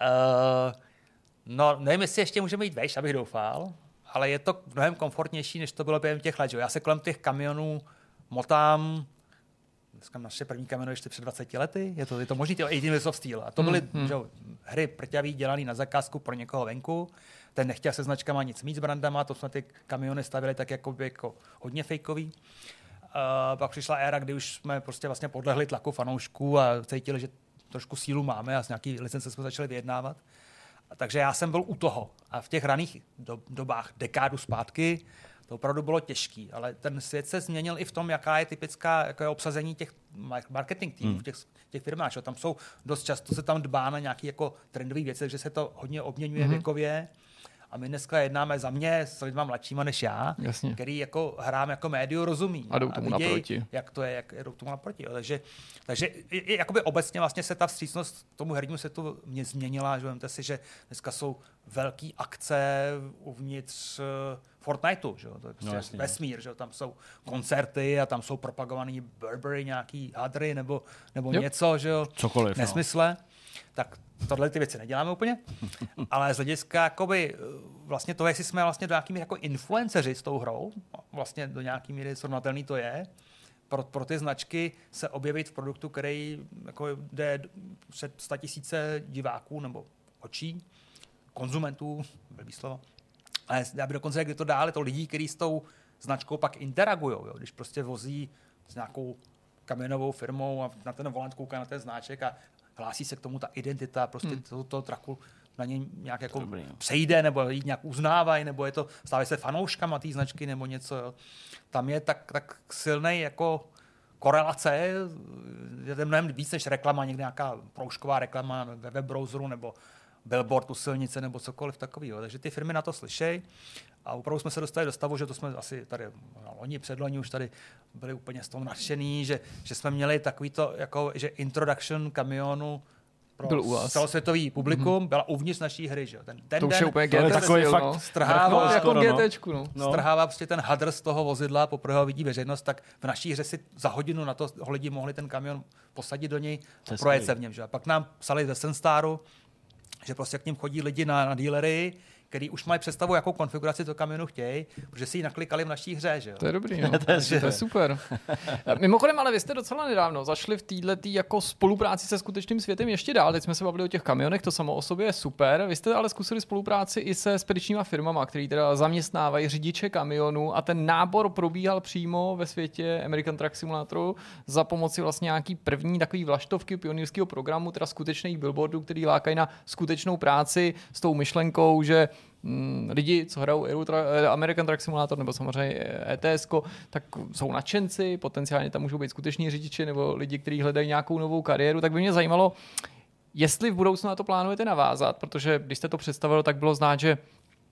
No, nevím, jestli ještě můžeme jít vejš, abych doufal, ale je to mnohem komfortnější, než to bylo během těch let. Já se kolem těch kamionů motám, dneska naše první kamiony ještě před 20 lety, je to možný, 18 Wheels of Steel. A to byly hry prťavý, dělaný na zakázku pro někoho venku, ten nechtěl se značkama nic mít s brandama, to jsme ty kamiony stavili tak jako hodně fejkový. Pak přišla éra, kdy už jsme prostě vlastně podlehli tlaku fanoušků a cítili, že trošku sílu máme a s nějaký licence jsme začali vyjednávat. Takže já jsem byl u toho. A v těch raných dobách, dekádu zpátky, to opravdu bylo těžký. Ale ten svět se změnil i v tom, jaká je typická, jaké je obsazení těch marketing týmů v těch firmách. Tam jsou dost často se tam dbá na nějaké jako trendové věci, takže se to hodně obměňuje věkově. A my dneska jednáme za mě s lidma mladšíma než já, Jasně. který jako hrám jako médio rozumí. A jdou tomu naproti. Jak to je, jak jdou tomu naproti. Takže jakoby obecně vlastně se ta vstřícnost tomu hernímu světu mě změnila, že vemte si, že dneska jsou velký akce uvnitř Fortniteu, že jo, to je prostě vesmír, že jo, tam jsou koncerty a tam jsou propagovaný Burberry, nějaký hadry nebo něco, že jo, cokoliv, nesmysle. Tak tohle ty věci neděláme úplně, ale z hlediska jakoby vlastně to, jestli jsme vlastně do nějaký míry jako influenceři s tou hrou, vlastně do nějaký míry srovnatelný to je, pro ty značky se objevit v produktu, který jako jde před 100 000 diváků nebo očí, konzumentů, blbý slovo. Ale já bych dokonce, jak to dále, to lidí, kteří s tou značkou pak interagujou, jo? Když prostě vozí s nějakou kamionovou firmou a na ten volant kouká na ten znáček a hlásí se k tomu ta identita, prostě toho traku na něj nějak jako přejde, nebo ji nějak uznávají, nebo je to, stávají se fanouškama té značky, nebo něco. Jo. Tam je tak silnej jako korelace, je to mnohem víc než reklama, někde nějaká proužková reklama ve webbrowseru, nebo billboard u silnice, nebo cokoliv takového. Takže ty firmy na to slyšejí. A opravdu jsme se dostali do stavu, že to jsme asi tady loni, předloni už tady byli úplně z toho nadšený, že jsme měli takovýto, jako, že introduction kamionu pro celosvětový publikum byla uvnitř naší hry. Že? Ten to už je úplně strhává jako GTčku. Strhává prostě ten hadr z toho vozidla, poprvé ho vidí veřejnost, tak v naší hře si za hodinu na to lidi mohli ten kamion posadit do něj a projet se v něm. Že? A pak nám psali ze Senstaru, že prostě k ním chodí lidi na dealery, který už mají představu, jakou konfiguraci toho kamionu chtějí, protože si ji naklikali v naší hře. Že jo? To je dobrý, no. to je super. Mimochodem, ale vy jste docela nedávno zašli v této jako spolupráci se skutečným světem ještě dál. Teď jsme se bavili o těch kamionech, to samo o sobě je super. Vy jste ale zkusili spolupráci i se spedičníma firmama, který teda zaměstnávají řidiče kamionů a ten nábor probíhal přímo ve světě American Truck Simulatoru za pomoci vlastně nějaký první takový vlaštovky pionýrského programu, teda skutečných billboardů, který lákají na skutečnou práci s tou myšlenkou, že lidi, co hrajou American Truck Simulator nebo samozřejmě ETS, tak jsou nadšenci, potenciálně tam můžou být skuteční řidiči nebo lidi, kteří hledají nějakou novou kariéru, tak by mě zajímalo, jestli v budoucnu na to plánujete navázat, protože když jste to představili, tak bylo znát, že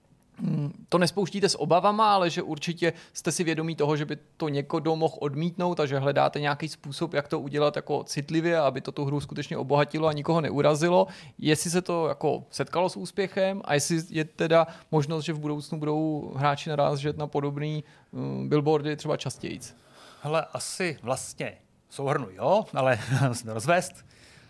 to nespouštíte s obavama, ale že určitě jste si vědomí toho, že by to někdo mohl odmítnout a že hledáte nějaký způsob, jak to udělat jako citlivě, aby to tu hru skutečně obohatilo a nikoho neurazilo. Jestli se to jako setkalo s úspěchem a jestli je teda možnost, že v budoucnu budou hráči narážet na podobný billboardy třeba častějíc. Hele, asi vlastně souhrnu, jo, ale musím rozvést.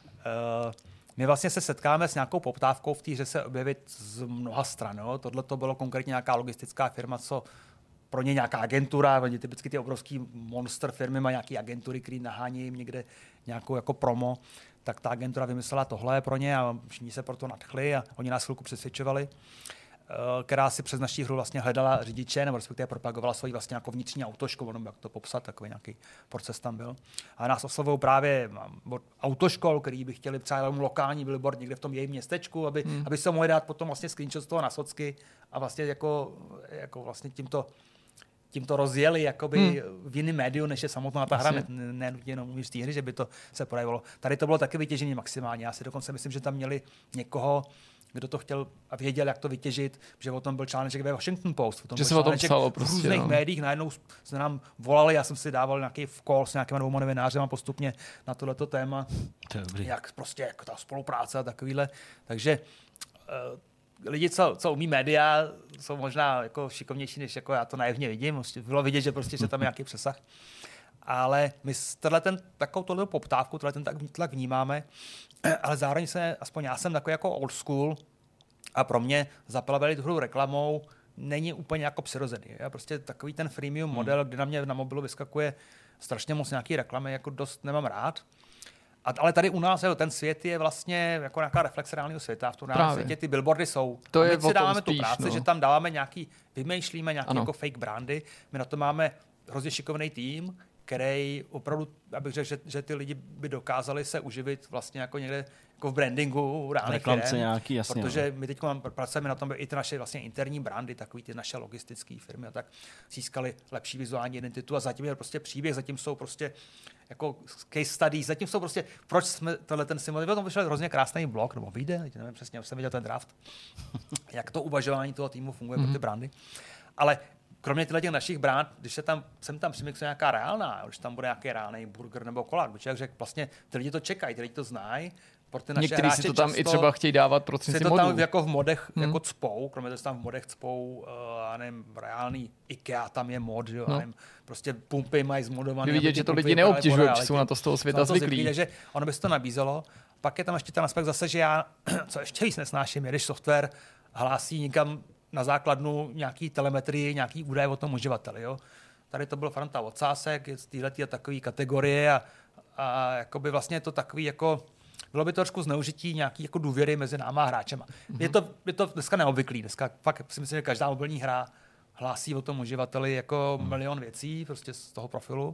My vlastně se setkáme s nějakou poptávkou v té hře se objevit z mnoha stran. Tohle to bylo konkrétně nějaká logistická firma, co pro ně nějaká agentura, typicky ty obrovský monster firmy mají nějaké agentury, které nahání jim někde nějakou jako promo, tak ta agentura vymyslela tohle pro ně a všichni se proto nadchli a oni nás chvilku přesvědčovali, která si přes naší hru vlastně hledala řidiče, nebo respektive propagovala svoji vlastně jako vnitřní autoškolu, nebo jak to popsat, takový nějaký proces tam byl. A nás oslovují právě autoškol, který by chtěli třeba lokální billboard někde v tom jejím městečku, aby se mohli dát potom vlastně screenshot z toho na socky a vlastně jako vlastně tímto rozjeli jakoby v jiném médiu, než je samotná ta hra, ne jenom uvnitř té hry, že by to se projevilo. Tady to bylo taky vytěžení maximálně. Já si dokonce myslím, že tam měli někoho, kdo to chtěl a věděl, jak to vytěžit, že o tom byl článek ve Washington Post. O tom že se o tom psalo prostě, v různých médiích, najednou se nám volali, já jsem si dával nějaký call s nějakýma dvouma novinářema postupně na tohleto téma, jak prostě jako ta spolupráce a takovýhle. Takže lidi, co umí média, jsou možná jako šikovnější, než jako já to naivně vidím. Bylo vidět, že prostě že tam je nějaký přesah. Ale my takovou poptávku, ten tlak vnímáme, ale zároveň aspoň já jsem takový jako old school a pro mě zaplavelit hru reklamou není úplně jako přirozený. Já prostě takový ten freemium model, kdy na mě na mobilu vyskakuje strašně moc nějaký reklamy, jako dost nemám rád. Ale tady u nás ten svět je vlastně jako nějaká reflexe reálného světa. V tom reálném světě ty billboardy jsou. To my si dáváme spíš, tu práci, že tam dáváme vymýšlíme nějaké jako fake brandy. My na to máme hrozně šikovný tým, který opravdu, abych řekl, že ty lidi by dokázali se uživit vlastně jako někde jako v brandingu reálných firm, nějaký, jasně, protože my teď pracujeme na tom, aby i ty naše vlastně interní brandy, takový ty naše logistické firmy a tak získali lepší vizuální identitu a zatím je prostě příběh, zatím jsou prostě jako case studies, zatím jsou prostě, proč jsme ten simulator, to vyšel hrozně krásný blog, nebo vyjde, nevím přesně, už jsem viděl ten draft, jak to uvažování toho týmu funguje pro ty brandy, ale kromě těch našich brand, když sem tam přimixuje nějaká reálná, když tam bude nějaký reálný burger nebo kolák, protože jak řekl, vlastně ty lidi to čekají, ty lidi to znají. Někteří si to tam i třeba chtějí dávat prostřednictvím modů. Si to tam jako v modech jako cpou, kromě toho, že tam v modech cpou, nevím, reálný IKEA, tam je mod, jo, nevím, prostě pumpy mají zmodované. Vy vidět, že to lidi neobtěžuje, že jsou na to z toho světa zvyklí. Takže ono by se to nabízelo. Pak je tam ještě ten aspekt zase, že já, co ještě víc nesnáším, je, když software hlásí někam na základnu nějaký telemetrii, nějaký údaje o tom uživateli. Jo. Tady to byl Franta odsásek, je z téhletý a takový kategorie a jakoby vlastně je to takový jako bylo by to trošku zneužití nějaký jako důvěry mezi náma a hráčema. Je to dneska neobvyklý. Dneska fakt si myslím, že každá mobilní hra hlásí o tom uživateli jako milion věcí prostě z toho profilu.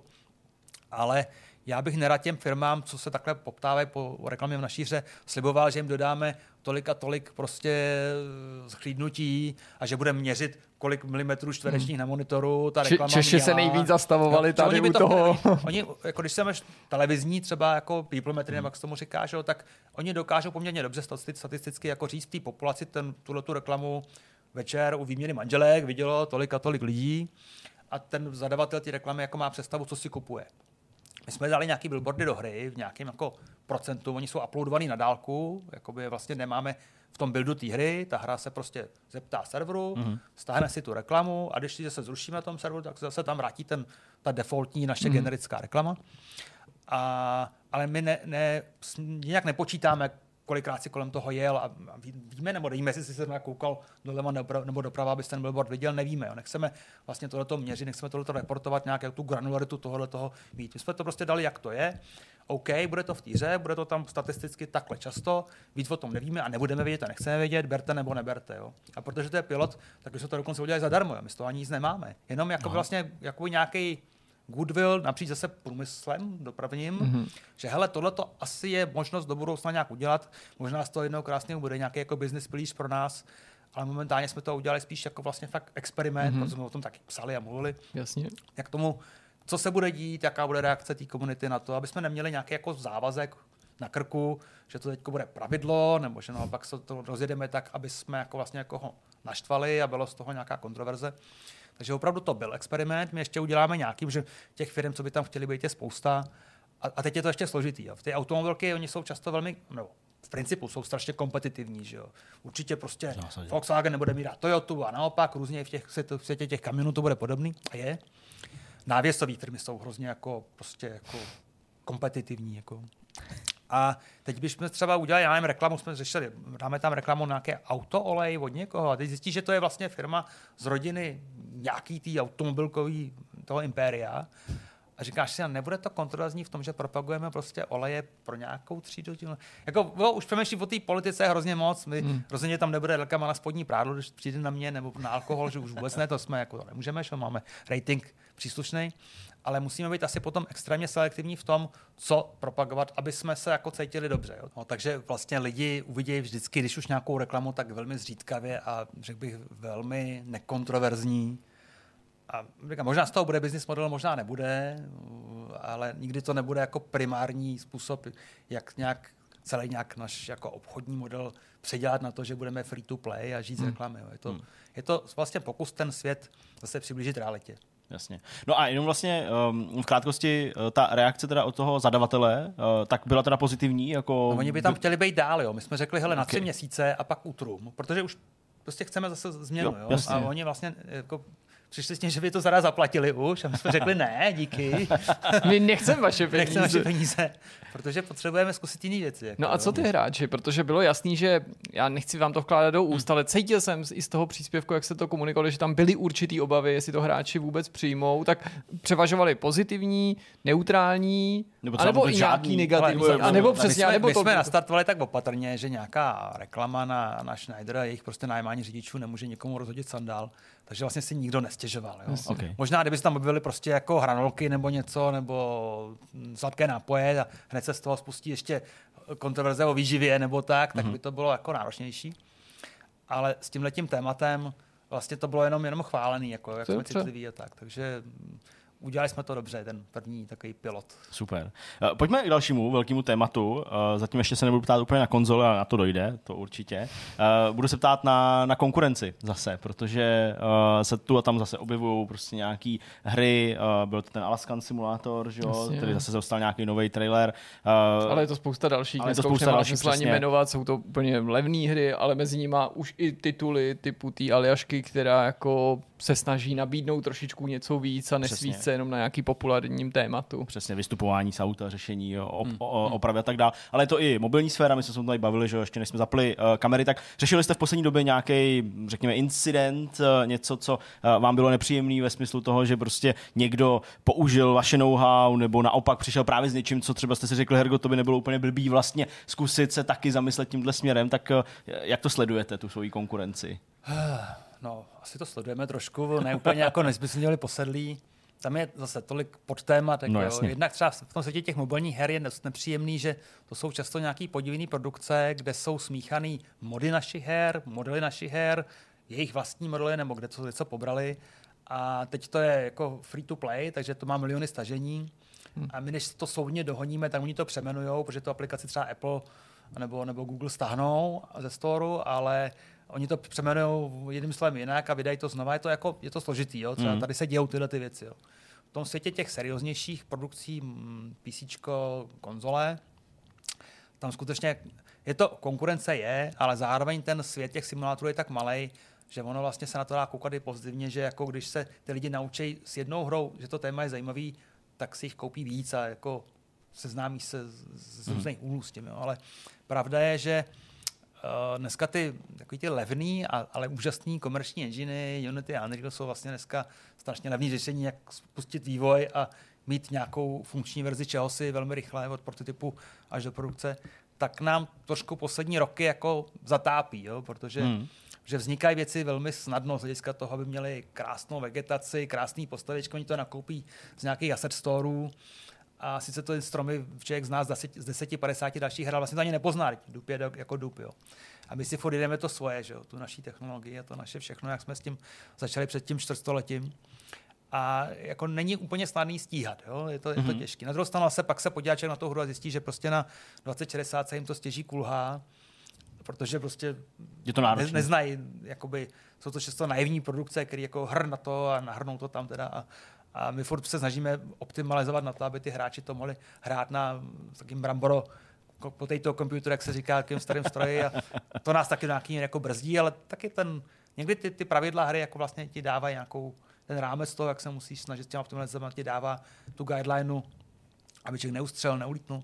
Ale já bych nerad těm firmám, co se takhle poptávají po reklamě v naší hře, sliboval, že jim dodáme tolik a tolik prostě schlídnutí a že budeme měřit, kolik milimetrů čtverečních na monitoru ta reklama Češi se nejvíc zastavovali tady u toho. Oni, jako když se máš televizní třeba jako peoplemetry, nebo jak se tomu říká, že, tak oni dokážou poměrně dobře statisticky jako říct v té populaci tuhletu reklamu večer u výměny manželek vidělo tolik a tolik lidí a ten zadavatel té reklamy jako má představu, co si kupuje. My jsme dali nějaký billboardy do hry v nějakém jako procentu, oni jsou uploadovaný na dálku, jakoby vlastně nemáme v tom buildu té hry, ta hra se prostě zeptá serveru, stáhne si tu reklamu a když si se zrušíme na tom serveru, tak zase tam vrátí ta defaultní naše generická reklama. Ale my nějak nepočítáme, kolikrát si kolem toho jel a víme, nebo nevíme, jestli si se koukal doleva nebo doprava, abys ten billboard viděl, nevíme. Jo. Nechceme vlastně tohleto měřit, nechceme tohleto reportovat, nějakou tu granularitu tohoto mít. My jsme to prostě dali, jak to je. OK, bude to v té hře, bude to tam statisticky takhle často, víc o tom nevíme a nebudeme vědět a nechceme vědět, berte nebo neberte. Jo. A protože to je pilot, tak už se to dokonce udělali zadarmo, jo. My z toho ani nic nemáme. Jenom jako vlastně jako nějaký goodwill napříč zase průmyslem dopravním, že hele, tohleto asi je možnost do budoucna nějak udělat, možná z toho jednou krásného bude nějaký jako business pilíř pro nás, ale momentálně jsme to udělali spíš jako vlastně fakt experiment, protože jsme o tom taky psali a mluvili. Jasně. Jak tomu, co se bude dít, jaká bude reakce té komunity na to, aby jsme neměli nějaký jako závazek na krku, že to teď bude pravidlo, nebo že naopak se to rozjedeme tak, aby jsme jako vlastně jako ho naštvali a bylo z toho nějaká kontroverze. Takže opravdu to byl experiment, my ještě uděláme nějakým, že těch firm, co by tam chtěli být, je spousta. A teď je to ještě složitý. Jo. V té automobilky oni jsou často velmi, no, v principu jsou strašně kompetitivní. Že jo. Určitě prostě Volkswagen nebude mít rád Toyotu a naopak různě v světě těch kamionů to bude podobný. A je. Návěsové firmy jsou hrozně jako, prostě jako kompetitivní. Jako. A teď bychom třeba udělali, já nevím, reklamu, jsme řešili, dáme tam reklamu na nějaké autoolej od někoho a teď zjistí, že to je vlastně firma z rodiny nějaký tý automobilkový toho impéria. A říkáš si, nebude to kontroverzní v tom, že propagujeme prostě oleje pro nějakou třídu? Jako, už přemýšlím o té politice hrozně moc. Rozhodně tam nebude reklama na spodní prádlo, když přijde na mě, nebo na alkohol, že už vůbec ne, to jsme jako nemůžeme, že máme rating příslušný. Ale musíme být asi potom extrémně selektivní v tom, co propagovat, aby jsme se jako cítili dobře. Jo? No, takže vlastně lidi uvidějí vždycky, když už nějakou reklamu, tak velmi zřídkavě a řekl bych velmi nekontroverzní. A možná z toho bude business model, možná nebude, ale nikdy to nebude jako primární způsob, jak nějak celý nějak náš jako obchodní model předělat na to, že budeme free to play a žít z reklamy. Jo? Je to vlastně pokus ten svět zase přiblížit realitě. Jasně. No a jenom vlastně v krátkosti ta reakce teda od toho zadavatele, tak byla teda pozitivní? Jako... No, oni by tam chtěli být dál, jo. My jsme řekli, hele, na 3 měsíce a pak útrum, protože už prostě chceme zase změnu, jo. A oni vlastně jako přišli s tím, že by to zaraz zaplatili už a my jsme řekli ne, díky. My nechceme vaše peníze, protože potřebujeme zkusit jiné věci. Jako, no a co ty hráči? Protože bylo jasný, že já nechci vám to vkládat do úst, ale cítil jsem i z toho příspěvku, jak se to komunikovalo, že tam byly určitý obavy, jestli to hráči vůbec přijmou, tak převažovali pozitivní, neutrální, anebo i nějaký negativní. My jsme nastartovali tak opatrně, že nějaká reklama na Schneider a jejich prostě najímání řidičů nemůže někomu rozhodit sandál, Takže vlastně si nikdo nestěžoval. Jo? Okay. Možná, kdyby se tam objevily prostě jako hranolky nebo něco, nebo sladké nápoje a hned se z toho spustí ještě kontroverze o výživě nebo tak by to bylo jako náročnější. Ale s tímhletím tématem vlastně to bylo jenom chválený, jako, jak jsme citliví a tak. Takže udělali jsme to dobře, ten první takový pilot. Super. Pojďme k dalšímu velkému tématu. Zatím ještě se nebudu ptát úplně na konzole, ale na to dojde, to určitě. Budu se ptát na konkurenci zase, protože se tu a tam zase objevují prostě nějaký hry. Byl to ten Alaskan Simulator, že jo, který zase dostal nějaký nový trailer. Ale je to spousta dalších. Ale to spousta dalších, ani jmenovat, jsou to úplně levné hry, ale mezi nimi už i tituly typu té Aljašky, která jako se snaží nabídnout trošičku něco víc a nesvíc se jenom na nějaký populárním tématu. Přesně, vystupování z auta, řešení opravy a tak dále. Ale je to i mobilní sféra, my jsme se tady bavili, že ještě než jsme zapli kamery, tak řešili jste v poslední době nějaký, řekněme, incident, něco, co vám bylo nepříjemný ve smyslu toho, že prostě někdo použil vaše know-how, nebo naopak přišel právě s něčím, co třeba jste si řekli, Hergo, to by nebylo úplně blbý vlastně zkusit se taky zamyslet tímhle směrem, tak jak to sledujete, tu svoji konkurenci? No, asi to sledujeme trošku, ne úplně jako nezbytně posedlí. Tam je zase tolik podtémat. No, jednak třeba v tom světě těch mobilních her je nepříjemný, že to jsou často nějaký podivný produkce, kde jsou smíchaný mody našich her, modely našich her, jejich vlastní modely, nebo kde něco pobrali. A teď to je jako free to play, takže to má miliony stažení. A my, než to soudně dohoníme, tak oni to přeměnujou, protože to aplikaci třeba Apple nebo Google stáhnou ze storu, ale oni to přeměnují jedním slovem jinak a vydají to znova. Je to složitý. Jo? Třeba tady se dějou tyhle ty věci. Jo? V tom světě těch serióznějších produkcí PCčko, konzole, tam skutečně konkurence je, ale zároveň ten svět těch simulátorů je tak malej, že ono vlastně se na to dá koukat i pozitivně, že jako když se ty lidi naučí s jednou hrou, že to téma je zajímavý, tak si jich koupí víc a jako seznámí se z různých úhlů s tím. Jo? Ale pravda je, že dneska ty levný, ale úžasný komerční enginy, Unity a Unreal jsou vlastně dneska strašně levný řešení, jak spustit vývoj a mít nějakou funkční verzi čehosi velmi rychle od prototypu až do produkce, tak nám trošku poslední roky jako zatápí, jo? Protože že vznikají věci velmi snadno z hlediska toho, aby měli krásnou vegetaci, krásný postavičky, oni to nakoupí z nějakých asset storů. A sice to stromy člověk zná z 10-50 dalších her, ale vlastně to ani nepozná, dup je jako dup. Jo. A my si furt jdeme to svoje, že jo, tu naší technologii a to naše všechno, jak jsme s tím začali před tím čtvrtstoletím. A jako není úplně snadný stíhat, jo? Je to těžké. Na druhou stranu pak se podívá člověk na tu hru a zjistí, že prostě na 2060 se jim to stěží kulhá, protože prostě je to neznají, jakoby, jsou to často naivní produkce, které jako hr na to a nahrnou to tam teda a my furt se snažíme optimalizovat na to, aby ty hráči to mohli hrát na takým bramboro potato computer, jak se říká, takým starým stroji a to nás taky nějaký jako brzdí, ale taky někdy ty pravidla hry jako vlastně ti dávají nějakou ten rámec toho, jak se musíš snažit s těma optimalizovat, ti dává tu guidelineu, aby člověk neustřel, neulítnul.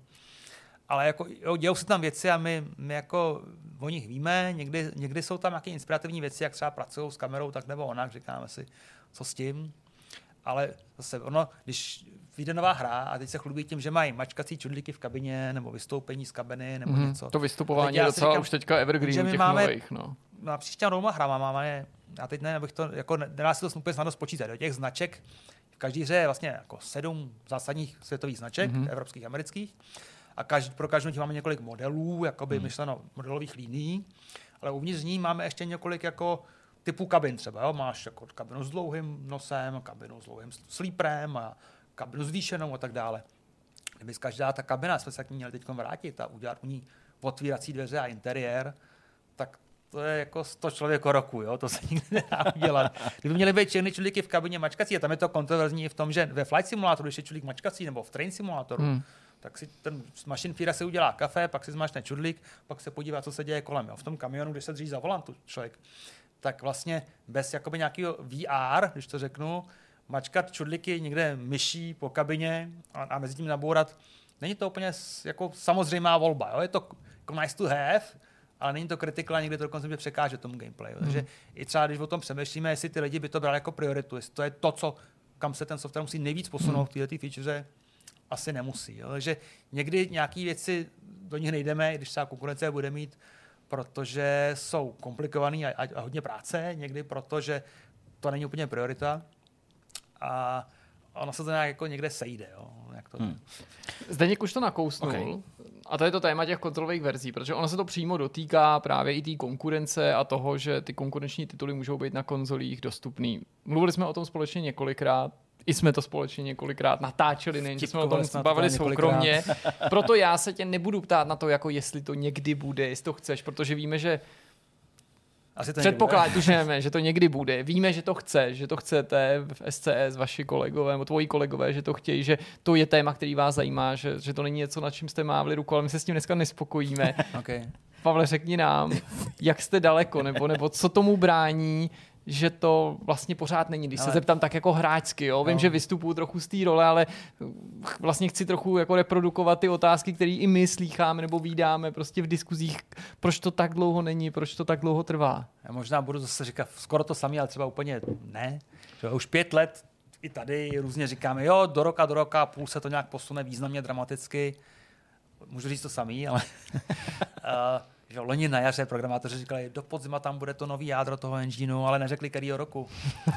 Ale jako, dějou se tam věci a my jako o nich víme, někdy jsou tam nějaké inspirativní věci, jak třeba pracují s kamerou, tak nebo onak, říkáme si, co s tím. Ale zase když vyjde nová hra a teď se chlubí tím, že mají mačkací čudlíky v kabině nebo vystoupení z kabiny nebo něco. To vystupování je docela už teďka evergreen těch nových. No. Na příští nová hra máme, já teď ne, abych to, jako nedá se to úplně snadno spočítat. Do těch značek, v každé hře je vlastně jako 7 zásadních světových značek, evropských, amerických. A pro každou máme několik modelů, jakoby myšleno modelových linií, ale uvnitř ní máme ještě několik jako typu kabin třeba. Jo? Máš jako kabinu s dlouhým nosem, kabinu s dlouhým slíprem a kabinu zvýšenou a tak dále. Kdyby každá ta kabina, jsme se k ní měli teď vrátit a udělat u ní otvírací dveře a interiér, tak to je jako 100 člověk roku, jo? To se nikdy nedá udělat. Kdyby měly být všechny čudlíky v kabině mačkací, a tam je to kontroverzní v tom, že ve Flight Simulatoru, když je čudlík mačkací, nebo v Train Simulatoru, tak si ten machine feeder si udělá kafe, pak si zmáčkne čudlík, pak se podívá, co se děje kolem. Jo? V tom kamionu, když se drží za volantu člověk, tak vlastně bez jakoby nějakého VR, když to řeknu, mačkat čudlíky někde myší po kabině a mezi tím nabourat, není to úplně jako samozřejmá volba. Jo? Je to jako nice to have, ale není to critical a někdy to dokonce překáže tomu gameplayu. Takže i třeba, když o tom přemýšlíme, jestli ty lidi by to brali jako prioritu, jestli to je to, kam se ten software musí nejvíc posunout v této feature, asi nemusí. Jo? Takže někdy nějaké věci do nich nejdeme, když třeba konkurence bude mít, protože jsou komplikovaný a hodně práce, někdy protože to není úplně priorita. A ono se to nějak jako někde sejde. Jo? Zdeněk už to nakousnul. Okay. A to je to téma těch konzolových verzí, protože ono se to přímo dotýká právě i té konkurence a toho, že ty konkurenční tituly můžou být na konzolích dostupný. Mluvili jsme o tom společně několikrát, i jsme to společně několikrát natáčeli, nejen že jsme o tom bavili soukromně. Proto já se tě nebudu ptát na to, jako jestli to někdy bude, jestli to chceš, protože víme, že předpokládáme, že to někdy bude. Víme, že to chceš, že to chcete v SCS, vaši kolegové, nebo tvoji kolegové, že to chtějí, že to je téma, který vás zajímá, že to není něco, nad čím jste mávli ruku, ale my se s tím dneska nespokojíme. Okay. Pavle, řekni nám, jak jste daleko, nebo co tomu brání, že to vlastně pořád není. Když se zeptám tak jako hráčsky, jo? Vím, že vystupuju trochu z té role, ale vlastně chci trochu jako reprodukovat ty otázky, které i my slýcháme nebo vídáme prostě v diskuzích, proč to tak dlouho není, proč to tak dlouho trvá. Já možná budu zase říkat skoro to samé, ale třeba úplně ne. Že už 5 let i tady různě říkáme, jo, do roka a půl se to nějak posune významně dramaticky. Můžu říct to samý, ale že loni na jaře programátoři říkali, do podzima tam bude to nový jádro toho engineu, ale neřekli kterýho roku.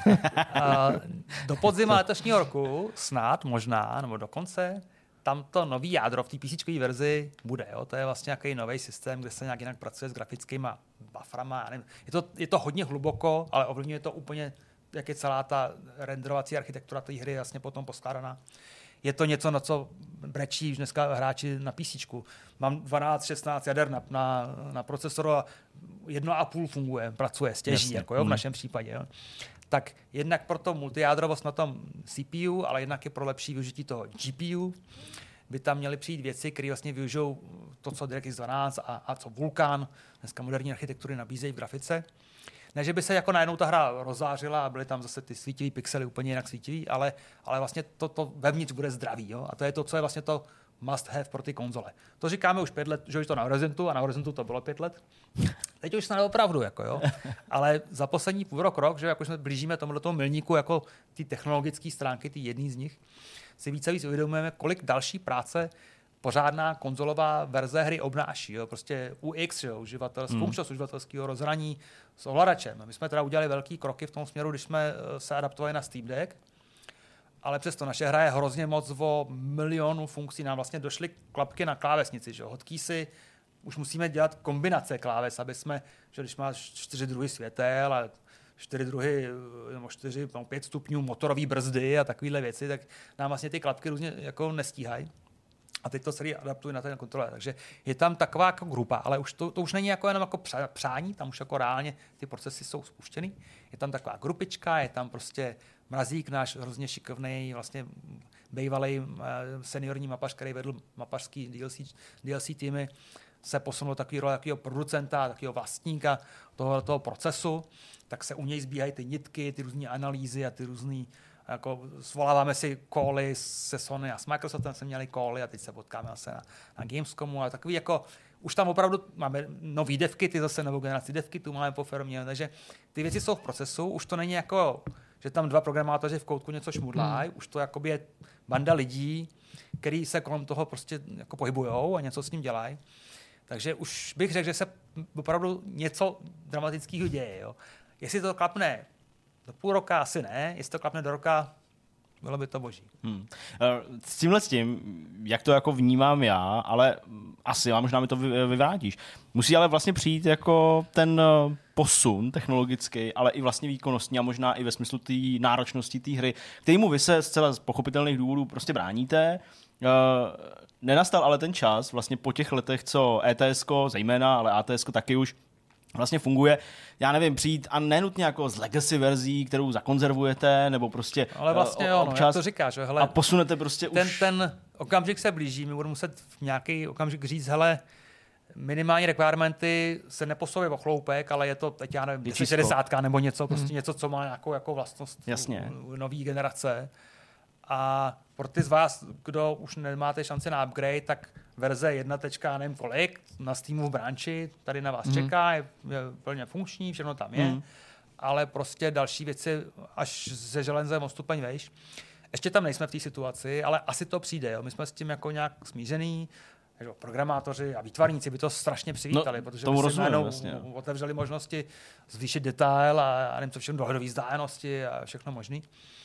Do podzima letošního roku snad, možná, nebo dokonce, tam to nový jádro v té PCčkové verzi bude. Jo? To je vlastně nějaký nový systém, kde se nějak jinak pracuje s grafickýma bufferama. Je to hodně hluboko, ale ovlivňuje to úplně, jak je celá ta renderovací architektura té hry vlastně potom poskládaná. Je to něco, na co brečí už dneska hráči na PCčku. Mám 12-16 jader na procesoru a 1,5 funguje, pracuje, stěží, jako v našem případě. Jo. Tak jednak pro to multijádrovost na tom CPU, ale jednak je pro lepší využití toho GPU. By tam měly přijít věci, které vlastně využijou to, co DirectX 12 a co Vulkan, dneska moderní architektury nabízejí v grafice. Ne, že by se jako najednou ta hra rozzářila a byly tam zase ty svítivý pixely úplně jinak svítivý, ale vlastně to vevnitř bude zdravý. Jo? A to je to, co je vlastně to must have pro ty konzole. To říkáme už 5 let, že už to na Horizontu a na Horizontu to bylo 5 let. Teď už snad opravdu, jako jo. Ale za poslední půl rok, že jako jsme blížíme tomuto milníku jako ty technologické stránky, ty jedný z nich, si více uvědomujeme, kolik další práce pořádná konzolová verze hry obnáší. Jo? Prostě UX, jo? Funkčnost uživatelského rozhraní s ovladačem. My jsme teda udělali velký kroky v tom směru, když jsme se adaptovali na Steam Deck, ale přesto naše hra je hrozně moc o milionu funkcí. Nám vlastně došly klapky na klávesnici. Že? Hotkeysy, už musíme dělat kombinace kláves, aby jsme, že když máš 4 druhy světel a 4 druhy, nebo 4, 5 stupňů motorové brzdy a takovéhle věci, tak nám vlastně ty klapky různě jako nestíhají. A teď to celý adaptuje na ten kontroler. Takže je tam taková jako grupa, ale už to už není jako jenom jako přání, tam už jako reálně ty procesy jsou spuštěný. Je tam taková grupička, je tam prostě Mrazík, náš hrozně šikovný, vlastně bývalý seniorní mapař, který vedl mapařský DLC týmy, se posunul do takový role takového producenta, takového vlastníka toho procesu, tak se u něj zbíhají ty nitky, ty různé analýzy a ty různý jako svoláváme si cally se Sony a s Microsoftem jsme měli cally a teď se potkáme zase na Gamescomu a takový jako, už tam opravdu máme nový devky, ty zase novou generaci devky, tu máme po firmě, takže ty věci jsou v procesu, už to není jako, že tam 2 programátoři v koutku něco šmudlají, už to jakoby je banda lidí, který se kolem toho prostě jako pohybujou a něco s ním dělají. Takže už bych řekl, že se opravdu něco dramatického děje. Jo. Jestli to klapne do půl roka, asi ne. Jestli to klapne do roka, bylo by to boží. S tím, jak to jako vnímám já, ale asi, a možná mi to vyvrátíš, musí ale vlastně přijít jako ten posun technologický, ale i vlastně výkonnostní a možná i ve smyslu té náročnosti té hry, kterému vy se zcela z pochopitelných důvodů prostě bráníte. Nenastal ale ten čas, vlastně po těch letech, co ETS-ko zejména, ale ATS-ko taky už vlastně funguje, já nevím, přijít a nenutně jako z legacy verzí, kterou zakonzervujete, nebo prostě ale vlastně občas, jak to říkáš, hele, a posunete prostě ten okamžik se blíží, my budeme muset v nějaký okamžik říct, hele, minimální requirementy se neposouvají o chloupek, ale je to, teď já nevím, 60 nebo něco, prostě něco, co má nějakou jako vlastnost nový generace. A pro ty z vás, kdo už nemáte šanci na upgrade, tak verze 1. nevím kolik na Steamu v branči tady na vás čeká, je plně funkční, všechno tam je, ale prostě další věci až se železem o stupeň vejš. Ještě tam nejsme v té situaci, ale asi to přijde. Jo. My jsme s tím jako nějak smířený. že programátoři a výtvarníci by to strašně přivítali, protože by si najednou otevřeli možnosti zvýšit detail a nevím co všechno, dohledové vzdálenosti a všechno možný.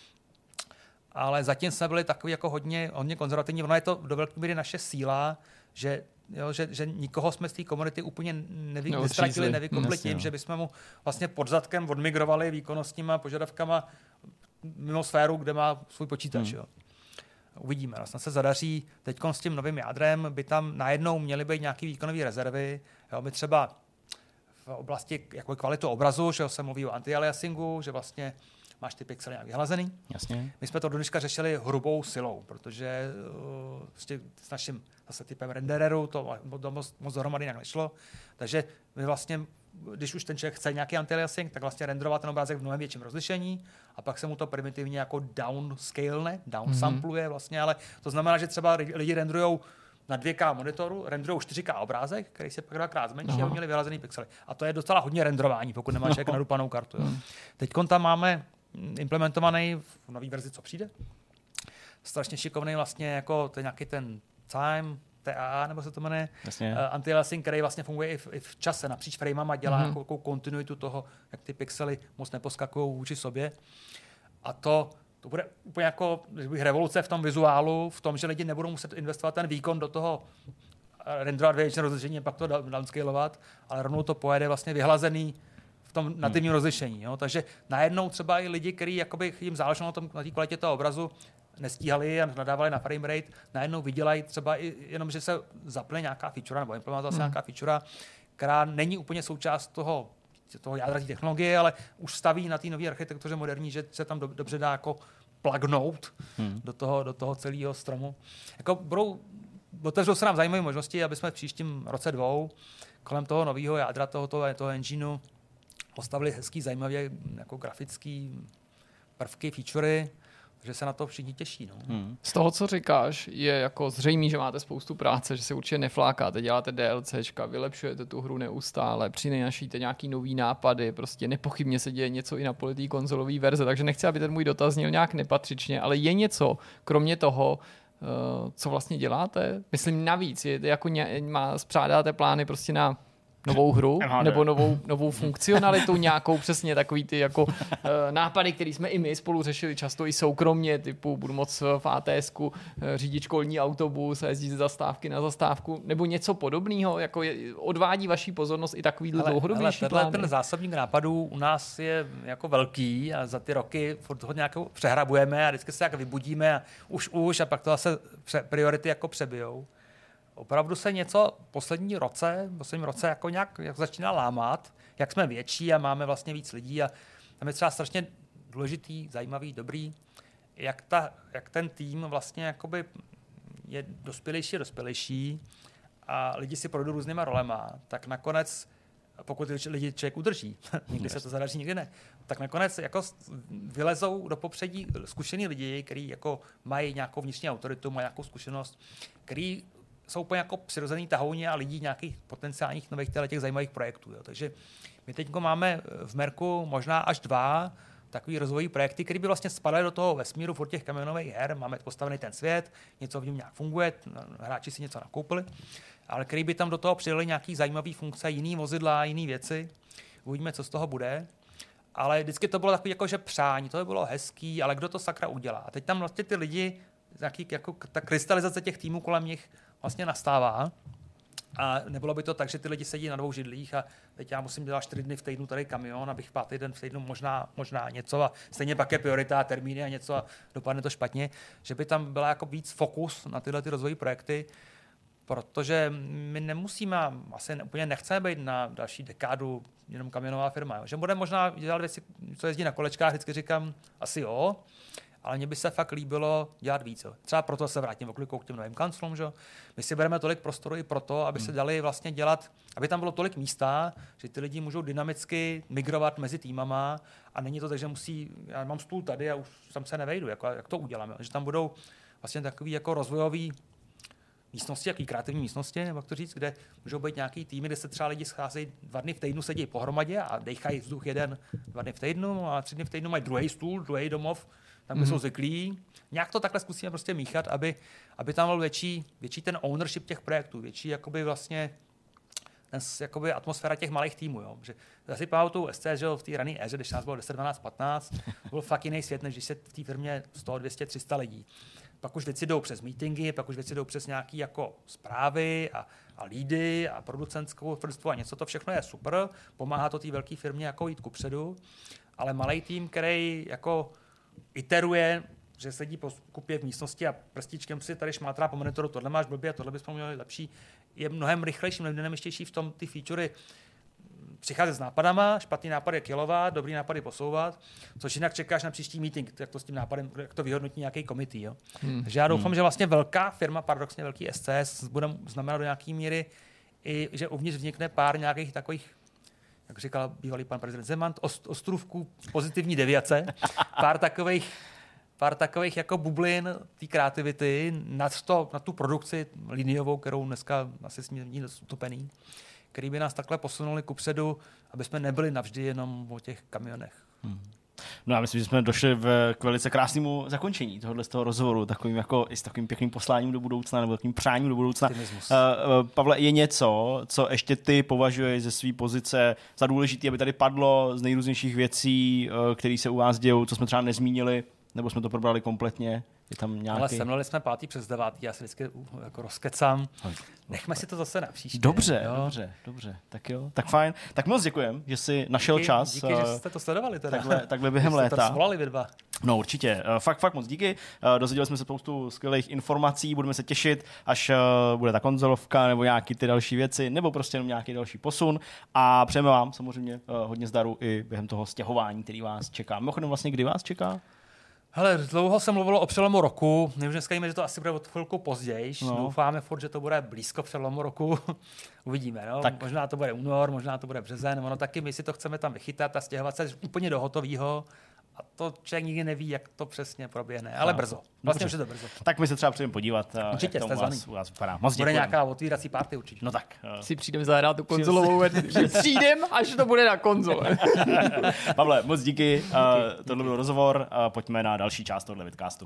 Ale zatím jsme byli takový jako hodně konzervativní. Ono je to do velké míry naše síla, že nikoho jsme z té komunity úplně nestratili, nevykopli tím, že bychom mu vlastně pod zadkem odmigrovali výkonnostníma požadavkama mimo sféru, kde má svůj počítač. Jo. Uvidíme. Vlastně se zadaří. Teď s tím novým jádrem by tam najednou měly být nějaké výkonové rezervy. Jo, my třeba v oblasti jako kvalitu obrazu, že se mluví o anti-aliasingu, že vlastně máš ty pixely nějak vyhlazený. Jasně. My jsme to do dneška řešili hrubou silou, protože s naším zase typem rendereru to moc dohromady nějak nešlo. Takže my vlastně, když už ten člověk chce nějaký anti-aliasing, tak vlastně renderovat ten obrázek v mnohem větším rozlišení a pak se mu to primitivně jako downsampluje vlastně, ale to znamená, že třeba lidi renderujou na 2K monitoru, renderujou 4K obrázek, který se pak dvakrát zmenší a měli vyhlazený pixely. A to je docela hodně renderování, pokud nemáš jak nadupanou kartu. Jo. Teďkon tam máme implementovaný v nový verzi, co přijde. Strašně šikovný vlastně, jako to je nějaký ten time, TAA, nebo se to jmenuje, anti-aliasing, který vlastně funguje i v čase, napříč framama, dělá nějakou kontinuitu toho, jak ty pixely moc neposkakují vůči sobě. A to bude úplně jako revoluce v tom vizuálu, v tom, že lidi nebudou muset investovat ten výkon do toho renderovat většinou rozlišení, pak to downscalovat, ale rovnou to pojede vlastně vyhlazený v tom nativním rozlišení. Jo? Takže najednou třeba i lidi, kteří jim záleželo na té kvalitě toho obrazu, nestíhali a nadávali na frame rate, najednou vydělají třeba i jenom, že se zapne nějaká feature nebo implementuje se nějaká feature, která není úplně součást toho jádra té technologie, ale už staví na té nové architektuře moderní, že se tam dobře dá jako plugnout do toho celého stromu. Jako otevřou se nám zajímavé možnosti, aby jsme v příštím roce 2 kolem toho nového jádra, toho engineu postavili hezký, zajímavě jako grafický prvky, featurey, že se na to všichni těší. No. Z toho, co říkáš, je jako zřejmé, že máte spoustu práce, že se určitě neflákáte, děláte DLCčka, vylepšujete tu hru neustále, přinášíte nějaký nový nápady, prostě nepochybně se děje něco i na poli té konzolové verze, takže nechci, aby ten můj dotaz zněl nějak nepatřičně, ale je něco, kromě toho, co vlastně děláte? Myslím navíc, je jako spřádáte plány prostě na novou hru, nebo novou funkcionalitu, nějakou přesně takový ty jako nápady, které jsme i my spolu řešili často i soukromně, typu budu moc v ATSku řídit školní autobus a jezdit z zastávky na zastávku, nebo něco podobného, jako odvádí vaší pozornost i takovýhle dlouhodobější plány. Ten zásobník nápadů u nás je jako velký a za ty roky toho nějak přehrabujeme a vždycky se jak vybudíme a už a pak to zase priority jako přebijou. Opravdu se něco v posledním roce jako nějak začíná lámat, jak jsme větší a máme vlastně víc lidí a tam je třeba strašně důležitý, zajímavý, dobrý, jak ten tým vlastně jakoby je dospělejší a lidi si projdou různýma rolema, tak nakonec, pokud lidi člověk udrží, někdy se to zadaří, někdy ne, tak nakonec jako vylezou do popředí zkušený lidi, kteří jako mají nějakou vnitřní autoritu, mají nějakou zkušenost, který jsou úplně jako přirozený tahouně a lidí nějakých potenciálních nových těch zajímavých projektů. Jo. Takže my teď máme v Merku možná až 2 takový rozvojové projekty, které by vlastně spadaly do toho vesmíru od těch kamionových her. Máme postavený ten svět, něco v něm nějak funguje, hráči si něco nakoupili, ale který by tam do toho přidali nějaký zajímavý funkce, jiný vozidla, jiný věci. Uvidíme, co z toho bude. Ale vždycky to bylo takový jako, že přání, to by bylo hezký, ale kdo to sakra udělá? A teď tam vlastně ty lidi, jako ta krystalizace těch týmů kolem nich vlastně nastává. A nebylo by to tak, že ty lidi sedí na 2 židlích a teď já musím dělat 4 dny v týdnu tady kamion, abych 5. den v týdnu možná něco a stejně pak je priorita, termíny a něco a dopadne to špatně, že by tam byla jako víc fokus na tyhle ty rozvojové projekty, protože my nemusíme, asi úplně nechceme být na další dekádu jenom kamionová firma. Jo. Že budeme možná dělat věci, co jezdí na kolečkách, vždycky říkám, asi jo, ale mně by se fakt líbilo dělat víc. Jo. Třeba proto se vrátím oklikou k těm novým kanclům. Že? My si bereme tolik prostoru i proto, aby se dali vlastně dělat, aby tam bylo tolik místa, že ty lidi můžou dynamicky migrovat mezi týmama a není to tak, že já mám stůl tady a už tam se nevejdu. Jak to uděláme? Že tam budou vlastně takový jako rozvojový místnosti, jaký kreativní místnosti, nebo jak to říct, kde můžou být nějaký týmy, kde se třeba lidi scházejí 2 dny v týdnu, sedí pohromadě a dechají vzduch 2 dny v týdnu a 3 dny v týdnu mají druhý stůl, druhý domov, tam, kde jsou zvyklí. Nějak to takhle zkusíme prostě míchat, aby tam byl větší ten ownership těch projektů, větší jakoby vlastně jakoby atmosféra těch malých týmů. Jo. Že já si pamatuju SC, že v té rané éře, když nás bylo 10, 12, 15, byl fakt jiný svět, než když se v té firmě 100, 200, 300 lidí. Pak už věci jdou přes meetingy, pak už věci jdou přes nějaké jako zprávy a lídy a producentskou firstvu a něco, to všechno je super, pomáhá to té velké firmě jako jít kupředu, ale malý tým, který jako iteruje, že sedí po kupě v místnosti a prstíčkem si tady šmátrá po monitoru, tohle máš blbě, tohle bychom měli lepší, je mnohem rychlejší, mnohem dynamičtější v tom ty featurey přicházet s nápadama, špatný nápad je killovat, dobrý nápady posouvat, což jinak čekáš na příští meeting, jak to s tím nápadem, jak to vyhodnotí nějaký committee. Jo? Takže já doufám, že vlastně velká firma, paradoxně velký SCS, bude znamenat do nějaké míry, i, že uvnitř vznikne pár nějakých takových, jak říkal bývalý pan prezident Zeman, ostrůvků pozitivní deviace, pár takových jako bublin té kreativity na tu produkci liniovou, kterou dneska asi jsme utopený, který by nás takhle posunuli kupředu, aby jsme nebyli navždy jenom o těch kamionech. No já myslím, že jsme došli k velice krásnému zakončení tohohle z toho rozhovoru, takovým jako i s takovým pěkným posláním do budoucna nebo takovým přáním do budoucna. Pavle, je něco, co ještě ty považuješ ze své pozice za důležité, aby tady padlo z nejrůznějších věcí, které se u vás dějou, co jsme třeba nezmínili, nebo jsme to probrali kompletně? Je tam nějaký... Ale semleli jsme 5. přes 9. Já si vždycky jako rozkecám. Nechme si to zase na příště. Dobře. Tak jo, tak fajn. Tak moc děkujem, že jsi našel čas. Díky, že jste to sledovali teda. Takhle během léta. Jste to svolali vy dva. No určitě. Fakt moc díky. Dozvěděli jsme se spoustu skvělých informací. Budeme se těšit, až bude ta konzolovka nebo nějaký ty další věci, nebo prostě jenom nějaký další posun. A přejeme vám samozřejmě hodně zdaru i během toho stěhování, který vás čeká. Mimochodem vlastně, kdy vás čeká? Hele, dlouho se mluvilo o přelomu roku. My už dneska víme, že to asi bude od chvilku později. No. Doufáme furt, že to bude blízko přelomu roku. Uvidíme, no. Tak. Možná to bude únor, možná to bude březen. Ono taky my si to chceme tam vychytat a stěhovat se úplně do hotového. A to člověk nikdy neví, jak to přesně proběhne. Ale brzo. Vlastně už je to brzo. Tak my se třeba přijdeme podívat, určitě, jak to u vás vypadá. Moc bude nějaká otvírací party určitě. No tak. Si přijdeme zahrát tu konzolovou verzi. Přijdem, až to bude na konzole. Pavle, moc díky. Tohle byl rozhovor. Pojďme na další část tohle vidcastu.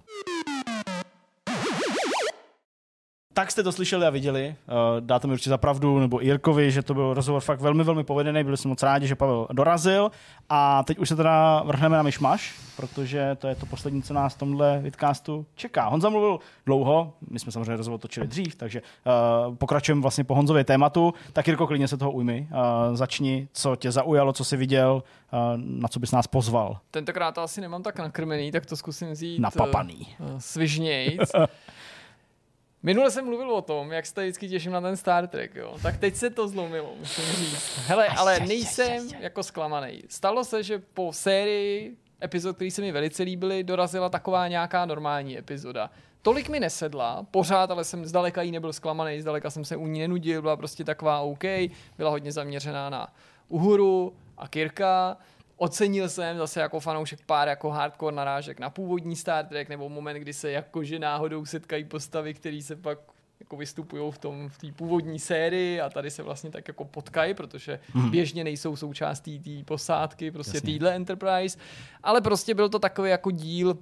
Tak jste to slyšeli a viděli. Dáte mi určitě za pravdu, nebo Jirkovi, že to byl rozhovor fakt velmi, velmi povedený. Byli jsme moc rádi, že Pavel dorazil. A teď už se teda vrhneme na myšmaš, protože to je to poslední, co nás v tomhle vidcastu čeká. Honza mluvil dlouho, my jsme samozřejmě rozhovor točili dřív, takže pokračujeme vlastně po Honzově tématu. Tak Jirko, klidně se toho ujmi. Začni, co tě zaujalo, co jsi viděl, na co bys nás pozval. Tentokrát to asi nemám tak nakrmený, tak to zkusím vzít napapaný. Svižnějc. Minule jsem mluvil o tom, jak se tady vždycky těším na ten Star Trek, jo. Tak teď se to zlomilo, musím říct. Hele, ale nejsem jako zklamaný. Stalo se, že po sérii epizod, které se mi velice líbily, dorazila taková nějaká normální epizoda. Tolik mi nesedla, pořád, ale jsem zdaleka jí nebyl zklamaný, zdaleka jsem se u ní nenudil, byla prostě taková OK, byla hodně zaměřená na Uhuru a Kirka. Ocenil jsem zase jako fanoušek pár jako hardcore narážek na původní Star Trek, nebo moment, kdy se jakože náhodou setkají postavy, které se pak jako vystupují v té původní sérii a tady se vlastně tak jako potkají, protože běžně nejsou součástí té posádky, prostě týhle Enterprise, ale prostě byl to takový jako díl,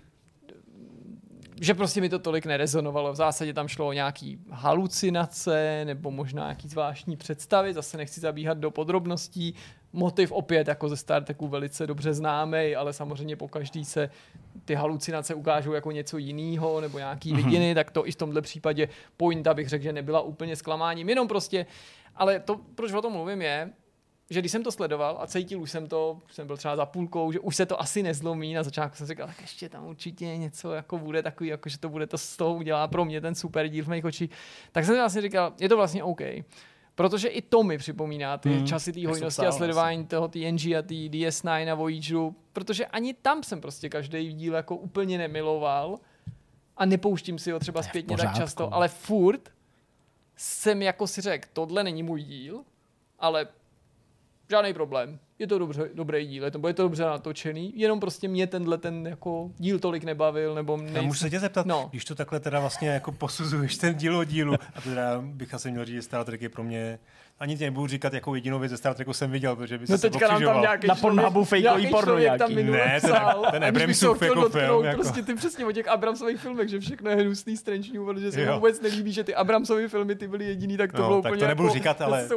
že prostě mi to tolik nerezonovalo. V zásadě tam šlo o nějaký halucinace nebo možná nějaký zvláštní představy, zase nechci zabíhat do podrobností. Motiv opět jako ze Star Treku velice dobře známý, ale samozřejmě pokaždý se ty halucinace ukážou jako něco jiného nebo nějaký vidiny, tak to i v tomhle případě pointa bych řekl, že nebyla úplně zklamáním, jenom prostě, ale to, proč o tom mluvím je, že když jsem to sledoval a cítil už jsem byl třeba za půlkou, že už se to asi nezlomí, na začátku jsem říkal, tak ještě tam určitě něco jako bude takový, jako že to bude to z toho udělá pro mě ten super díl v mých očích, tak jsem si vlastně říkal, je to vlastně OK. Protože i to mi připomíná ty časy té hojnosti a sledování toho TNG a té DS9 a Voyageru, protože ani tam jsem prostě každý díl jako úplně nemiloval a nepouštím si ho třeba zpětně tak často, ale furt jsem jako si řekl, tohle není můj díl, ale žádný problém. je to dobrý díl, je to dobře natočený, jenom prostě mě ten jako díl tolik nebavil, nebo můžu se tě zeptat, když to takhle teda vlastně jako posuzuješ ten díl od dílu, a to teda bych asi měl říct, že Star Trek je pro mě, ani tě nebudu říkat, jakou jedinou věc ze Star Treku jsem viděl, protože by se obkřižoval. Na Pornhubu fejkový porno nějaký. Ne, ten Abramsův jako film. Jako. Prostě ty přesně o těch Abramsových filmech, že všechno je hnusný, Strange New World, že se mi vůbec nelíbí, že ty Abramsovy filmy ty byly jediný, tak to bylo tak úplně to nebudu jako, říkat, ale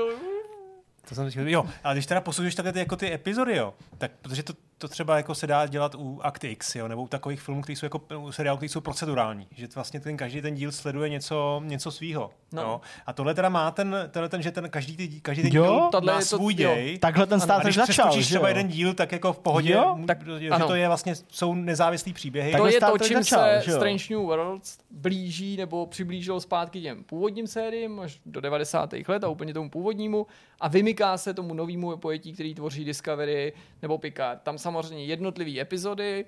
to jsem říkal, jo, ale když teda posuzuješ takhle jako ty epizody, jo, tak protože to třeba jako se dá dělat u Act X, jo, nebo u takových filmů, které jsou jako seriálů, které jsou procedurální, že vlastně každý ten díl sleduje něco svýho. No. A tohle teda má že ten každý ten díl má svůj děj. Takhle ten Star Trek začal. A když třeba jeden díl, tak jako v pohodě, že to je vlastně, jsou nezávislý příběhy. To je to, čím se Strange New Worlds blíží nebo přiblížilo zpátky těm původním sériím až do 90. let a úplně tomu původnímu a vymyká se tomu novému pojetí, který tvoří Discovery nebo Picard. Tam samozřejmě jednotlivé epizody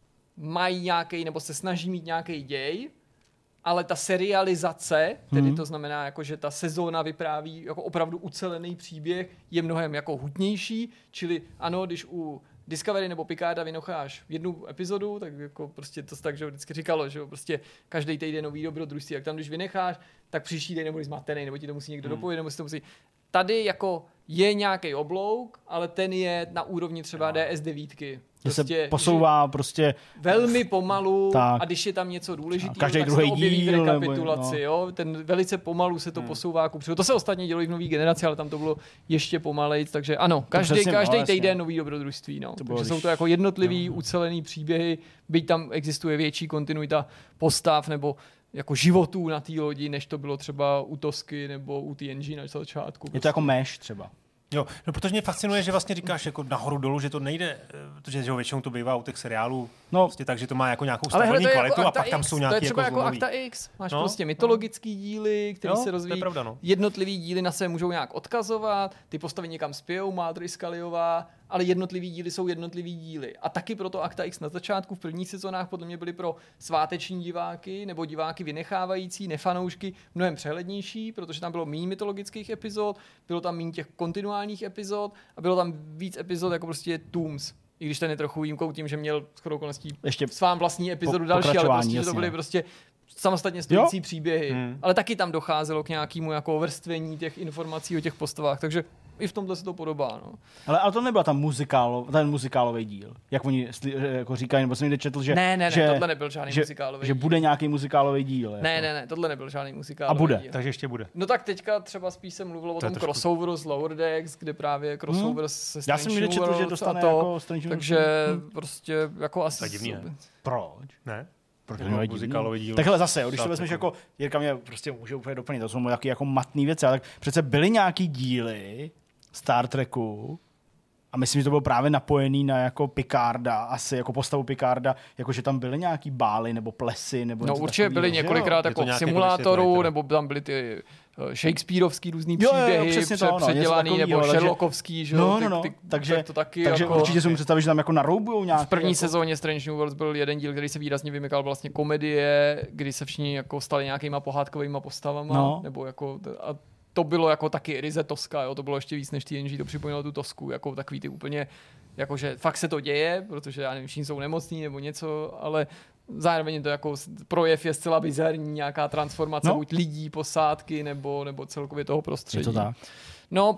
mají nějaký, nebo se snaží mít nějaký děj, ale ta serializace, tedy to znamená, jako, že ta sezóna vypráví jako opravdu ucelený příběh, je mnohem jako hutnější, čili ano, když u Discovery nebo Picarda vynocháš jednu epizodu, tak jako prostě to tak, že vždycky říkalo, že prostě každý týden nový dobrodružství, jak tam když vynecháš, tak příští den nebudeš zmatený, nebo ti to musí někdo dopovědět, nebo si to musí. Tady jako je nějaký oblouk, ale ten je na úrovni třeba DS9. Prostě, se posouvá prostě velmi pomalu tak. A když je tam něco důležitého, tak se to objeví v rekapitulaci. Jo? Ten velice pomalu se to posouvá kupředu. To se ostatně dělo i v nový generaci, ale tam to bylo ještě pomalejc, takže ano, každý týden nový dobrodružství. No. Takže jsou to jako jednotlivý, ucelený příběhy, byť tam existuje větší kontinuita postav nebo jako životů na té lodi, než to bylo třeba u Tosky nebo u TNG na začátku. Je to jako Mesh třeba. Jo, no protože mě fascinuje, že vlastně říkáš jako nahoru dolů, že to nejde, protože většinou to bývá u těch seriálů, prostě tak, že to má jako nějakou stabilní kvalitu jako a pak tam jsou nějaké jako třeba jako Akta X, máš prostě mytologický díly, které se rozvíjí, jednotlivý díly na sebe můžou nějak odkazovat, ty postavy někam spějou, Mulder, Scullyová, ale jednotlivý díly jsou jednotlivý díly. A taky proto Akta X na začátku v prvních sezónách podle mě byly pro sváteční diváky nebo diváky vynechávající, nefanoušky mnohem přehlednější, protože tam bylo méně mytologických epizod, bylo tam méně těch kontinuálních epizod a bylo tam víc epizod jako prostě Tooms. I když ten je trochu výjimkou tím, že měl shodou okolností ještě svám vlastní epizodu další, ale prostě, že to byly prostě samostatně stojící příběhy. Ale taky tam docházelo k nějakému jako vrstvení těch informací o těch postavách, takže i v tomhle se to podobá. No. Ale to nebyl tam ten muzikálový díl, jak oni jako říkají, nebo jsem někde četl, že... Ne, tohle nebyl žádný muzikálový díl. Že bude nějaký muzikálový díl. Ne, tohle nebyl žádný muzikálový díl. A bude. Díl. Takže ještě bude. No tak teďka třeba spíš jsem mluvil o tom crossoveru s Lower Decks, kde právě crossover se Strange New Worlds. Já jsem někde četl, že dostane jako Strange New Worlds. Takže prostě jako asi... To je divný, ne? Proč? Ne? Muzikálový díl. Takhle zase, když to vezmeš jako, Jirka mě prostě může úplně doplnit, to jsou nějaké jako matný věci, ale tak přece byly nějaký díly Star Treku a myslím, že to bylo právě napojený na jako Picarda, asi jako postavu Picarda, jako že tam byly nějaký bály nebo plesy nebo no určitě takový, byly několikrát jako v simulátoru, nebo tam byly ty Shakespeareovský různý příběhy předělaný, nebo Sherlockovský, že jo? Takže jako určitě si mu představit, že tam jako naroubujou nějaké. V první sezóně Strange New Worlds byl jeden díl, který se výrazně vymykal vlastně komedie, kdy se všichni jako stali nějakýma pohádkovýma postavama, nebo jako to bylo jako taky ryze Toska, jo? To bylo ještě víc než TNG, to připomínalo tu Tosku, jako takový ty úplně, jakože fakt se to děje, protože já nevím, všichni jsou nemocní nebo něco, ale zároveň to jako projev je zcela bizarní, nějaká transformace buď lidí, posádky nebo celkově toho prostředí. Je to tak. No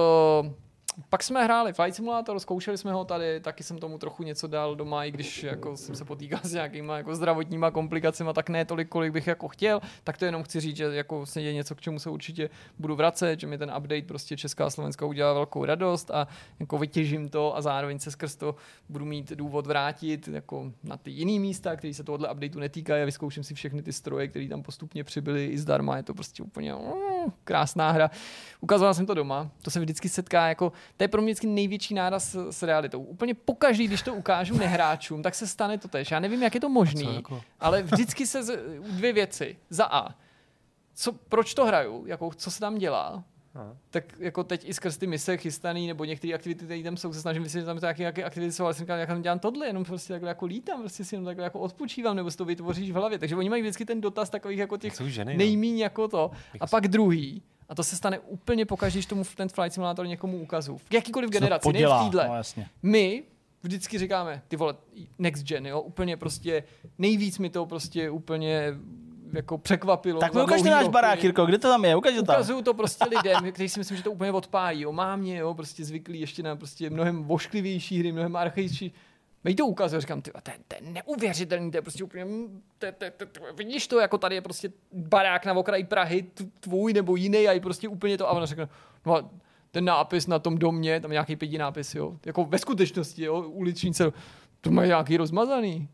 pak jsme hráli Flight Simulator, zkoušeli jsme ho tady, taky jsem tomu trochu něco dal doma, i když jako jsem se potýkal s nějakýma jako zdravotníma komplikacemi, tak ne tolik, kolik bych jako chtěl, tak to jenom chci říct, že jako se je něco, k čemu se určitě budu vracet, že mi ten update prostě Česká a Slovenska udělá velkou radost a jako vytěžím to a zároveň se skrz to budu mít důvod vrátit jako na ty jiný místa, které se tohohle updateu netýkají a vyzkouším si všechny ty stroje, které tam postupně přibyly i zdarma, je to prostě úplně krásná hra. Ukazoval jsem to doma, to se vždycky setká jako to je pro mě vždycky největší náraz s realitou. Úplně pokaždý, když to ukážu nehráčům, tak se stane to tež. Já nevím, jak je to možný, jako? Ale vždycky se dvě věci. Za A. Proč to hraju? Jako, co se tam dělá? Tak jako teď i skrz ty mise chystaný, nebo některé aktivity, které tam jsou, se snažím vysvětlit, že tam jaké aktivity jsou, ale jsem říkal, jak tam dělám tohle, jenom prostě takhle jako lítám, prostě si jenom takhle jako odpočívám, nebo si to vytvoříš v hlavě. Takže oni mají vždycky ten dotaz takových jako těch nejmíň jako to. A pak druhý. A to se stane úplně pokaždé, když tomu ten Flight Simulator někomu ukazuju. V jakýkoliv generaci, ne v týdle. No, my vždycky říkáme, ty vole, next gen, jo, úplně prostě, nejvíc mi to prostě úplně jako překvapilo. Tak mi ukažte náš barák, Jirko, kde to tam je? Ukazuju to prostě lidem, kteří si myslím, že to úplně odpálí. Jo, mámě, jo, prostě zvyklí ještě na prostě mnohem vošklivější hry, mnohem archaičtější. Mě to ukazuje, říkám, ty, to je neuvěřitelný, to je prostě úplně, vidíš to, jako tady je prostě barák na okraji Prahy, tvůj nebo jiný a je prostě úplně to, a ona řekne, no ten nápis na tom domě, tam nějaký 5 nápis, jo, jako ve skutečnosti, jo, uliční cenu, to má nějaký rozmazaný.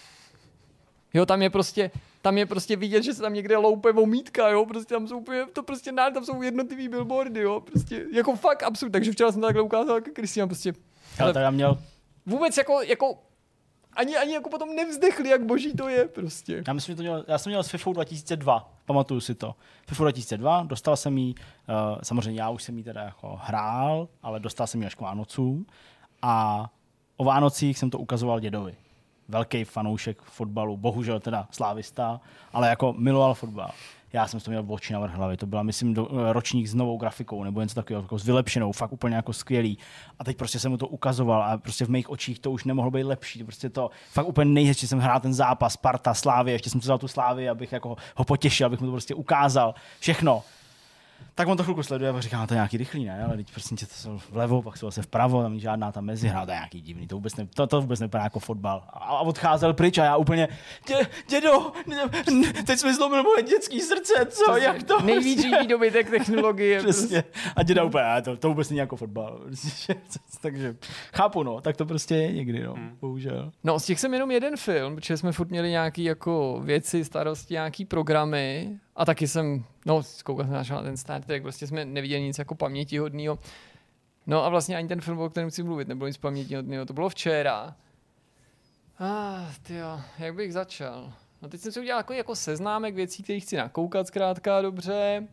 Jo, tam je prostě vidět, že se tam někde loupe vomítka, jo, prostě tam jsou úplně, to prostě tam jsou jednotlivý billboardy, jo, prostě, jako fakt absurd, takže včera jsem to takhle ukázal, jako Kristián prostě. Ale já měl vůbec jako ani jako potom nevzdechli, jak boží to je prostě. Já jsem měl s FIFA 2002, pamatuju si to. FIFA 2002, dostal jsem jí, samozřejmě já už jsem jí teda jako hrál, ale dostal jsem ji až k Vánocům a o Vánocích jsem to ukazoval dědovi. Velký fanoušek fotbalu, bohužel teda slávista, ale jako miloval fotbal. Já jsem to měl v oči navrch hlavy. To byla, myslím, ročník s novou grafikou nebo něco takového, jako s vylepšenou, fakt úplně jako skvělý. A teď prostě jsem mu to ukazoval a prostě v mých očích to už nemohlo být lepší. To prostě to fakt úplně nejhezčí jsem hrál ten zápas, Sparta, Slávie, ještě jsem to vzal tu Slávii, abych jako ho potěšil, abych mu to prostě ukázal. Všechno. Tak on to chvilku sleduje a říká, to je nějaký rychlý, ne? Ale teď prostě to jsou vlevo, pak jsou zase vpravo, tam žádná tam mezihra, to je nějaký divný, to vůbec nevypadá jako fotbal. A odcházel pryč a já úplně, dědo, teď jsme zlomil moje dětský srdce, co, jak to? Nejvíc živý dobytek technologie. Přesně. A děda úplně, to vůbec není jako fotbal. Takže chápu, no, tak to prostě je někdy, no, bohužel. No, z těch jsem jenom jeden film, protože jsme furt měli nějaký jako věci, starosti, nějaký programy. A taky jsem, koukal jsem na ten Star Trek, prostě jsme neviděli nic jako pamětihodného. No a vlastně ani ten film, o kterém chci mluvit, nebylo nic pamětihodného. To bylo včera. Tyjo, jak bych začal? No teď jsem si udělal jako seznámek věcí, které chci nakoukat zkrátka dobře.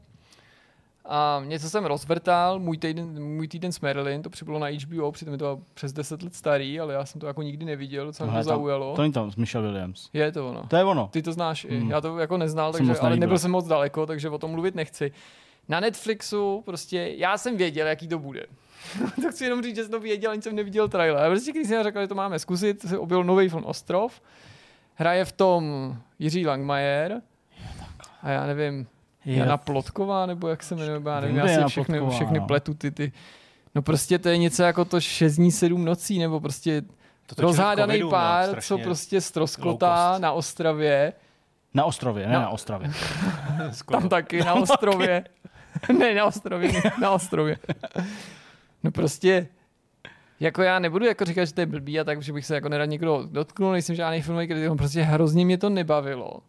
A něco jsem rozvrtal, můj týden s Marilyn, to přibylo na HBO, přitom je to přes 10 let starý, ale já jsem to jako nikdy neviděl, docela mě to zaujalo. To není tam s Michelle Williams. Je to ono. To je ono. Ty to znáš i. Já to jako neznal, takže, ale nebyl jsem moc daleko, takže o tom mluvit nechci. Na Netflixu prostě, já jsem věděl, jaký to bude. Tak chci jenom říct, že jsem to věděl, ani jsem neviděl trailer. A prostě když jsem řekl, že to máme zkusit, se objevil nový film Ostrov. Hraje v tom Jiří Langmajer. A já nevím, Jana Plotková, nebo jak se jmenuje, já nevím, já si všechny pletu ty. No prostě to je něco jako to 6 dní 7 nocí, nebo prostě rozhádaný pár, co prostě ztroskotá na ostrově. Na ostrově, ne na ostrově. Tam taky, na ostrově. Ne, na ostrově. No prostě, jako já nebudu jako říkat, že to je blbý a tak, že bych se jako nerad někdo dotknul, nejsem žádný filmový kritik, prostě hrozně mě to nebavilo.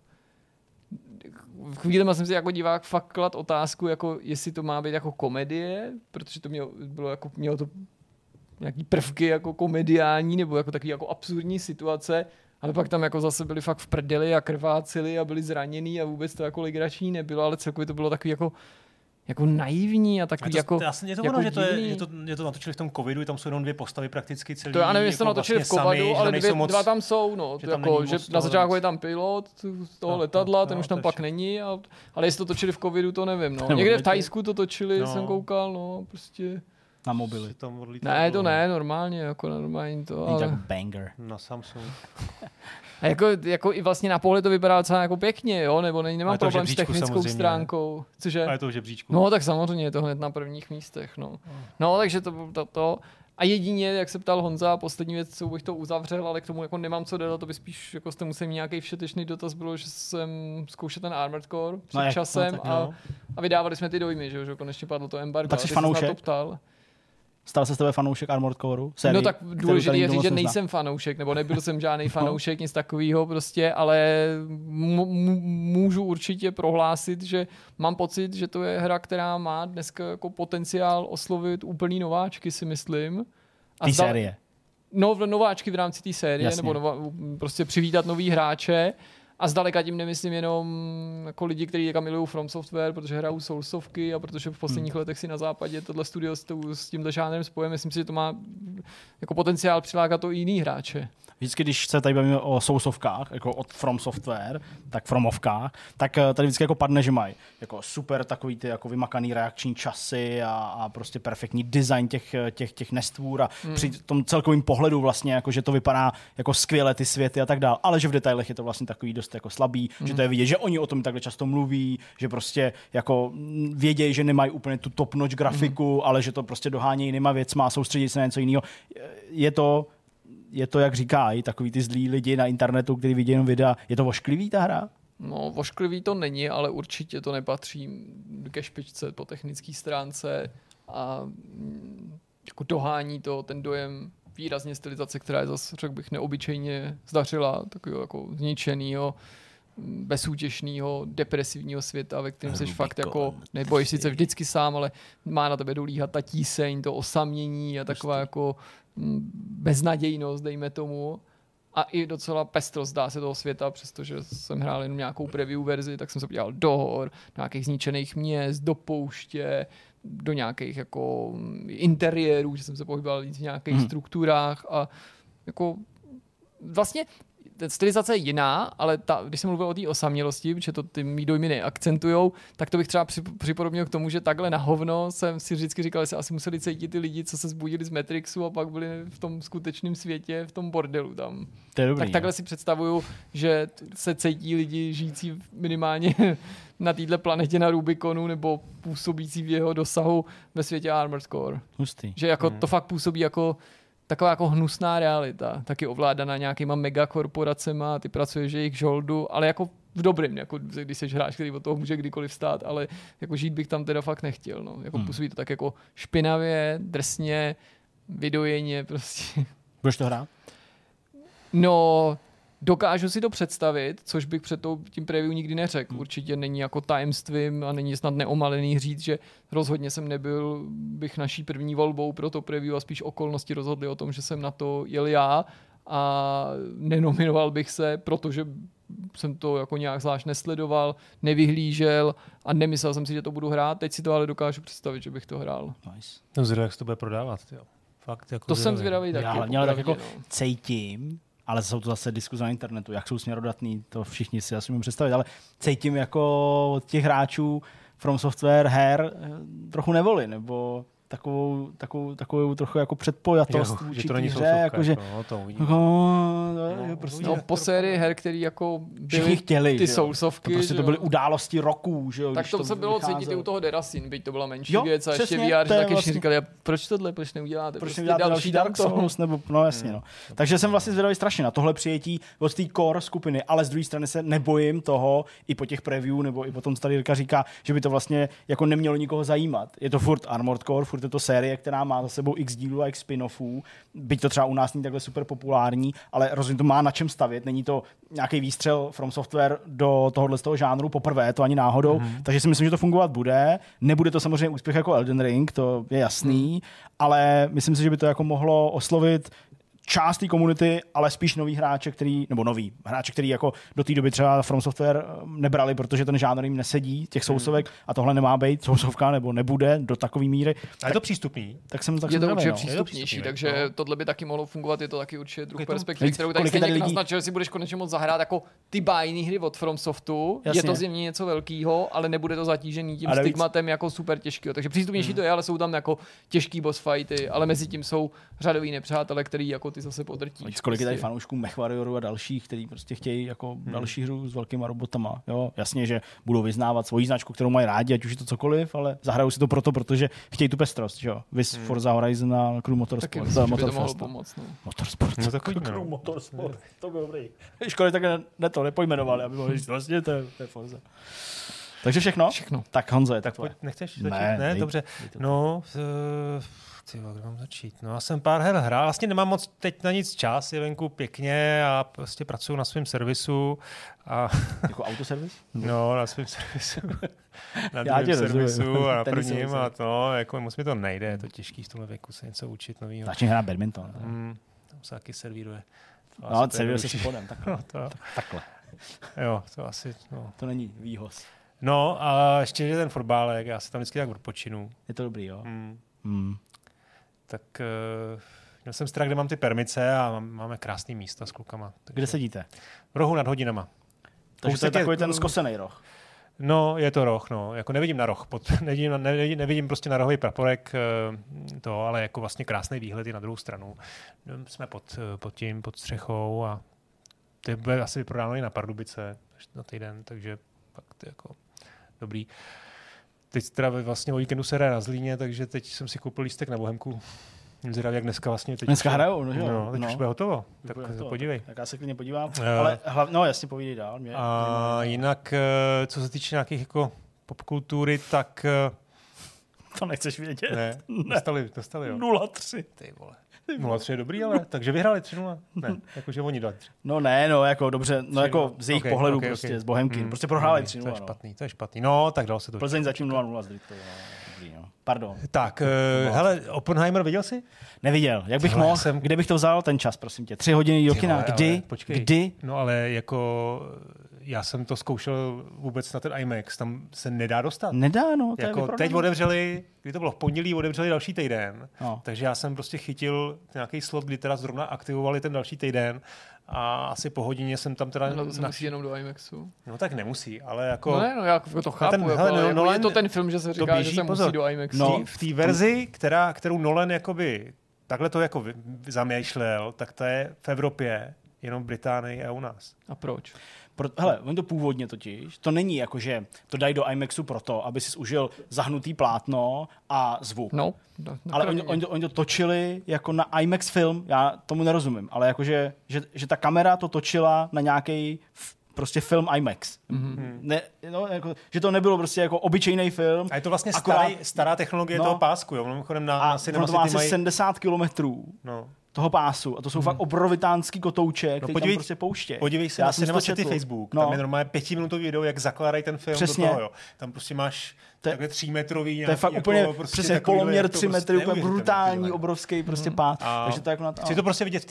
V chvíli jsem si jako divák fakt klad otázku, jako jestli to má být jako komedie, protože to mělo to nějaký prvky jako komediální nebo jako takový jako absurdní situace, ale pak tam jako zase byli fakt v prdeli a krvácili a byli zranění a vůbec to jako legrační nebylo, ale celkově to bylo takový jako naivní a takový je to ono, že to natočili v tom covidu, tam jsou jenom 2 postavy prakticky celý. To já nevím, jestli to natočili v covidu, ale 2 tam jsou, no. Že, jako, že na začátku je tam pilot toho letadla, ten už tam pak není, ale jestli to točili v covidu, to nevím, no. Někde v Thajsku to točili, jsem koukal, no, prostě. Na mobily. Ne, to ne, normálně, jako normální to. Ale... jako banger. Na Samsung. A jako i vlastně na pohled to vypadá docela jako pěkně, jo, nebo nemám problém s technickou stránkou. Cože? A je to v žebříčku. No, tak samozřejmě je to hned na prvních místech, no. No, takže to. A jedině, jak se ptal Honza, poslední věc, co bych to uzavřel, ale k tomu jako nemám co dodat, to by spíš jako jste musel mít nějaký všetečný dotaz, bylo, že jsem zkoušel ten Armored Core před časem a vydávali jsme ty dojmy, že konečně padlo to embargo. Tak jsi fanoušek? Stal se z tebe fanoušek Armored Coreu? No tak důležité je říct, že nejsem fanoušek, nebo nebyl jsem žádný fanoušek, nic takového prostě, ale můžu určitě prohlásit, že mám pocit, že to je hra, která má dneska jako potenciál oslovit úplný nováčky, si myslím. Té série? No, nováčky v rámci té série, nebo prostě přivítat nový hráče. A zdaleka tím nemyslím jenom jako lidi, kteří milují From Software, protože hrajou Soulsovky a protože v posledních letech si na západě tohle studio s tímhle žánrem spoje. Myslím si, že to má jako potenciál přilákat to i jiný hráče. vždycky, když se tady bavíme o sousovkách, jako od From Software, tak Fromovkách, tak tady vždycky jako padne, že mají jako super takový ty jako vymakaný reakční časy a prostě perfektní design těch nestvůr a při tom celkovém pohledu vlastně, jako, že to vypadá jako skvěle ty světy a tak dál, ale že v detailech je to vlastně takový dost jako slabý, že to je vidět, že oni o tom takhle často mluví, že prostě jako vědějí, že nemají úplně tu top-notch grafiku, ale že to prostě dohánějí jinýma věcma a soustředí se na něco jiného. Je to, jak říkají, takový ty zlí lidi na internetu, kteří vidí jenom videa. Je to ošklivý ta hra? No, ošklivý to není, ale určitě to nepatří ke špičce po technické stránce a jako dohání to ten dojem výrazně stylizace, která je zase, řekl bych, neobyčejně zdařila, takového jako zničenýho, bezútěšného, depresivního světa, ve kterém seš fakt jako, nebojíš sice vždycky sám, ale má na tebe dolíhat ta tíseň, to osamění a taková jako beznadějnost, dejme tomu. A i docela pestrost, dá se, toho světa, přestože jsem hrál jenom nějakou preview verzi, tak jsem se podíval do hor, do nějakých zničených měst, do pouště, do nějakých jako interiérů, že jsem se pohyboval v nějakých strukturách a jako vlastně stylizace je jiná, ale když jsem mluvil o té osamělosti, protože to ty mý dojmy neakcentujou, tak to bych třeba připodobnil k tomu, že takhle na hovno jsem si vždycky říkal, že se asi museli cítit ty lidi, co se zbudili z Matrixu a pak byli v tom skutečném světě, v tom bordelu tam. To je dobrý, tak takhle si představuju, že se cítí lidi žijící minimálně na této planetě na Rubikonu nebo působící v jeho dosahu ve světě Armored Core. Hustý. Že jako to fakt působí jako taková jako hnusná realita, taky ovládaná nějakýma megakorporacema, ty pracuješ jejich žoldu, ale jako v dobrým, jako když jsi hráč, který od toho může kdykoliv stát, ale jako žít bych tam teda fakt nechtěl. No. Jako působí to tak jako špinavě, drsně, vydojeně prostě. Budeš to hrát? No, dokážu si to představit, což bych před tím preview nikdy neřekl. Určitě není jako tajemstvím a není snad neomalený říct, že rozhodně jsem nebyl bych naší první volbou pro to preview a spíš okolnosti rozhodly o tom, že jsem na to jel já a nenominoval bych se, protože jsem to jako nějak zvlášť nesledoval, nevyhlížel a nemyslel jsem si, že to budu hrát. Teď si to ale dokážu představit, že bych to hrál. Nice. No zvědavý, jak se to bude prodávat. Jo. Fakt jako to jsem zvědavý taky. Já hlavně tak jako cítím, ale jsou to zase diskuze na internetu, jak jsou směrodatný, to všichni si asi můžeme představit, ale cítím jako od těch hráčů From Software her trochu nevoli, nebo takovou trochu jako předpojatost vůči té hře, jakože po sérii her, který jako byly chtěli, ty soulsovky, prostě to byly události roků, že jo. Tak to se bylo cítit i u toho Derasin, byť to byla menší věc a ještě VR, že taky vlastně říkali, proč tohle, proč neuděláte? Proč neuděláte další Dark Souls, nebo no jasně, no. Takže jsem vlastně zvědavý strašně na tohle přijetí od té core skupiny, ale z druhé strany se nebojím toho i po těch preview, nebo i potom tady Jirka říká, že by to vlastně jako nemělo nikoho zajímat. Je to furt Armored Core, furt je to série, která má za sebou x dílů a x spin-offů, byť to třeba u nás není takhle super populární, ale rozhodně to má na čem stavět, není to nějaký výstřel From Software do tohohle z toho žánru poprvé, to ani náhodou, takže si myslím, že to fungovat bude. Nebude to samozřejmě úspěch jako Elden Ring, to je jasný, ale myslím si, že by to jako mohlo oslovit část té komunity, ale spíš noví hráče, noví hráče, který jako do té doby třeba From Software nebrali, protože ten žánr jim nesedí, těch sousovek, a tohle nemá být sousovka, nebo nebude do takové míry. A je to přístupný? Tak jsem tak je to určitě přístupnější, takže tohle by taky mohlo fungovat, je to taky určitě druh perspektivy, kterou tady stejně naznačil, že si budeš konečně moc zahrát jako ty bájný hry od From Softu. Jasně. Je to zjevně něco velkého, ale nebude to zatížený tím stigmatem jako super těžkého. Takže přístupnější to je, ale jsou tam jako těžký boss fighty, ale mezi tím jsou řadoví nepřátelé, který jako ty zase podrtíš. Kolik je tady fanoušků MechWarrioru a dalších, kteří prostě chtějí jako další hru s velkýma robotama. Jo, jasně, že budou vyznávat svoji značku, kterou mají rádi, ať už je to cokoliv, ale zahrajou si to protože chtějí tu pestrost, jo. Vis Forza Horizon a Crew Motorsport. Taky by to mohlo pomoct. No. Motorsport. No, Crew Motorsport. To bylo dobrý. Školy tak nepojmenovali, aby mohli říct, vlastně to je Forza. Takže všechno? Tak Honzo, je takové. Nechceš začít? Ne, dobře. No, kde mám začít? No, já jsem pár her hrál, vlastně nemám moc teď na nic čas, je venku pěkně a prostě pracuji na svém servisu. A jako autoservis? No, na svém servisu. Na druhém servisu a na prvním a to, jako moc mi to nejde, je to těžký v tomhle věku se něco učit novýho. Začni hrát badminton. Tam se taky servíruje. No, servíruje se spodem, takhle. Takhle. Jo, to asi, no. To není výhoz. No a ještě je ten fotbálek, já se tam vždycky tak odpočinu. Je to dobrý, jo? Tak Měl jsem strach, kde mám ty permice a máme krásný místa s klukama. Kde sedíte? V rohu nad hodinama. Takže to je takový ten zkosený roh. No, je to roh, no. Jako nevidím na roh. Nevidím prostě na rohový praporek ale jako vlastně krásný výhled i na druhou stranu. Jsme pod střechou a to bude asi vyprodáno i na Pardubice na týden, takže fakt jako dobrý. Teď teda vlastně o víkendu se hraje na Zlíně, takže teď jsem si koupil lístek na Bohemku. Zvědavý, jak dneska vlastně. Dneska hrajou, no jo. No, teď už bude hotovo. Tak se podívej. Tak já se klidně podívám. Ale jasně povídej dál. A jinak, co se týče nějakých jako popkultury, tak... To nechceš vědět. Ne. Dostali jo. 0-3. Ty vole. 0-3 je dobrý, ale takže vyhráli 3-0. Ne, jakože oni dali 3. No ne, no jako dobře, no jako z jejich pohledu prostě, z Bohemky. Prostě prohráli 3-0. To je špatný. No, tak dalo se to. Plzeň zatím 0-0 z Viktoria. Pardon. Tak, hele, Oppenheimer viděl jsi? Neviděl. Jak bych mohl? Kde bych to vzal ten čas, prosím tě? 3 hodiny do kina. Kdy? No ale jako... Já jsem to zkoušel vůbec na ten IMAX, tam se nedá dostat. Nedá, no. To jako teď otevřeli, kdy to bylo v pondělí, otevřeli další týden. No. Takže já jsem prostě chytil nějaký slot, kdy teda zrovna aktivovali ten další týden a asi po hodině jsem tam teda... No to musí jenom do IMAXu. No tak nemusí, ale jako... No ne, no já to chápu, je to ten film, že se říká, běží, že se musí do IMAXu. No, v té verzi, kterou Nolan jakoby takhle to jako zamýšlel, tak to je v Evropě, jenom v Británii a u nás. A proč? Hele, oni to původně totiž, to není jako, že to dají do IMAXu proto, aby si užil zahnutý plátno a zvuk. No, ale oni to točili jako na IMAX film, já tomu nerozumím, ale jakože, že ta kamera to točila na nějaký prostě film IMAX. Mm-hmm. Ne, no, jako, že to nebylo prostě jako obyčejný film. A je to vlastně stará technologie toho pásku, jo? Mimochodem na Cinema City mají 70 kilometrů. No. Toho pásu. A to jsou fakt obrovitánský kotouče, který tam prostě pouštějí. Podívej se na Cinema City Facebook. Tam je normálně 5minutový video, jak zakládají ten film do toho. Jo. Tam prostě máš takhle 3metrový nějaký... To je fakt úplně jako, prostě přesně poloměr 3 metry, úplně brutální, obrovský prostě pás. Takže to jako na to... Chci to prostě vidět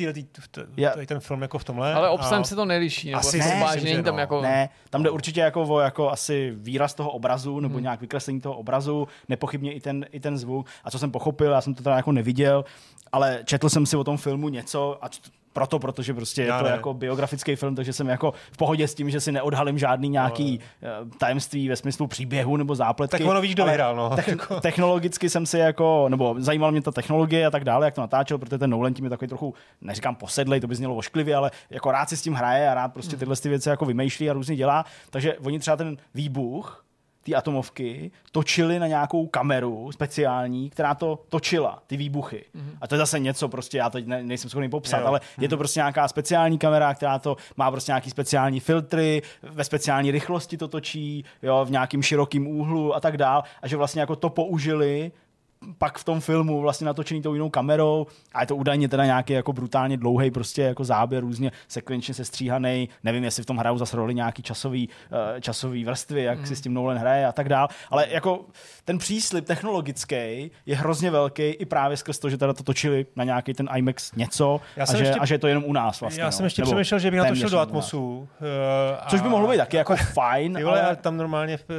v ten film jako v tomhle. Ale obsahem se to neliší. Asi není tam jako... Ne, tam jde určitě jako asi výraz toho obrazu, nebo nějak vykreslení toho obrazu, nepochybně i ten zvuk. A co jsem pochopil, já jsem to teda jako neviděl, ale četl jsem si o tom filmu něco a protože prostě je to jako biografický film, takže jsem jako v pohodě s tím, že si neodhalím žádný nějaký tajemství ve smyslu příběhu nebo zápletky. Tak ono víš, kdo vyhrál, no. Technologicky jsem si jako, nebo zajímala mě ta technologie a tak dále, jak to natáčel, protože ten Nolan tím je takový trochu, neříkám posedlej, to by znělo ošklivě, ale jako rád si s tím hraje a rád prostě tyhle věci jako vymýšlí a různě dělá. Takže oni třeba ten výbuch ty atomovky točili na nějakou kameru speciální, která to točila, ty výbuchy. A to je zase něco, prostě já teď nejsem schopný popsat, ale je to prostě nějaká speciální kamera, která to má prostě nějaký speciální filtry, ve speciální rychlosti to točí, jo, v nějakým širokým úhlu a tak dál. A že vlastně jako to použili pak v tom filmu vlastně natočený tou jinou kamerou a je to údajně teda nějaký jako brutálně dlouhý prostě jako záběr, různě sekvenčně sestříhaný, nevím, jestli v tom hrajou zase roli nějaký časový vrstvy, jak si s tím Nolan hraje a tak dál, ale jako ten příslib technologický je hrozně velký i právě skrz to, že teda to točili na nějaký ten IMAX něco a že je to jenom u nás vlastně. Já jsem ještě přemýšlel, že bych natočil do Atmosu. Což by mohlo být taky jako fajn. Ty vole, ale tam normálně v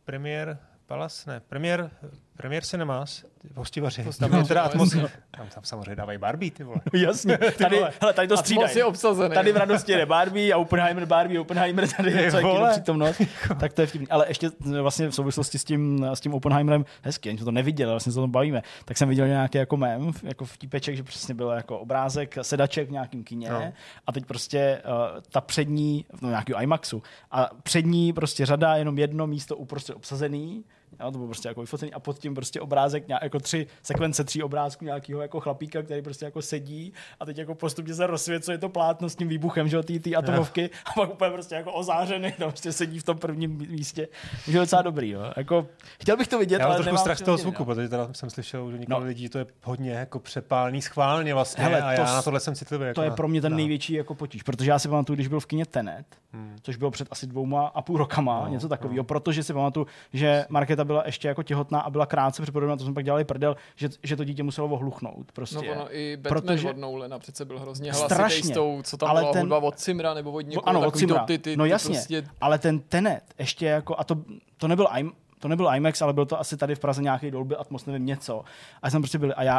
Premiér Cinemas, hostivaři, tam je teda atmosféra. Tam samozřejmě dávají Barbie, ty vole. Jasně, tady to střídají. Tady v radosti je Barbie a Oppenheimer, tady je přítomnost. Tak to je vtipný. Ale ještě vlastně v souvislosti s tím Oppenheimerem, hezky, ani to neviděl, vlastně se o tom bavíme, tak jsem viděl nějaký jako mem, jako vtípeček, že přesně byl jako obrázek sedaček v nějakém kině a teď prostě ta přední, nějakého IMAXu a přední prostě řada, jenom jedno místo uprostřed obsazený. Jo, to bylo prostě jako vyfocený a pod tím prostě obrázek, jako 3 sekvence 3 obrázků nějakého jako chlapíka, který prostě jako sedí a teď jako postupně se rozsvěcuje to plátno s tím výbuchem, že ty atomovky a pak úplně prostě jako ozářený, tam prostě sedí v tom prvním místě. Už je docela dobrý, jo. Jako, chtěl bych to vidět, ale trošku strach z toho zvuku, protože teda jsem slyšel, že několik lidí to je hodně jako přepálný schválně vlastně. Hele, a já na tohle jsem citlivý. To je pro mě ten největší jako potíž, protože já si pamatuju, když byl v kině Tenet, což bylo před asi 2,5 rokama, něco takového, protože si pamatuju, že Markéta byla ještě jako těhotná a byla krátce připravena, to jsme pak dělali prdel, že to dítě muselo ohluchnout. Prostě. No ono i Batman od Nolana přece byl hrozně hlasitý s tou, co tam byla hudba od Cimra nebo od někoho, ano, od Cimra. No jasně, ale ten Tenet ještě jako, a to nebyl to nebyl IMAX, ale byl to asi tady v Praze nějaký Dolby Atmos, nevím něco. A jsem prostě byl, a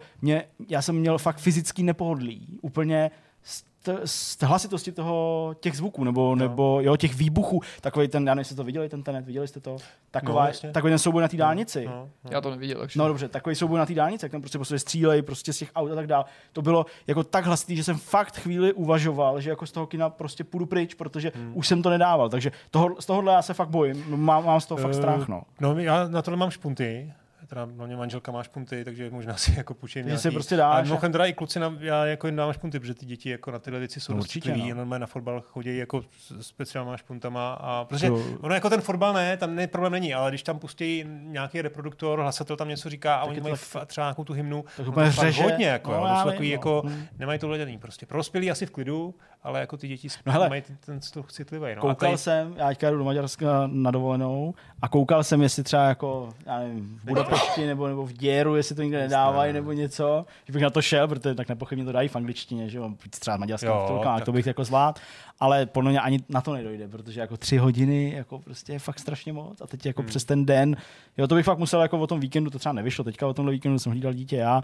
já jsem měl fakt fyzický nepohodlí, úplně z hlasitosti těch zvuků, nebo jo, těch výbuchů, takový ten, já nevím, jste to viděli, ten Tenet, viděli jste to? Takový ten souboj na té dálnici. Já to neviděl. Takže. No dobře, takový souboj na té dálnici, jak tam prostě střílej prostě z těch aut a tak dál. To bylo jako tak hlasitý, že jsem fakt chvíli uvažoval, že jako z toho kina prostě půjdu pryč, protože už jsem to nedával. Takže z tohohle já se fakt bojím, mám z toho fakt strach, no. No já na tohle mám špunty. Teda na mě manželka má špunty, takže možná si jako půjčím nějaký. Se prostě dáš. Ale mimochodem teda i kluci, já jako jim dávám špunty, protože ty děti jako na tyhle věci jsou citliví, normálně na fotbal chodí jako speciálníma špuntama a protože ono jako ten fotbal ne, tam problém není, ale když tam pustí nějaký reproduktor, hlasatel tam něco říká a oni mají třeba nějakou tu hymnu, tak úplně řeže. Hodně jako, jsou takový jako nemají to hleděný prostě. Pro dospělí asi v klidu, ale jako ty děti mají ten citlivý. No. Koukal jsem, já teďka jdu do Maďarska na dovolenou a koukal jsem, jestli třeba jako, já nevím, nebo v Děru, jestli to nikde nedávají, nebo něco, že bych na to šel, protože tak nepochybně to dají v angličtině, že mám třeba maďarským vtulkám, to bych jako zvlád, ale podle mě ani na to nedojde, protože jako 3 hodiny jako prostě je fakt strašně moc a teď jako přes ten den, jo, to bych fakt musel jako o tom víkendu, to třeba nevyšlo, teďka o tomhle víkendu jsem hlídal dítě já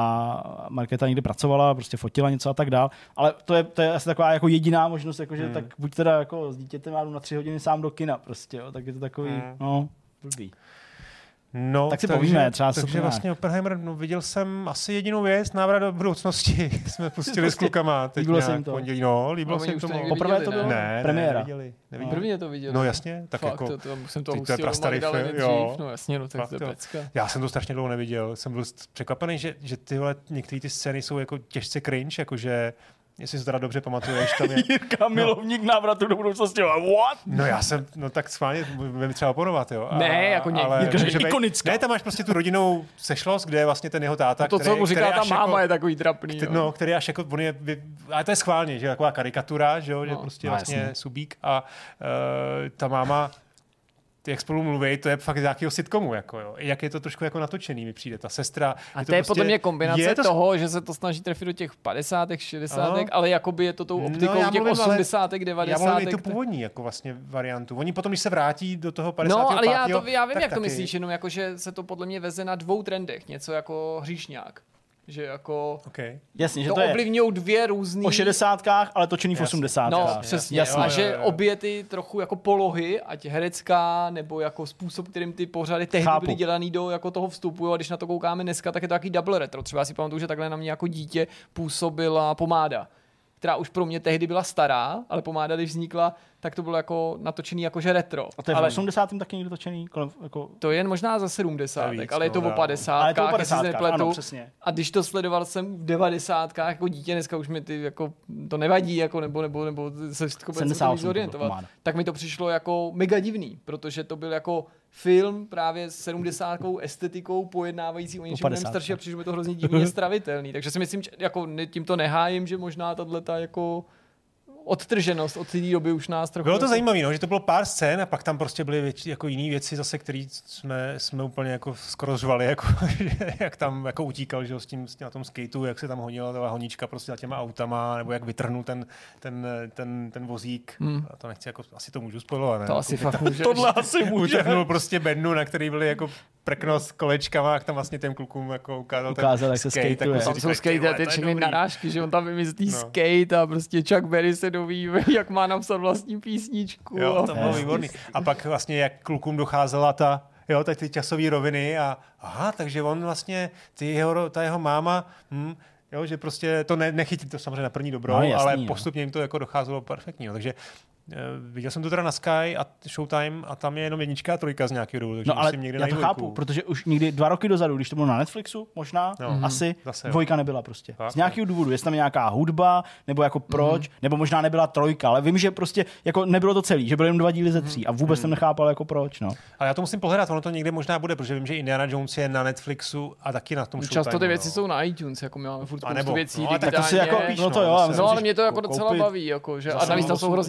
a Markéta někde pracovala, prostě fotila něco a tak dál, ale to je asi taková jako jediná možnost, jako, že tak buď teda jako s dítětem jdu na 3 hodiny sám do kina prostě, jo, tak je to takový, blbý. No, tak si povíme, třeba takže vlastně Oppenheimer, viděl jsem asi jedinou věc, návrat do budoucnosti, jsme pustili s klukama. Líbilo se jim to? Líbilo se jim to. Poprvé to bylo? Ne, premiéra. Neviděli. Prvně to viděli. No jasně, tak fakt, jako. To jsem to hustil doma dřív, no jasně, no tak to je pecka. Já jsem to strašně dlouho neviděl, jsem byl překvapený, že tyhle některé ty scény jsou jako těžce cringe, jakože jestli si teda dobře pamatuješ, tam je... Jirka, milovník návratu do budoucnosti, what? No já jsem, tak schválně, budeme třeba oponovat, jo. Ne, jako ikonická. Ne, tam máš prostě tu rodinnou sešlost, kde je vlastně ten jeho táta, to, co mu říká ta máma, jako, je takový trapný. Který až jako, on je, ale to je schválně, že taková karikatura, že jo, že prostě vlastně subík a ta máma, jak spolu mluví, to je fakt z nějakého sitcomu, jako jo. Jak je to trošku jako natočený, mi přijde ta sestra. A to je podle mě kombinace toho, že se to snaží trefit do těch 50, 60, ale jakoby je to tou optikou těch 80, 90. Já mluvím i tu původní jako vlastně variantu. Oni potom, když se vrátí do toho 55. No, ale já vím, jak to myslíš, jenom jako, že se to podle mě veze na 2 trendech, něco jako Hříšňák. Že jako jasně, že to ovlivňují 2 různý... O 60kách, ale točený v 80kách. No, přesně. Jasně. A že obě ty trochu jako polohy, ať herecká, nebo jako způsob, kterým ty pořady tehdy byly dělaný do jako toho vstupu, a když na to koukáme dneska, tak je to takový double retro. Třeba si pamatuju, že takhle na mě jako dítě působila Pomáda, která už pro mě tehdy byla stará, ale Pomáda, když vznikla, tak to bylo jako natočený jakože retro. A to je v 80. taky někdo točený? Jako... To je možná za 70, ale je to o 50, jestli se nepletu. Ano, přesně. A když to sledoval jsem v 90, jako dítě, dneska už mi ty jako to nevadí, jako nebo se všechno zorientovat. Tak mi to přišlo jako mega divný, protože to byl jako film právě s 70. estetikou pojednávající o něčem starší a přišlo mi to hrozně divně stravitelný. Takže si myslím, že jako tím to nehájím, že možná tato jako odtrženost od té doby už nás trochu... Bylo to zajímavé, no, že to bylo pár scén a pak tam prostě byly jako jiné věci zase, které jsme úplně jako skoro řvali, jako, jak tam jako utíkal, že, na tom skateu, jak se tam honila ta honička prostě za těma autama, nebo jak vytrhnul ten vozík. A to nechci, jako, asi to můžu spojovat, ne? To asi fakt může. Tohle asi může. Vytrhnul prostě bednu, na který byli jako prkno s kolečkama, jak tam vlastně těm klukům jako ukázal ten jak se skateuje. Tam jsou skate a ty všechny narážky, že on tam vymyslí skate a prostě Chuck Berry se doví, jak má napsat vlastní písničku. Jo, to bylo výborný. A pak vlastně, jak klukům docházela tak ty časové roviny a takže on vlastně, ta jeho máma, jo, že prostě to nechytí to samozřejmě na první dobrou, jasný, ale postupně jim to jako docházelo perfektně. Takže viděl jsem to teda na Sky a Showtime a tam je jenom 1 a 3 z nějakého důvodu. No ale já to chápu, protože už někdy 2 roky dozadu, když to bylo na Netflixu možná, asi zase, 2 nebyla prostě. Fakt, z nějakého důvodu, jestli tam je nějaká hudba, nebo jako proč, nebo možná nebyla 3, ale vím, že prostě jako nebylo to celý, že byly jen 2 díly ze 3 a vůbec jsem nechápal jako proč, no. Ale já to musím pohledat, ono to někde možná bude, protože vím, že Indiana Jones je na Netflixu a taky na tom Showtime. Často ty věci jsou na iTunes, jako my máme furt věcí digitálně. No ale mě to jako docela baví, jako, že a navíc tam jsou hrozně nízký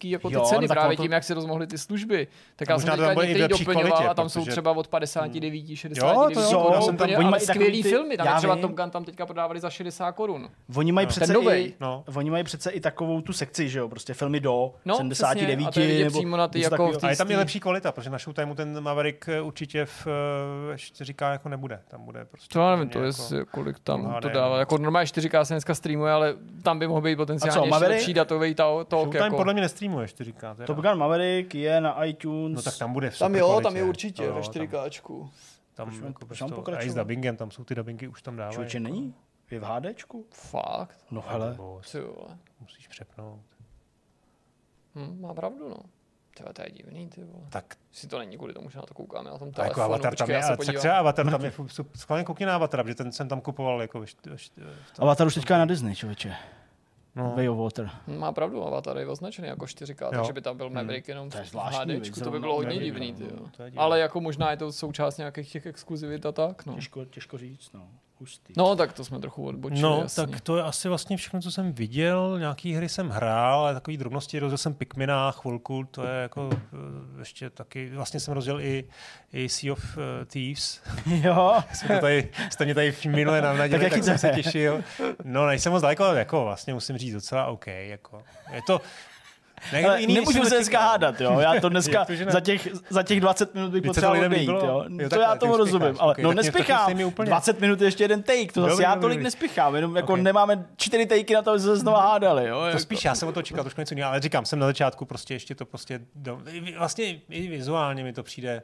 vysoký jako ty ceny právě tím, jak se rozmohly ty služby. Tak já jsem teďka některý doplňoval a tam jsou třeba od 59, 69. Oni mají skvělý filmy, tam třeba Top Gun tam teďka prodávali za 60 korun. Oni mají přece i takovou tu sekci, že jo, prostě filmy do 79 nebo jako a je tam i lepší kvalita, protože na Showtimeu ten Maverick určitě ještě říká jako nebude. Tam bude prostě. To nevím, to je kolik tam to dává. Jako normálně 4K se dneska streamuje, ale tam by mohl být potenciálně ještě lepší datový talk. Showtime podle mě nestreamuje 4K. Top Gun Maverick je na iTunes. No tak tam bude tam je určitě ve 4Kčku. Tam a i s dubbingem, tam jsou ty dubbingy, už tam dávají. Člověče, není? Je v HDčku? Fakt? No hele. Musíš přepnout. Má pravdu, no. To je divný, ty vole. Tak si to není kvůli tomu, že na to koukáme na tom telefonu. Jako Avatar tam je, tak třeba Avatar tam je, schválně koukni na Avatar, protože ten jsem tam kupoval jako Avatar už teďka je na Disney, člověče. Way of Water. Má pravdu, Avatar je označený jako 4K, takže by tam byl Maverick jenom v HDčku, to by bylo hodně divný, ty jo. Ale jako možná je to součást nějakých těch exkluzivit a tak, no. Těžko říct, no. Hustý. No, tak to jsme trochu odbočili. No, jasně. Tak to je asi vlastně všechno, co jsem viděl. Nějaký hry jsem hrál, ale takový drobnosti, rozděl jsem Pikmina chvilku, to je jako ještě taky, vlastně jsem rozděl i Sea of Thieves. Jo. Jste mě tady minule navnadili, tak jsem se těšil. No, nejsem moc daleko, jako vlastně musím říct docela OK, jako. Je to nemůžu se dneska hádat, jo. Já to dneska za těch 20 minut bych potřeboval odejít, jo. To já tomu rozumím, ale no nespěchám. 20 minut je ještě jeden take, to zase já tolik nespěchám, jenom jako nemáme 4 takey na to, aby se znovu hádali, jo. To spíš já jsem o to čekal trošku něco jiného, ale říkám, jsem na začátku prostě ještě to prostě vlastně i vizuálně mi to přijde.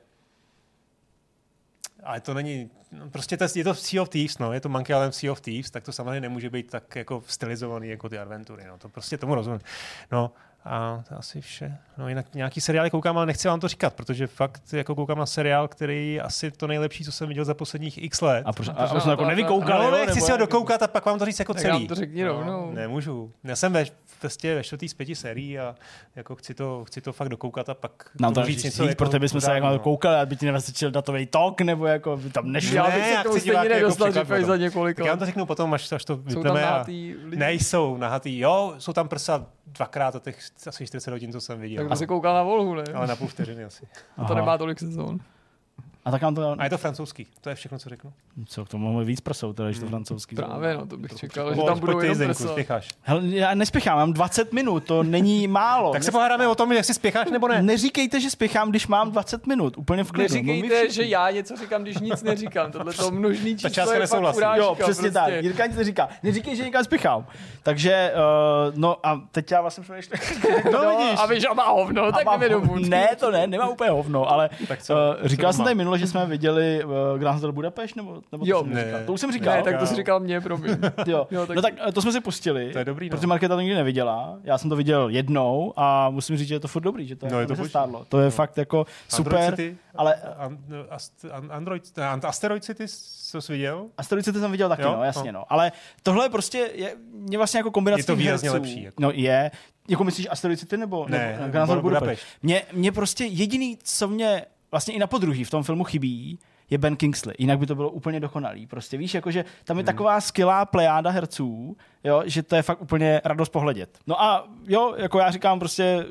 Ale to není, prostě je to Sea of Thieves, no, je to Monkey Island Sea of Thieves, tak to samozřejmě nemůže být tak jako stylizovaný jako ty adventury, no, to prostě tomu rozumím. No, a to asi vše. No jinak nějaký seriály koukám, ale nechci vám to říkat, protože fakt jako koukám na seriál, který je asi to nejlepší, co jsem viděl za posledních x let. A jsem jako nevykoukal, no, nechci si ho dokoukat a pak vám to říct jako celý. Tak to řekni rovnou. Nemůžu. Já jsem ve 4. z 5 sérií a jako chci to fakt dokoukat a pak nám to říct něco jako pro tebe jsme se jako koukali, aby ti nevysvětlil datový tok, nebo jako by tam nešlo. Já bych se k tomu stejně nedostal, že fej za několik. Já vám to řeknu potom, až to vypneme. Nejsou nahatý, jo, jsou tam prsa dvakrát a těch asi 40 hodin, co jsem viděl. Tak by se koukal na Volhu, ne? Ale na půl vteřiny asi. A to nemá tolik sezón. A je to francouzský, to je všechno, co řeknu. Co k tomu mohli víc prsou, teda, že to francouzský. Právě, no, to bych čekal, že tam budou jenom prsa. Hele, já nespěchám, mám 20 minut, to není málo. Tak se pohádáme o tom, jestli spěcháš nebo ne. Neříkejte, že spěchám, když mám 20 minut, úplně v klidu. Neříkejte, že já něco říkám, když nic neříkám. Tohle to množný číslo je fakt urážka. Jo, přesně tak. Jirka nic neříká. Neříkej, že někam spěchám. Takže, no a teď já vlastně přemýšlím. A víš, a má hovno, tak jdeme domů. Ne, to ne, nemá úplně hovno, ale říkal jsem tady minule, že jsme viděli Grand Hotel Budapešť, nebo jo, to říkal? To už jsem říkal. Ne, tak to jsi říkal mě, promiň. Jo. No tak to jsme si pustili, to je dobrý, protože Markéta to nikdy neviděla. Já jsem to viděl jednou a musím říct, že je to furt dobrý, že to je to stárlo. To je fakt jako super, ale Asteroid City jsi viděl? Asteroid City jsem viděl taky, no, jasně, no. Ale tohle prostě je vlastně jako kombinace. Je to výrazně lepší. Jako. No je. Jako myslíš Asteroid City nebo Grand Hotel Budapešť? Mně prostě jediný, co mě vlastně i na podruhý v tom filmu chybí, je Ben Kingsley. Jinak by to bylo úplně dokonalý. Prostě víš, jakože tam je taková skvělá plejáda herců, jo, že to je fakt úplně radost pohledět. No a jo, jako já říkám prostě,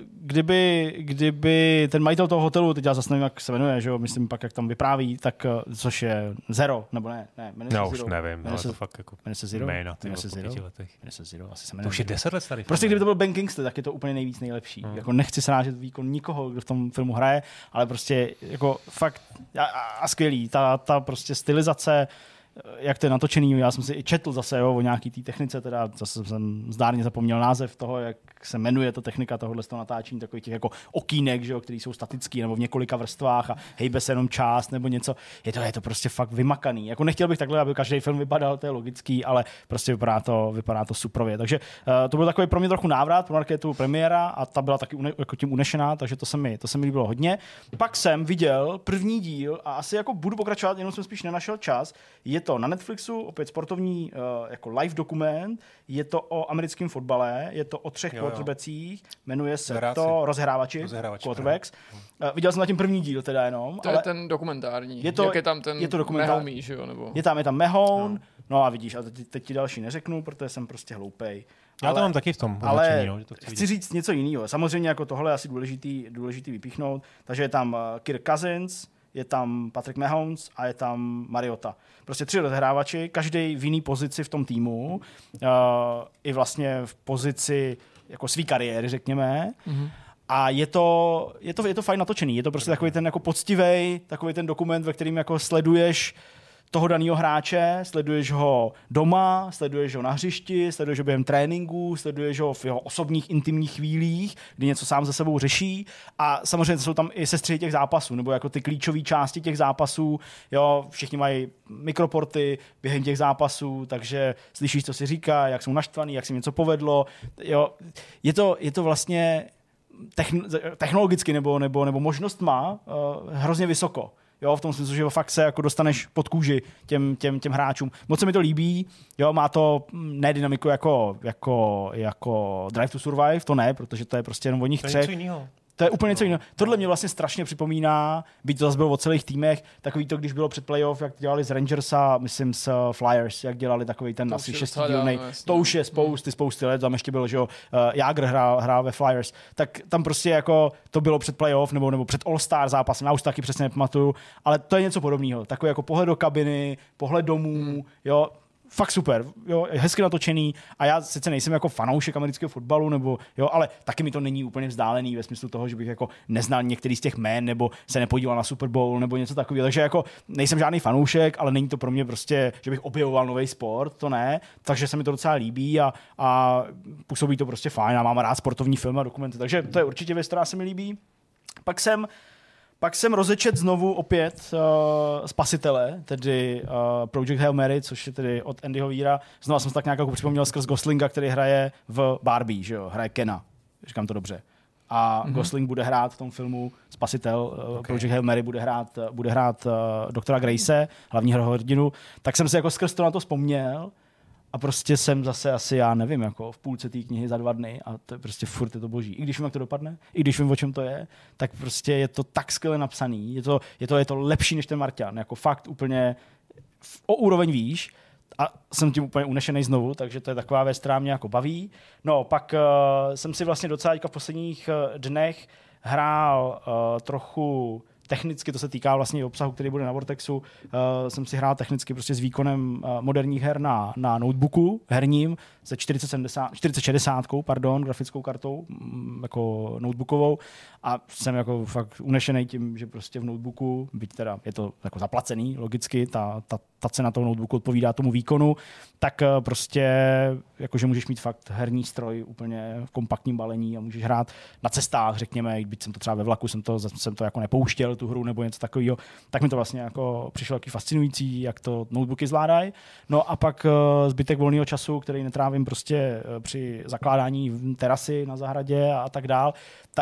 kdyby ten majitel toho hotelu, teď já zase nevím, jak se jmenuje, že jo, myslím pak, jak tam vypráví, tak což je Zero, nebo ne, jmenuje se Zero. Už nevím, ale to fakt jako jmenuje se Zero. Jména, jmenuje se Zero, asi se jmenuje. To už je 10 let starý. Prostě kdyby to byl Ben Kingsley, tak je to úplně nejlepší. Jako nechci srážet výkon nikoho, kdo v tom filmu hraje, ale prostě jako fakt a skvělý. Ta prostě stylizace, jak to je natočený, já jsem si i četl zase o nějaký té technice, teda zase jsem zdárně zapomněl název toho, jak se jmenuje ta technika tohohle z toho natáčení, takových těch jako okýnek, že jo, který jsou statický nebo v několika vrstvách a hejbe se jenom část nebo něco. Je to prostě fakt vymakaný. Jako nechtěl bych takhle, aby každý film vypadal, to je logický, ale prostě vypadá to suprově. Takže to byl takový pro mě trochu návrat, pro Markétu premiéra a ta byla taky jako tím unešená, takže to se mi líbilo hodně. Pak jsem viděl první díl a asi jako budu pokračovat, jenom jsem spíš nenašel čas. Je to na Netflixu, opět sportovní jako live dokument, je to o americkém fotbale, je to o 3 quarterbacích, jmenuje se to Rozhrávači quarterbacks. Viděl jsem na tím první díl teda jenom. To je ten dokumentární. Jak je tam ten Mahomey, že jo? Nebo... Je tam Mahomes, no a vidíš, a teď ti další neřeknu, protože jsem prostě hloupej. Já to mám taky v tom. Ale že to chci říct něco jiného. Samozřejmě jako tohle je asi důležitý vypíchnout. Takže je tam Kirk Cousins, je tam Patrick Mahomes a je tam Mariota. Prostě 3 rozehrávači, každý v jiný pozici v tom týmu, i vlastně v pozici jako svý kariéry, řekněme. Mm-hmm. A je to fajn natočený. Je to prostě takový ten jako poctivej, takový ten dokument, ve kterým jako sleduješ toho daného hráče, sleduješ ho doma, sleduješ ho na hřišti, sleduješ ho během tréninku, sleduješ ho v jeho osobních intimních chvílích, kdy něco sám ze sebou řeší a samozřejmě jsou tam i sestřihy těch zápasů, nebo jako ty klíčové části těch zápasů, jo, všichni mají mikroporty během těch zápasů, takže slyšíš, co si říká, jak jsou naštvaný, jak se něco povedlo, jo, je to vlastně technologicky nebo možnost má hrozně vysoko. Jo, v tom smyslu, že fakt se jako dostaneš pod kůži těm hráčům. Moc se mi to líbí, jo, má to ne dynamiku jako Drive to Survive, to ne, protože to je prostě jenom o nich 3. To je úplně něco jiného. Tohle mě vlastně strašně připomíná, byť to zase bylo o celých týmech, takový to, když bylo před playoff, jak dělali z Rangers a myslím z Flyers, jak dělali takový ten asi 6dílnej. To už je spousty let, tam ještě byl, že jo, Jágr hrál ve Flyers, tak tam prostě jako to bylo před playoff nebo před All-Star zápasem, já už taky přesně nepamatuju, ale to je něco podobného. Takový jako pohled do kabiny, pohled domů, jo, fakt super, jo, hezky natočený a já sice nejsem jako fanoušek amerického fotbalu, nebo, jo, ale taky mi to není úplně vzdálený ve smyslu toho, že bych jako neznal některý z těch jmén, nebo se nepodíval na Super Bowl, nebo něco takového, takže jako nejsem žádný fanoušek, ale není to pro mě prostě, že bych objevoval nový sport, to ne, takže se mi to docela líbí a působí to prostě fajn a mám rád sportovní filmy a dokumenty, takže to je určitě věc, která se mi líbí. Pak jsem rozečet znovu opět Spasitele, tedy Project Hail Mary, což je tedy od Andyho Weira. Znovu jsem se tak nějak jako připomněl skrz Goslinga, který hraje v Barbie, že jo, hraje Kena. Říkám to dobře. A Gosling bude hrát v tom filmu Spasitel, Project Hail Mary bude hrát doktora Grace, hlavního hrdinu. Tak jsem se jako skrz to na to vzpomněl. A prostě jsem zase asi, já nevím, jako v půlce té knihy za 2 dny a to je prostě furt je to boží. I když vím, jak to dopadne, i když vím, o čem to je, tak prostě je to tak skvěle napsaný, je to lepší než ten Marťan, jako fakt úplně o úroveň výš a jsem tím úplně unešený znovu, takže to je taková věc, která mě jako baví. No, pak jsem si vlastně docela v posledních dnech hrál trochu technicky, to se týká vlastně obsahu, který bude na Vortexu, jsem si hrál technicky prostě s výkonem moderních her na notebooku herním se 4060, grafickou kartou, jako notebookovou a jsem jako fakt unešený tím, že prostě v notebooku, byť teda je to jako zaplacený, logicky, ta cena toho notebooku odpovídá tomu výkonu, tak prostě jakože můžeš mít fakt herní stroj úplně v kompaktním balení a můžeš hrát na cestách, řekněme, byť jsem to třeba ve vlaku, jsem to jako nepouštěl tu hru nebo něco takového, tak mi to vlastně jako přišlo taky fascinující, jak to notebooky zvládají. No a pak zbytek volného času, který netrávím prostě při zakládání terasy na zahradě a tak dál,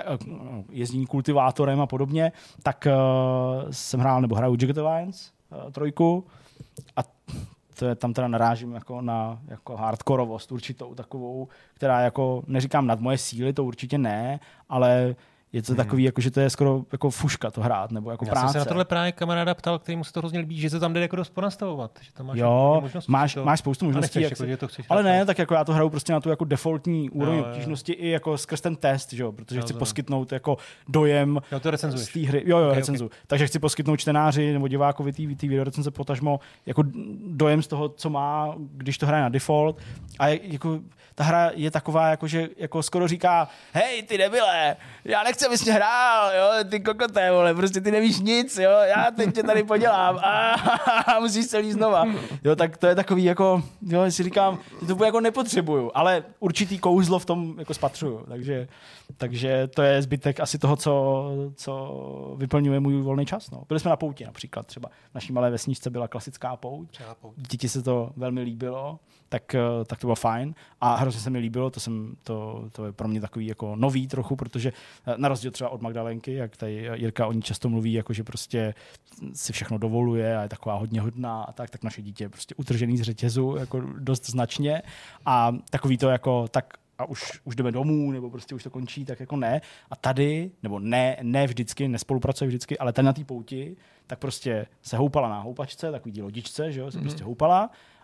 jezdím kultivátorem a podobně, tak jsem hraju Jagged Alliance 3 a to je, tam teda narážím jako na jako hardkorovost určitou takovou, která jako, neříkám nad moje síly, to určitě ne, ale je to takový, jako, že to je skoro jako fuška to hrát, nebo jako práce. Já jsem se na tohle právě kamaráda ptal, kterému se to hrozně líbí, že to tam jde jako dost ponastavovat. Že tam máš spoustu možností. Ale ne, tak jako já to hraju prostě na tu jako defaultní úroveň obtížnosti i jako skrz ten test, že jo, protože chci poskytnout jako dojem z té hry. Jo, recenzu. Takže chci poskytnout čtenáři nebo divákovi té videorecenze potažmo jako dojem z toho, co má, když to hraje na default. A jako ta hra je taková, jako, že jako skoro říká, hej, ty debile, já nechci, abys mě hrál, jo, ty kokoté, vole, prostě ty nevíš nic, jo, já teď tě tady podělám a musíš celý znova. Jo, tak to je takový, jako, jo, si říkám, že to jako nepotřebuju, ale určitý kouzlo v tom jako spatřuju, takže to je zbytek asi toho, co vyplňuje můj volný čas, no. Byli jsme na pouti například, třeba v naší malé vesničce byla klasická pouť, dítěti se to velmi líbilo, tak to bylo fajn a hrozně se mi líbilo, to je pro mě takový jako nový trochu, protože na rozdíl třeba od Magdalenky, jak tady Jirka o ní často mluví, jako že prostě si všechno dovoluje a je taková hodně hodná a tak naše dítě je prostě utržený z řetězu jako dost značně a takový to jako tak a už jdeme domů, nebo prostě už to končí, tak jako ne. A tady, nebo ne vždycky, nespolupracuje vždycky, ale tady na té pouti, tak prostě se houpala na houpačce, takový lodičce, že jo, se prostě houpala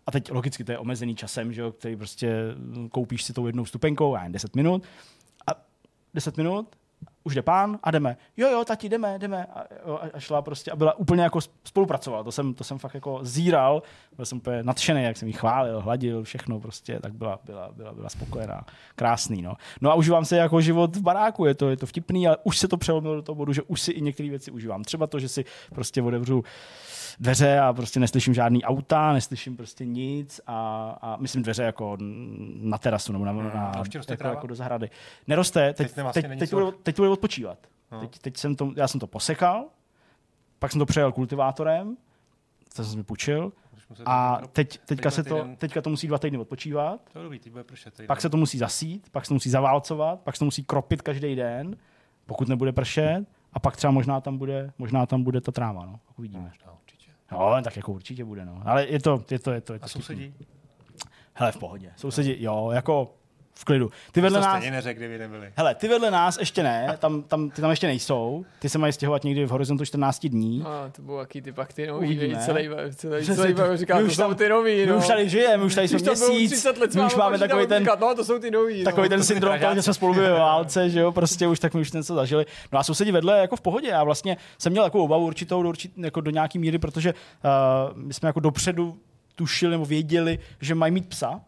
a teď logicky to je omezený časem, že jo, který prostě koupíš si tou jednou stupenkou, 10 minut a 10 minut, už jde pán a jdeme. Jo, tati, jdeme. A šla prostě a byla úplně jako spolupracovala. To jsem fakt jako zíral, byl jsem úplně nadšený, jak jsem jí chválil, hladil, všechno prostě, tak byla spokojená. Krásný, no. No a užívám se jako život v baráku, je to vtipný, ale už se to přelomilo do toho bodu, že už si i některé věci užívám. Třeba to, že si prostě otevřu dveře a prostě neslyším žádný auta, neslyším prostě nic a myslím dveře jako na terasu nebo jako do zahrady. Neroste, teď to bude odpočívat. No. Já jsem to posekal, pak jsem to přejel kultivátorem, to jsem mi půjčil a teďka to musí 2 týdny odpočívat, pak se to musí zasít, pak se to musí zaválcovat, pak se to musí kropit každý den, pokud nebude pršet a pak třeba možná tam bude ta tráva, no, uvidíme. No, tak jako určitě bude, no. Ale je to a sousedí? Hele, v pohodě. Sousedí, jo, jako v klidu. Ty vedle nás... neřek, kdyby nebyli. Hele, ty vedle nás ještě ne, ty tam ještě nejsou. Ty se mají stěhovat někdy v horizontu 14 dní. No, to budou jaký ty pak ty nový, celý říkám, to jsou ty nový, no. My už tady žijeme, už tady jsme měsíc, my už máme takový ten... No, to jsou ty nový, takový ten syndrom toho, že jsme spolu byli ve válce, že jo, prostě už tak my už něco zažili. No a sousedí vedle jako v pohodě. Já vlastně jsem měl takovou obavu určitou jako do nějaký míry, protože my jsme jako dopředu tušili nebo věděli, že mají mít psa,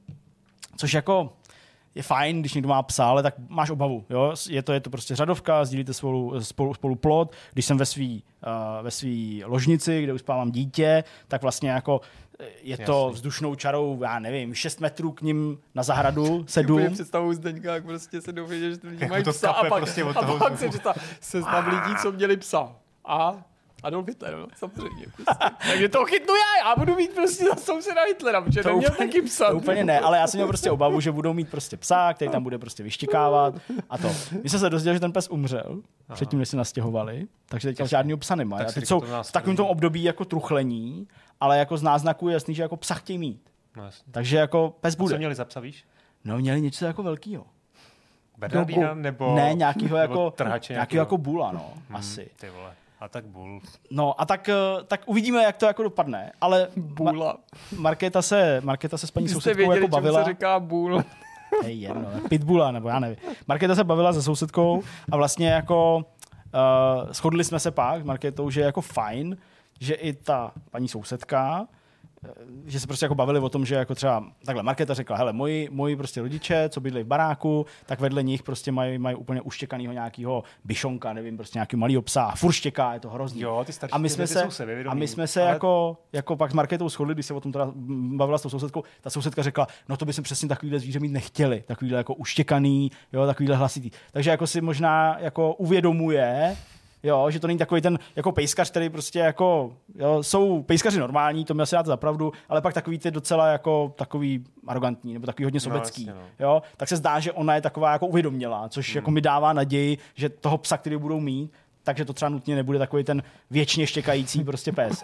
což jako je fajn, když někdo má psa, ale tak máš obavu. Jo? Je to prostě řadovka, sdílíte spolu plot. Když jsem ve svý ložnici, kde uspávám dítě, tak vlastně jako je to vzdušnou čarou, já nevím, 6 metrů k ním na zahradu, 7. Ty představu Zdeňka, jak prostě se dovědět, že ty lidi mají psa a pak se představ seznam lidí, co měli psa. A Adolf Hitler, no, samozřejmě. Prostě. Takže to chytnu já budu mít prostě za souseda Hitlera, protože to neměl taky psa. To úplně ne, ale já jsem měl prostě obavu, že budou mít prostě psa, který tam bude prostě vyštěkávat a to. My jsme se dozvěděli, že ten pes umřel, předtím, než se nastěhovali, takže teďka žádného psa nemá. A teď jsou v takovém tom období jako truchlení, ale jako z náznaku je jasný, že jako psa chtějí mít. No, takže jako pes bude. Co měli za psa, víš? No, měli něco jako velkýho. Bernardína nebo... Ne, nějakýho jako bula, no, asi. Ty vole. A tak bůl. No a tak uvidíme, jak to jako dopadne, ale Bůla. Markéta se s paní sousedkou jako bavila. Jste věděli, čemu se říká bůl. Hej, jedno, pitbulla, nebo já nevím. Markéta se bavila se sousedkou a vlastně jako shodli jsme se pak s Markétou, že je jako fajn, že i ta paní sousedka, že se prostě jako bavili o tom, že jako třeba takhle Markéta řekla, hele, moji prostě rodiče, co bydlí v baráku, tak vedle nich prostě mají úplně uštěkanýho nějakého bišonka, nevím, prostě nějakého malého psa, a furt štěká, je to hrozný. Jo, ty starší a my jsme se jako pak s Markétou shodli, když se o tom teda bavila s tou sousedkou, ta sousedka řekla, no to by jsme přesně takovýhle zvíře mít nechtěli, takovýhle jako uštěkaný, jo, takovýhle hlasitý. Takže jako si možná jako uvědomuje, jo, že to není takový ten jako pejskař, který prostě jako, jo, jsou pejskaři normální, to mi asi dáte za pravdu, ale pak takový ty docela jako takový arrogantní, nebo takový hodně sobecký, jo, tak se zdá, že ona je taková jako uvědomělá, což jako mi dává naději, že toho psa, který budou mít, takže to třeba nutně nebude takový ten věčně štěkající prostě pes.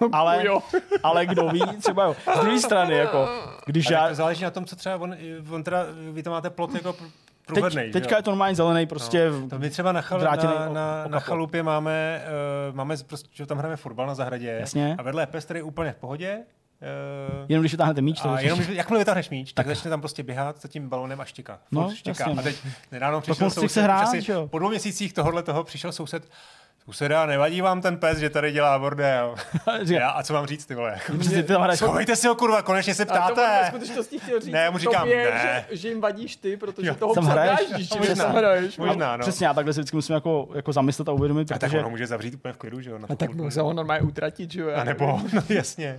Ale kdo ví, třeba jo. Z druhé strany, jako, když to záleží na tom, co třeba on teda, vy tam máte plot jako teďka je to normálně zelený, prostě. No. To my třeba na chalupě máme prostě, že tam hrajeme fotbal na zahradě. Jasně. A vedle je pes, který je úplně v pohodě. Jenom když vytáhnete míč. Jakmile vytáhneš míč, tak začne tam prostě běhat za tím balonem a štěká. Jasně. A teď nedávno přišel soused. Po 2 měsících toho přišel soused. Useda, nevadí vám ten pes, že tady dělá bordel. A co mám říct, ty vole? Schovejte si ho, kurva, konečně se ptáte. A to skutečnosti chtěl říct. Ne, mu říkám, ne. Že jim vadíš ty, protože toho psa hraješ. Možná, no. Přesně, a takhle si vždycky musím jako zamyslet a uvědomit. A tak ono může zavřít úplně v klidu, že jo? A tak může ho normálně utratit, že jo? A nebo, no jasně.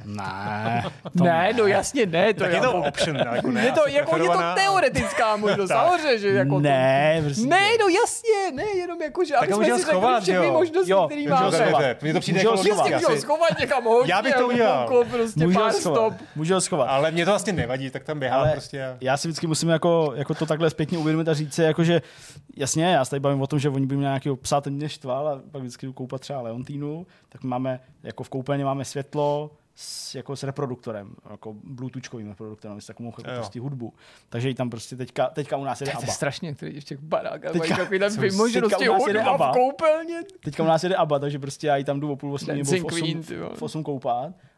Ne, no jasně ne. Tak je to option, jako ne. Je to teoretická možnost, samozřejmě, že jako ne, no jasně, ne, jenom jako, že aby jsme si řekli všechny možnosti, který máme. Mně to přijde jako schovat někam hodně. Já bych to udělal. Můžu ho schovat. Ale mě to vlastně nevadí, tak tam běhá prostě. Já si vždycky musím jako to takhle zpětně uvědomit a říct si, jako, že jasně, já se tady bavím o tom, že oni by měli nějakého psa, ten mě štval a pak vždycky jdu koupat třeba Leontýnu, tak máme, jako v koupelně máme světlo, s reproduktorem, jako bluetoothkovým reproduktorem, s takovou prostě hudbu. Takže i tam prostě teďka u nás jede ABBA. To je strašně, který ještě v barákách mají takový tam vymoženosti hudba v koupelně. Teďka u nás jede ABBA, takže prostě já ji tam jdu o 7:30 nebo v 8 koupat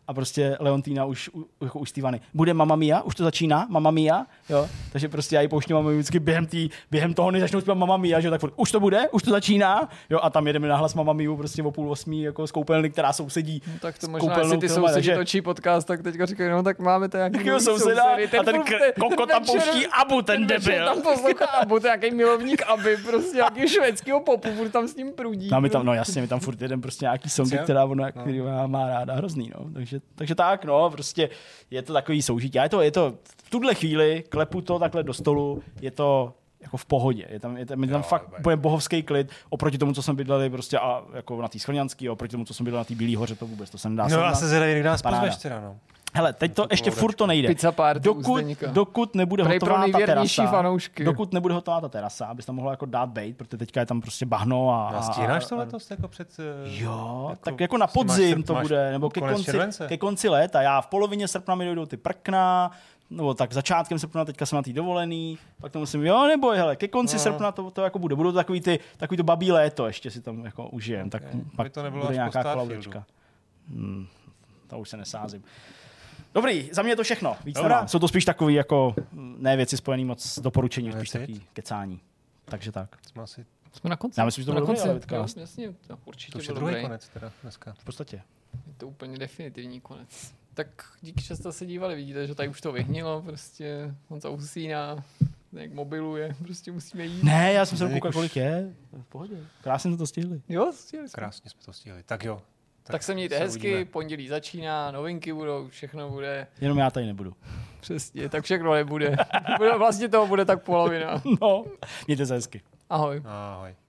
a prostě Leontýna už Stevany. Bude Mamma Mia? Už to začíná? Mamma Mia? Jo? Takže prostě já ji pouštím Mamma Mia vždycky během toho, než začnou zpívat Mamma Mia, že tak furt, už to bude? Už to začíná? Jo, a tam jedeme nahlas Mamma Miu prostě o 7:30 jako z koupelny, která sousedí. No, tak to možná, jestli ty sousedí točí podcast, tak teďka říkají, no tak máme to nějaký souseda a ten koko tam pouští Abu, ten debil. Tam poslouchá Abu, to je nějaký milovník Aby, prostě nějaký švédského popu, furt tam s ním prudí. No, my tam furt jeden prostě nějaký songy, který má ráda, hrozný, no. Takže tak, no, prostě je to takový soužití. A je to v tuhle chvíli, klepu to takhle do stolu, je to jako v pohodě. Je tam fakt úplně bohovský klid oproti tomu, co jsme bydleli prostě a jako na té Schrňanský, oproti tomu, co jsme bydleli na té Bílý hoře, to vůbec, to se nedá. No a se zvedej, jak nás pozveš teda, no. Hele, teď to ještě furt to nejde. Pizza party dokud nebude hotová ta terasa. Fanoušky. Dokud nebude hotová ta terasa, abys tam mohla jako dát bejt, protože teďka je tam prostě bahno a stíháš to letos jako před jo, tak jako na podzim to bude, nebo ke konci léta. Já v polovině srpna mi dojdou ty prkna, nebo tak začátkem srpna, teďka jsem na tý dovolený, pak to musím, jo, neboj, hele, ke konci srpna to jako bude. Budou to takový to babí léto, ještě si tam jako užijem, tak pak to bude nějaká klaudečka. To už se nesázím. Dobrý, za mě je to všechno. Víc jsou to spíš takový jako ne věci spojený moc s doporučením, spíš takový kecání. Takže tak. Jsme na konci. Já myslím, že to bylo dobrý, ale jasně, určitě to už je druhý konec teda dneska. V podstatě. Je to úplně definitivní konec. Tak díky, že jste se dívali, vidíte, že tady už to vyhnilo, prostě on se usíná, jak mobiluje, prostě musíme jít. Ne, já jsem se koukal, kolik je. V pohodě. Krásně jsme to stihli. Jo, stihli jsme. Krásně jsme to stihli. Tak jo. Tak se mějte hezky, uvidíme. Pondělí začíná, novinky budou, všechno bude. Jenom já tady nebudu. Přesně, tak všechno nebude. Vlastně toho bude tak polovina. No, mějte se hezky. Ahoj. Ahoj.